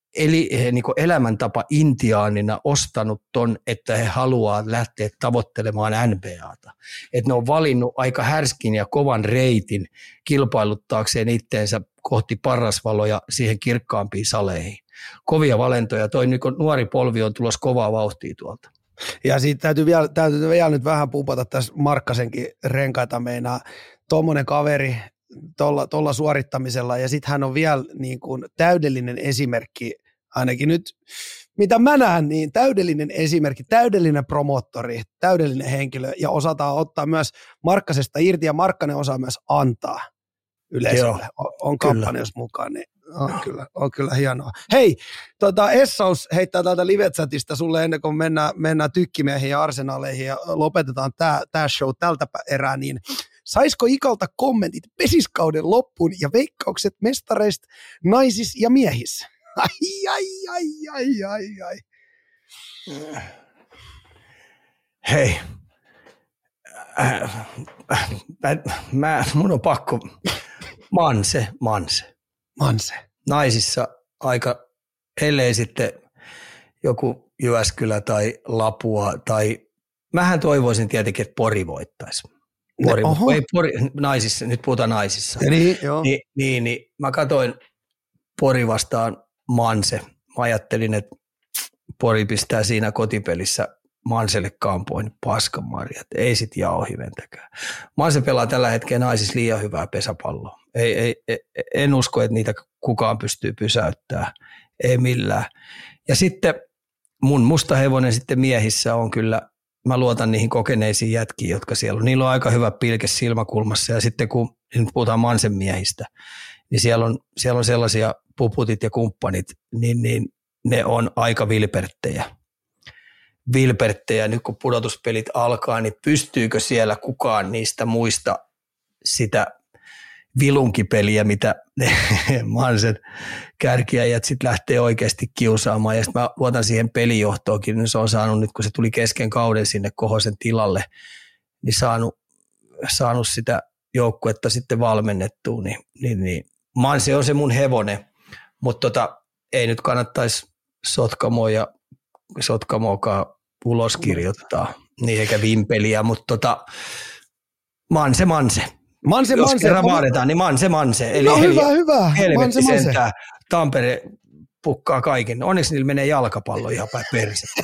eli he niin elämäntapa intiaanina ostanut ton, että he haluaa lähteä tavoittelemaan N B A:ta. Että ne on valinnut aika härskin ja kovan reitin kilpailuttaakseen itteensä kohti parasvaloja siihen kirkkaampiin saleihin. Kovia valentoja. Toi niin nuori polvi on tulossa kovaa vauhtia tuolta. Ja siitä täytyy vielä, täytyy vielä nyt vähän pumpata tässä Markkasenkin renkaita meinaa. Tuommoinen kaveri tuolla, tuolla suorittamisella ja sitten hän on vielä niin kuin täydellinen esimerkki, ainakin nyt mitä mä näen, niin täydellinen esimerkki, täydellinen promottori, täydellinen henkilö ja osataan ottaa myös Markkasesta irti ja Markkanen osaa myös antaa yleisölle. On, on kampanjassa mukaan, niin on kyllä, on kyllä hienoa. Hei, tota Essaus heittää täältä live-chatista sulle ennen kuin mennään, mennään tykkimiehiin ja arsenaaleihin ja lopetetaan tämä tää show tältä erää, niin saisiko Ikalta kommentit pesiskauden loppuun ja veikkaukset mestareista naisissa ja miehissä? Ai, ai, ai, ai, ai, ai. Hei, äh, mä, mä, mun on pakko, Manse, Manse. Manse. Naisissa aika, ellei sitten joku Jyväskylä tai Lapua tai, mähän toivoisin tietenkin, että Pori voittaisi. Pori, ne, ei Pori, naisissa, nyt puhutaan naisissa. Niin, joo. Ni, niin, niin, mä katsoin Pori vastaan Manse. Mä ajattelin, että Pori pistää siinä kotipelissä Manselle kampoin paskan marjat. Ei sit jao hiventäkään. Manse pelaa tällä hetkellä naisissa liian hyvää pesäpalloa. Ei, ei, en usko, että niitä kukaan pystyy pysäyttämään. Ei millään. Ja sitten mun musta hevonen sitten miehissä on kyllä, mä luotan niihin kokeneisiin jätkiin, jotka siellä on. Niillä on aika hyvä pilke silmäkulmassa ja sitten kun nyt puhutaan Mansen miehistä, niin siellä on, siellä on sellaisia puputit ja kumppanit, niin, niin ne on aika vilperttejä. Vilperttejä. Nyt kun pudotuspelit alkaa, niin pystyykö siellä kukaan niistä muista sitä vilunkipeliä, mitä ne Mansen kärkiäjät sitten lähtee oikeasti kiusaamaan. Ja sitten mä luotan siihen pelijohtoonkin, niin se on saanut nyt, kun se tuli kesken kauden sinne Kohosen tilalle, niin saanut, saanut sitä joukkuetta sitten valmennettua. Niin, niin, niin. Manse on se mun hevonen, mutta tota, ei nyt kannattaisi Sotkamoa ja Sotkamoakaan ulos kirjoittaa, niin eikä vimpeliä, mutta tota, Manse, Manse. Manse, Jos Manse. kerran vaaditaan, niin Manse, Manse. Eli no hel- hyvä, hyvä. Helvetti sentään. Tampere pukkaa kaiken. Onneksi niillä menee jalkapallo ihan päin persettä.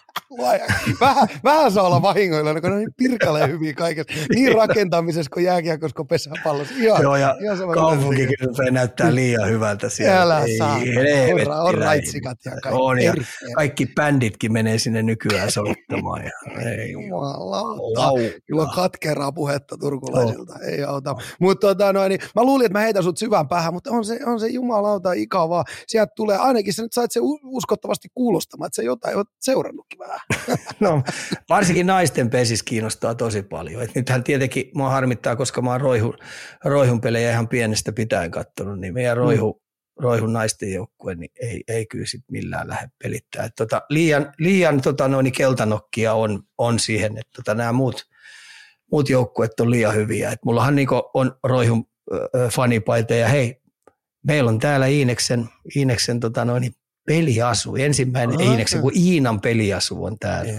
Vähän, vähän saa olla vahingoilla, kun ne on niin pirkaleen hyviä kaikessa. Niin rakentamisessa kuin jääkiekossa kuin pesäpallossa. Ihan, joo, ja ihan kaupunkikin näyttää liian hyvältä siellä. Älä ei, saa. Helvetti, on, on raitsikat ja kaikki. On, ja kaikki bänditkin menee sinne nykyään soittamaan. Ja, ei, jumalauta. Kyllä on katkeraa puhetta turkulaisilta. Oh. Ei auta. Mutta tota, no, niin, mä luulin, että mä heitän sut syvään päähän, mutta on se, on se jumalauta ikävää. Sieltä tulee, ainakin sä nyt sait se uskottavasti kuulostamaan, että sä jotain oot seurannutkin vähän. No, varsinkin naisten pesis kiinnostaa tosi paljon. Et nythän tietenkin mua harmittaa, koska mä oon roihun, roihun pelejä ihan pienestä pitäen katsonut, niin meidän roihu, mm. roihun naisten joukkue niin ei, ei kyllä sit millään lähde pelittää. Et tota, liian liian tota, noin, keltanokkia on, on siihen, että tota, nämä muut, muut joukkueet on liian hyviä. Et mullahan niinku on roihun äh, fanipaita ja hei, meillä on täällä Iineksen, Iineksen tota, noin, peliasu. Ensimmäinen Aha. Iineksen, kun Iinan peliasu on täällä.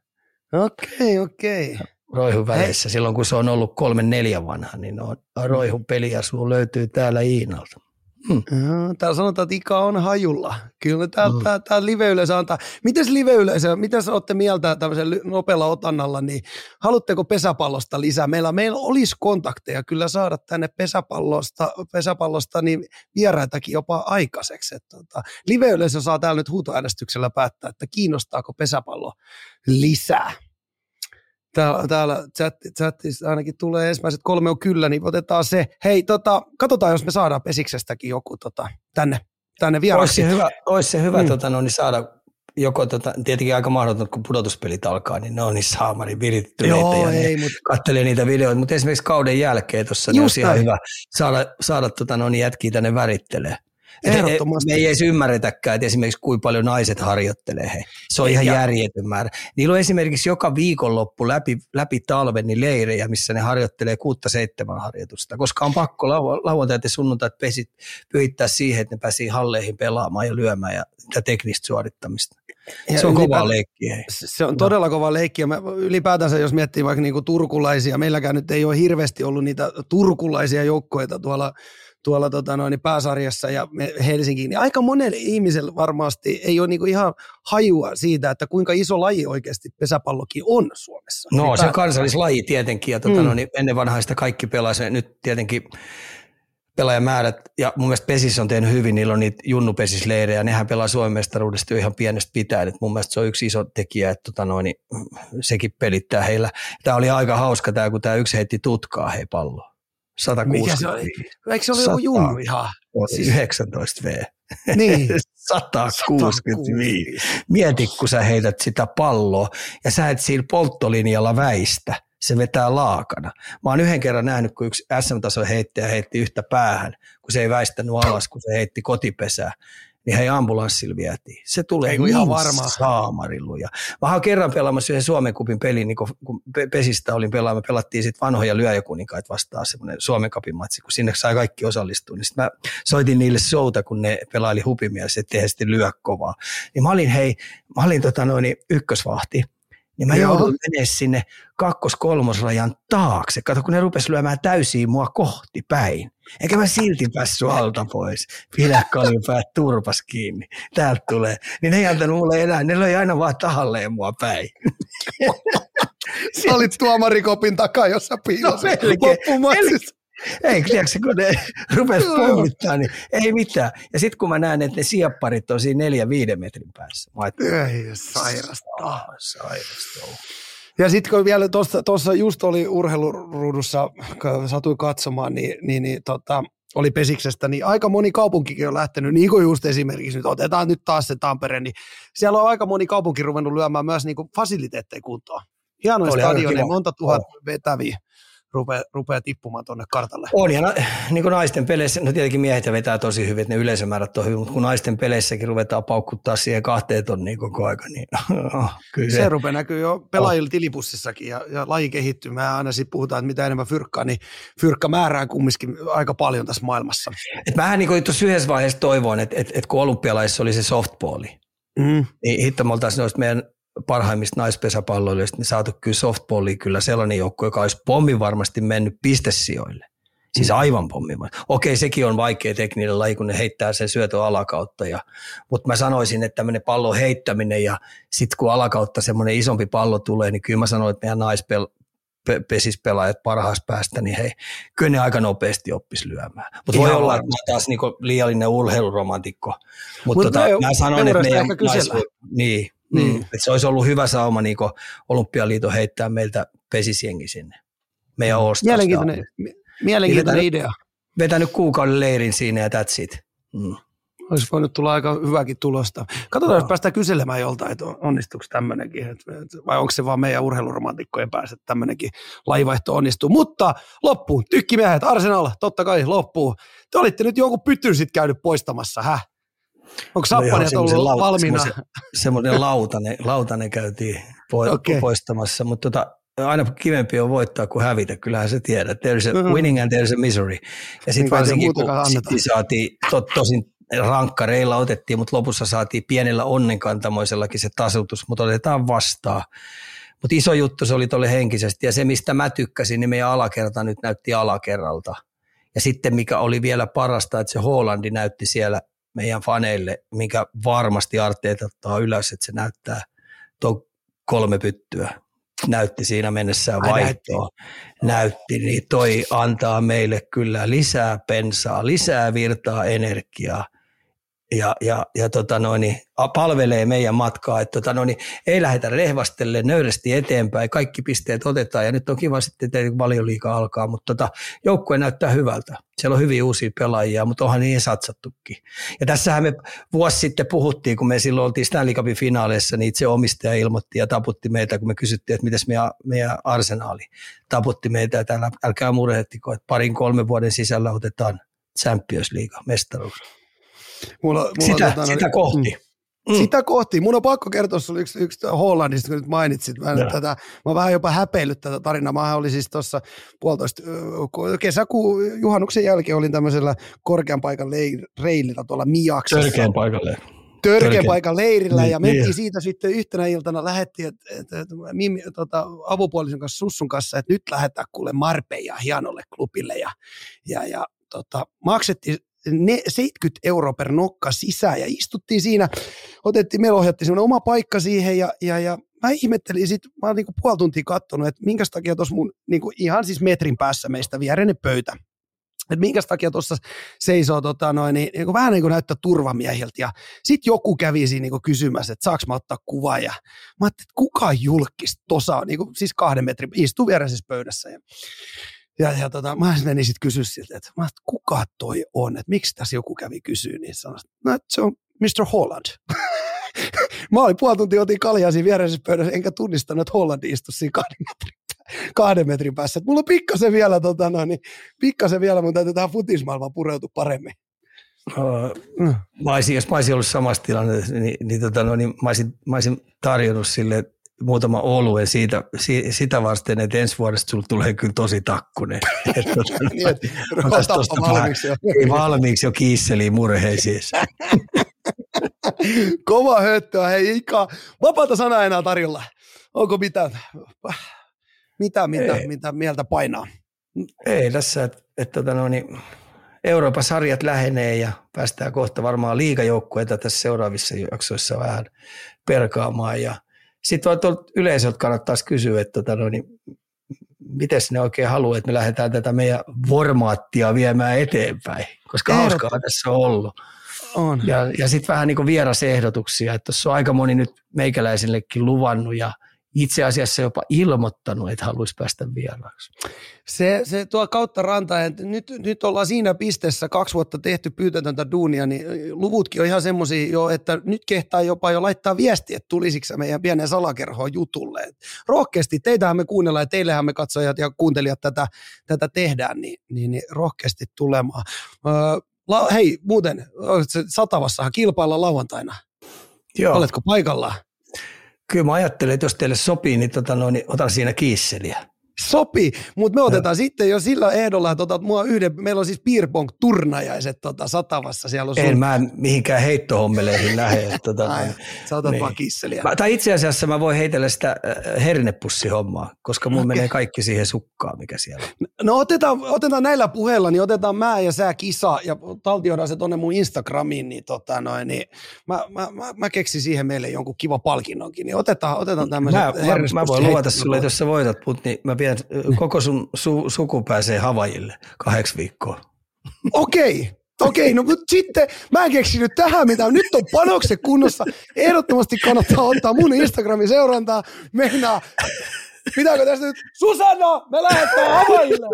Okei, okei. Roihun väleissä, silloin kun se on ollut kolme neljä vanha, niin on, roihun peliasu löytyy täällä Iinalta. Hmm. Täällä sanotaan, että Ika on hajulla. Kyllä täällä hmm. tää, tää live-yleisö antaa. Mites live-yleisö, mitäs olette mieltä tämmöisen nopealla otannalla, niin haluatteko pesäpallosta lisää? Meillä, meillä olisi kontakteja kyllä saada tänne pesäpallosta, pesäpallosta niin vieraitakin jopa aikaiseksi. Että, tota, live-yleisö saa täällä nyt huutoäänestyksellä päättää, että kiinnostaako pesäpallo lisää. Täällä, täällä chatti, chatissa ainakin tulee ensimmäiset kolme on kyllä, niin otetaan se. Hei, tota, katsotaan, jos me saadaan Pesiksestäkin joku tota, tänne, tänne vieraaksi. Olisi se hyvä, olisi se hyvä mm. tota, no, niin saada joko, tota, tietenkin aika mahdotonta, kun pudotuspelit alkaa, niin ne on niin saamarin virittyneitä. Joo, ja ei, mutta kattelee niitä videoita, mutta esimerkiksi kauden jälkeen tuossa niin olisi ihan hyvä saada, saada tota, no, niin jätkiä tänne värittelee. Ehdottomasti. Me ei edes ymmärretäkään, että esimerkiksi kuinka paljon naiset harjoittelee he. Se on ihan ja. järjetön määrä. Niillä on esimerkiksi joka viikonloppu läpi, läpi talven niin leirejä, missä ne harjoittelee kuutta seitsemän harjoitusta, koska on pakko lau- lauantaita ja sunnuntaita pesit pyhittää siihen, että ne pääsee halleihin pelaamaan ja lyömään ja teknistä suorittamista. Ja se on kova leikki. Hei. Se on todella kova leikki ja ylipäätänsä jos miettii vaikka niinku turkulaisia, meilläkään nyt ei ole hirveästi ollut niitä turkulaisia joukkoita tuolla, tuolla tota noin, pääsarjassa ja Helsinkiin, niin aika monelle ihmiselle varmasti ei ole niinku ihan hajua siitä, että kuinka iso laji oikeasti pesäpallokin on Suomessa. No ylipäätänsä. Se kansallislaji tietenkin ja tota, mm. no, niin ennen vanhaista kaikki pelasi, nyt tietenkin pelaajamäärät, ja mun mielestä Pesis on tehnyt hyvin, niillä on niitä junnupesisleirejä, ja nehän pelaa Suomen mestaruudesta jo ihan pienestä pitäen, että mun mielestä se on yksi iso tekijä, että tota noin, sekin pelittää heillä. Tämä oli aika hauska tämä, kun tämä yksi heitti tutkaa hei palloa. sata kuusikymmentä. Mikä se oli? Eikö se ole joku junnu ihan? Siis yhdeksäntoista vuotta. Niin. sata kuusikymmentäviisi. Mieti, kun sä heität sitä palloa, ja sä et siinä polttolinjalla väistä. Se vetää laakana. Mä oon yhden kerran nähnyt, kun yksi S M-tason heittäjä heitti yhtä päähän, kun se ei väistänyt alas, kun se heitti kotipesää, niin hei ambulanssilla vietiin. Se tulee ei, ihan varma saamarilluja. Mä oon kerran pelaamassa yhden Suomen kupin pelin, niin kun Pesistä olin pelaamaan, me pelattiin sitten vanhoja lyöjäkuninkaita vastaan semmoinen Suomen kapin matsi, kun sinne sai kaikki osallistua. Niin sitten mä soitin niille showta, kun ne pelaili hupimielessä, ettei he sitten lyö kovaa. Niin mä olin hei, mä olin tota noin ykkösvahti. Niin mä joudun menemään sinne kakkos-kolmosrajan taakse. Kato, kun ne rupesi lyömään täysiin mua kohti päin. Eikä mä silti päässyt alta pois. Pidä kaljon päät turpas kiinni. Täältä tulee. Niin ne ei antanut mulle enää. Ne löi aina vaan tahalleen mua päin. Sä olit tuomarikopin takaa, jossa piilosit no, loppumatsissa. Ei, tiedätkö, kun ne rupesi pommittaa, niin ei mitään. Ja sitten kun mä näen, että ne siepparit on siinä neljän, viiden metrin päässä. Mä ei, sairasta. Sairasta. Ja sitten kun vielä tuossa just oli urheiluruudussa, kun satuin katsomaan, niin, niin, niin tota, oli Pesiksestä, niin aika moni kaupunkikin on lähtenyt, niin kuin just esimerkiksi nyt, otetaan nyt taas se Tampere, niin siellä on aika moni kaupunki ruvennut lyömään myös niin kuin fasiliteetteja kuntoon. Hienoja stadioneja, monta tuhat vetäviä. Rupeaa, rupeaa tippumaan tuonne kartalle. On, ja na, niin kuin naisten peleissä, no tietenkin miehet vetää tosi hyvin, että ne yleisömäärät on hyvin, mutta kun naisten peleissäkin ruvetaan paukkuttaa siihen kahteen tonniin koko aika, niin oh, kyllä se. Se rupeaa näkyy jo pelaajilla oh. tilipussissakin, ja, ja laji kehittyy. Me aina sitten puhutaan, että mitä enemmän fyrkkaa, niin fyrkka määrää kumminkin aika paljon tässä maailmassa. Et mähän niin tuossa yhdessä vaiheessa toivoin, että, että, että kun olympialaisissa oli se softballi, mm. niin hitto me oltaisiin noista meidän parhaimmista naispesäpalloilijoista, niin saatu kyllä softballia kyllä sellainen joukko, joka olisi pommin varmasti mennyt pistesijoille. Siis aivan pommin. Okei, sekin on vaikea tekninen laji, kun ne heittää sen syötön alakautta. Ja, mutta mä sanoisin, että tämmöinen pallon heittäminen ja sitten kun alakautta semmoinen isompi pallo tulee, niin kyllä mä sanoin, että meidän naispesispelaajat parhaasta päästä, niin hei, kyllä ne aika nopeasti oppisi lyömään. Mutta voi olla, että mä taas niinku liiallinen urheiluromantikko. Mutta Mut tota, mä sanoin, että meidän nais... Niin. Mm. Että se olisi ollut hyvä sauma niin Olympialiiton heittää meiltä pesisjengi sinne. Meidän all Mielenkiintoinen, mielenkiintoinen vetänyt, idea. Vetänyt kuukauden leirin siinä ja that's it. Mm. Olisi voinut tulla aika hyväkin tulosta. Katsotaan, no. jos päästään kyselemään joltain, että onnistuuko tämmöinenkin. Vai onko se vaan meidän urheiluromantikkojen päässä, että tämmöinenkin lajivaihto onnistuu. Mutta loppuun. Tykkimiehet, Arsenal, totta kai loppuu. Te olitte nyt jonkun pytyn sitten käynyt poistamassa, häh? Onko sappaneet no ollut lauta, valmiina? Semmoinen lautanen, lautanen käytiin po- okay. poistamassa, mutta tota, aina kivempi on voittaa kuin hävitä, kyllähän se tiedät. There's a mm-hmm. winning and there's a misery. Ja sitten varsinkin kun sit saatiin, to, tosin rankkareilla otettiin, mutta lopussa saatiin pienellä onnenkantamoisellakin se tasoitus, mutta otetaan vastaan. Mutta iso juttu se oli tuolle henkisesti ja se, mistä mä tykkäsin, niin meidän alakerta nyt näytti alakerralta. Ja sitten mikä oli vielä parasta, että se Hollandi näytti siellä meidän faneille, mikä varmasti Arteeta ottaa ylös, että se näyttää tuo kolme pyttyä. Näytti siinä mennessään vaihtoa. Näytti, niin toi antaa meille kyllä lisää pensaa, lisää virtaa, energiaa ja, ja, ja tota noin, palvelee meidän matkaa. Että tota noin, ei lähdetä rehvastelemaan nöyrästi eteenpäin, kaikki pisteet otetaan ja nyt on kiva sitten, että Valioliiga alkaa, mutta tota, joukkue näyttää hyvältä. Siellä on hyviä uusia pelaajia, mutta onhan niin satsattukin. Ja tässähän me vuosi sitten puhuttiin, kun me silloin oltiin Stanley Cupin finaaleissa, niin itse omistaja ilmoitti ja taputti meitä, kun me kysyttiin, että mitäs meidän, meidän arsenaali taputti meitä, että älkää murehtiko, että parin kolmen vuoden sisällä otetaan Champions League mestaruus. Mulla, mulla sitä, tota, sitä no, kohti. Mm. Sitä kohti. Mun on pakko kertoa sulle yksi, yksi Hollannista, kun nyt mainitsit. Mä, tätä, mä oon vähän jopa häpeillyt tätä tarinaa. Mä olin siis tuossa puolitoista kesäkuun juhannuksen jälkeen olin tämmöisellä korkean paikan reilillä tuolla Miaksessa. Törkeän paikan leirillä. Törkeän paikan leirillä niin, ja mentiin niin. siitä sitten yhtenä iltana lähettiin et, et, et, Mimi, tota, avupuolisen kanssa Sussun kanssa, että nyt lähdetään kuule Marbella hienolle klubille ja, ja, ja tota, maksettiin ne seitsemänkymmentä euroa per nokka sisään ja istuttiin siinä, otettiin, meillä ohjattiin semmoinen oma paikka siihen ja, ja, ja mä ihmettelin sitten, mä oon niinku puoli tuntia katsonut, että minkä takia tuossa mun niinku ihan siis metrin päässä meistä viereinen pöytä, että minkä takia tuossa seisoo tota noin, niin, niin vähän niin kuin näyttää turvamiehiltä ja sitten joku kävi siinä niin kysymässä, että saaks mä ottaa kuvan ja mä ajattelin, että kuka julkisi tuossa, niin siis kahden metrin, istuu viereisessä pöydässä ja Ja, ja tota, mä menin sitten kysyä siltä, että, että kuka toi on, että miksi tässä joku kävi kysyä, niin sanoin, että no, se on mister Holland. Mä olin puoli tuntia, otin kaljaa siinä viereisessä pöydässä, enkä tunnistanut, että Hollandi istui siinä kahden metrin, kahden metrin päässä. Et mulla on pikkasen vielä, tota, no, niin, pikkasen vielä, mun täytyy tähän futismaailmaan pureutua paremmin. Uh, mä olisin, jos mä olisin ollut samassa tilanteessa, niin, niin, tota, no, niin mä, olisin, mä olisin tarjonnut sille muutama oluen siitä, si, sitä vasten, että ensi vuodesta sulla tulee kyllä tosi takkunen. Että niin, et, valmiiksi jo. Ei valmiiksi jo kiisseliin murheisiin. Kova höttöä, hei Ika. Vapaata sanaa enää tarjolla. Onko mitään, mitä, mitä, mitä mieltä painaa? Ei tässä, että et, tota no, niin, Euroopan sarjat lähenee ja päästään kohta varmaan liigajoukkueita tässä seuraavissa jaksoissa vähän perkaamaan ja sitten vaan tuolta yleisöltä kannattaisi kysyä, että tota, no, niin, miten ne oikein haluaa, että me lähdetään tätä meidän formaattia viemään eteenpäin, koska hauskaa tässä on ollut. On. Ja, ja sitten vähän niin kuin vierasehdotuksia, että tuossa on aika moni nyt meikäläisillekin luvannut ja itse asiassa jopa ilmoittanut, että haluaisi päästä vieraaksi. Se, se tuo kautta rantaa, että nyt, nyt ollaan siinä pisteessä kaksi vuotta tehty pyytätöntä duunia, niin luvutkin on ihan semmoisia jo, että nyt kehtaa jopa jo laittaa viestiä, että tulisiko se meidän pienen salakerhoon jutulle. Et rohkeasti, teitähän me kuunnellaan ja teillehän me katsojat ja kuuntelijat tätä, tätä tehdään, niin, niin, niin rohkeasti tulemaan. Öö, la, hei, muuten, Satavassahan kilpaillaan lauantaina. Joo. Oletko paikallaan? Kyllä mä ajattelen, että jos teille sopii, niin, tota, no, niin otan siinä kiisseliä. Sopii, mutta me otetaan no. sitten jo sillä ehdolla, että otat mua yhden, meillä on siis beerpong-turnajaiset tota, Satavassa. Siellä on sun... En mä mihinkään heittohommeleihin lähde. Tota, Ai, sä otat niin. vaan kisseliä. Mä, tai itse asiassa mä voin heitellä sitä hernepussihommaa, koska mun okay. menee kaikki siihen sukkaan, mikä siellä on. No otetaan, otetaan näillä puheilla, niin otetaan mä ja sä kisa ja taltioidaan se tonne mun Instagramiin, niin, tota, noin, niin mä, mä, mä, mä keksin siihen meille jonkun kiva palkinnonkin, niin otetaan, otetaan tämmöiset hernepussihommat. Mä, mä voin luvata sulle, että jos sä voitat mut, niin mä vien koko sun su, suku pääsee Havajille kahdeksi viikkoon. Okei, okei, no mutta sitten mä en keksinyt tähän mitään. Nyt on panokset kunnossa. Ehdottomasti kannattaa ottaa mun Instagramin seurantaa. Meinaa, pitääkö tästä nyt? Susanna, me lähdetään Havajille.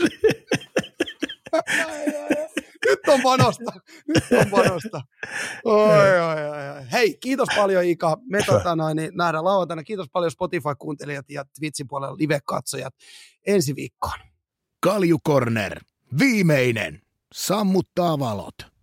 Nyt on panosta. Nyt on panosta. Oi, oi, oi, oi. Hei, kiitos paljon Ika. Me tota, noin, niin nähdään lauantaina. Kiitos paljon Spotify-kuuntelijat ja Twitchin puolella live-katsojat ensi viikkoon. Kalju Corner. Viimeinen. Sammuttaa valot.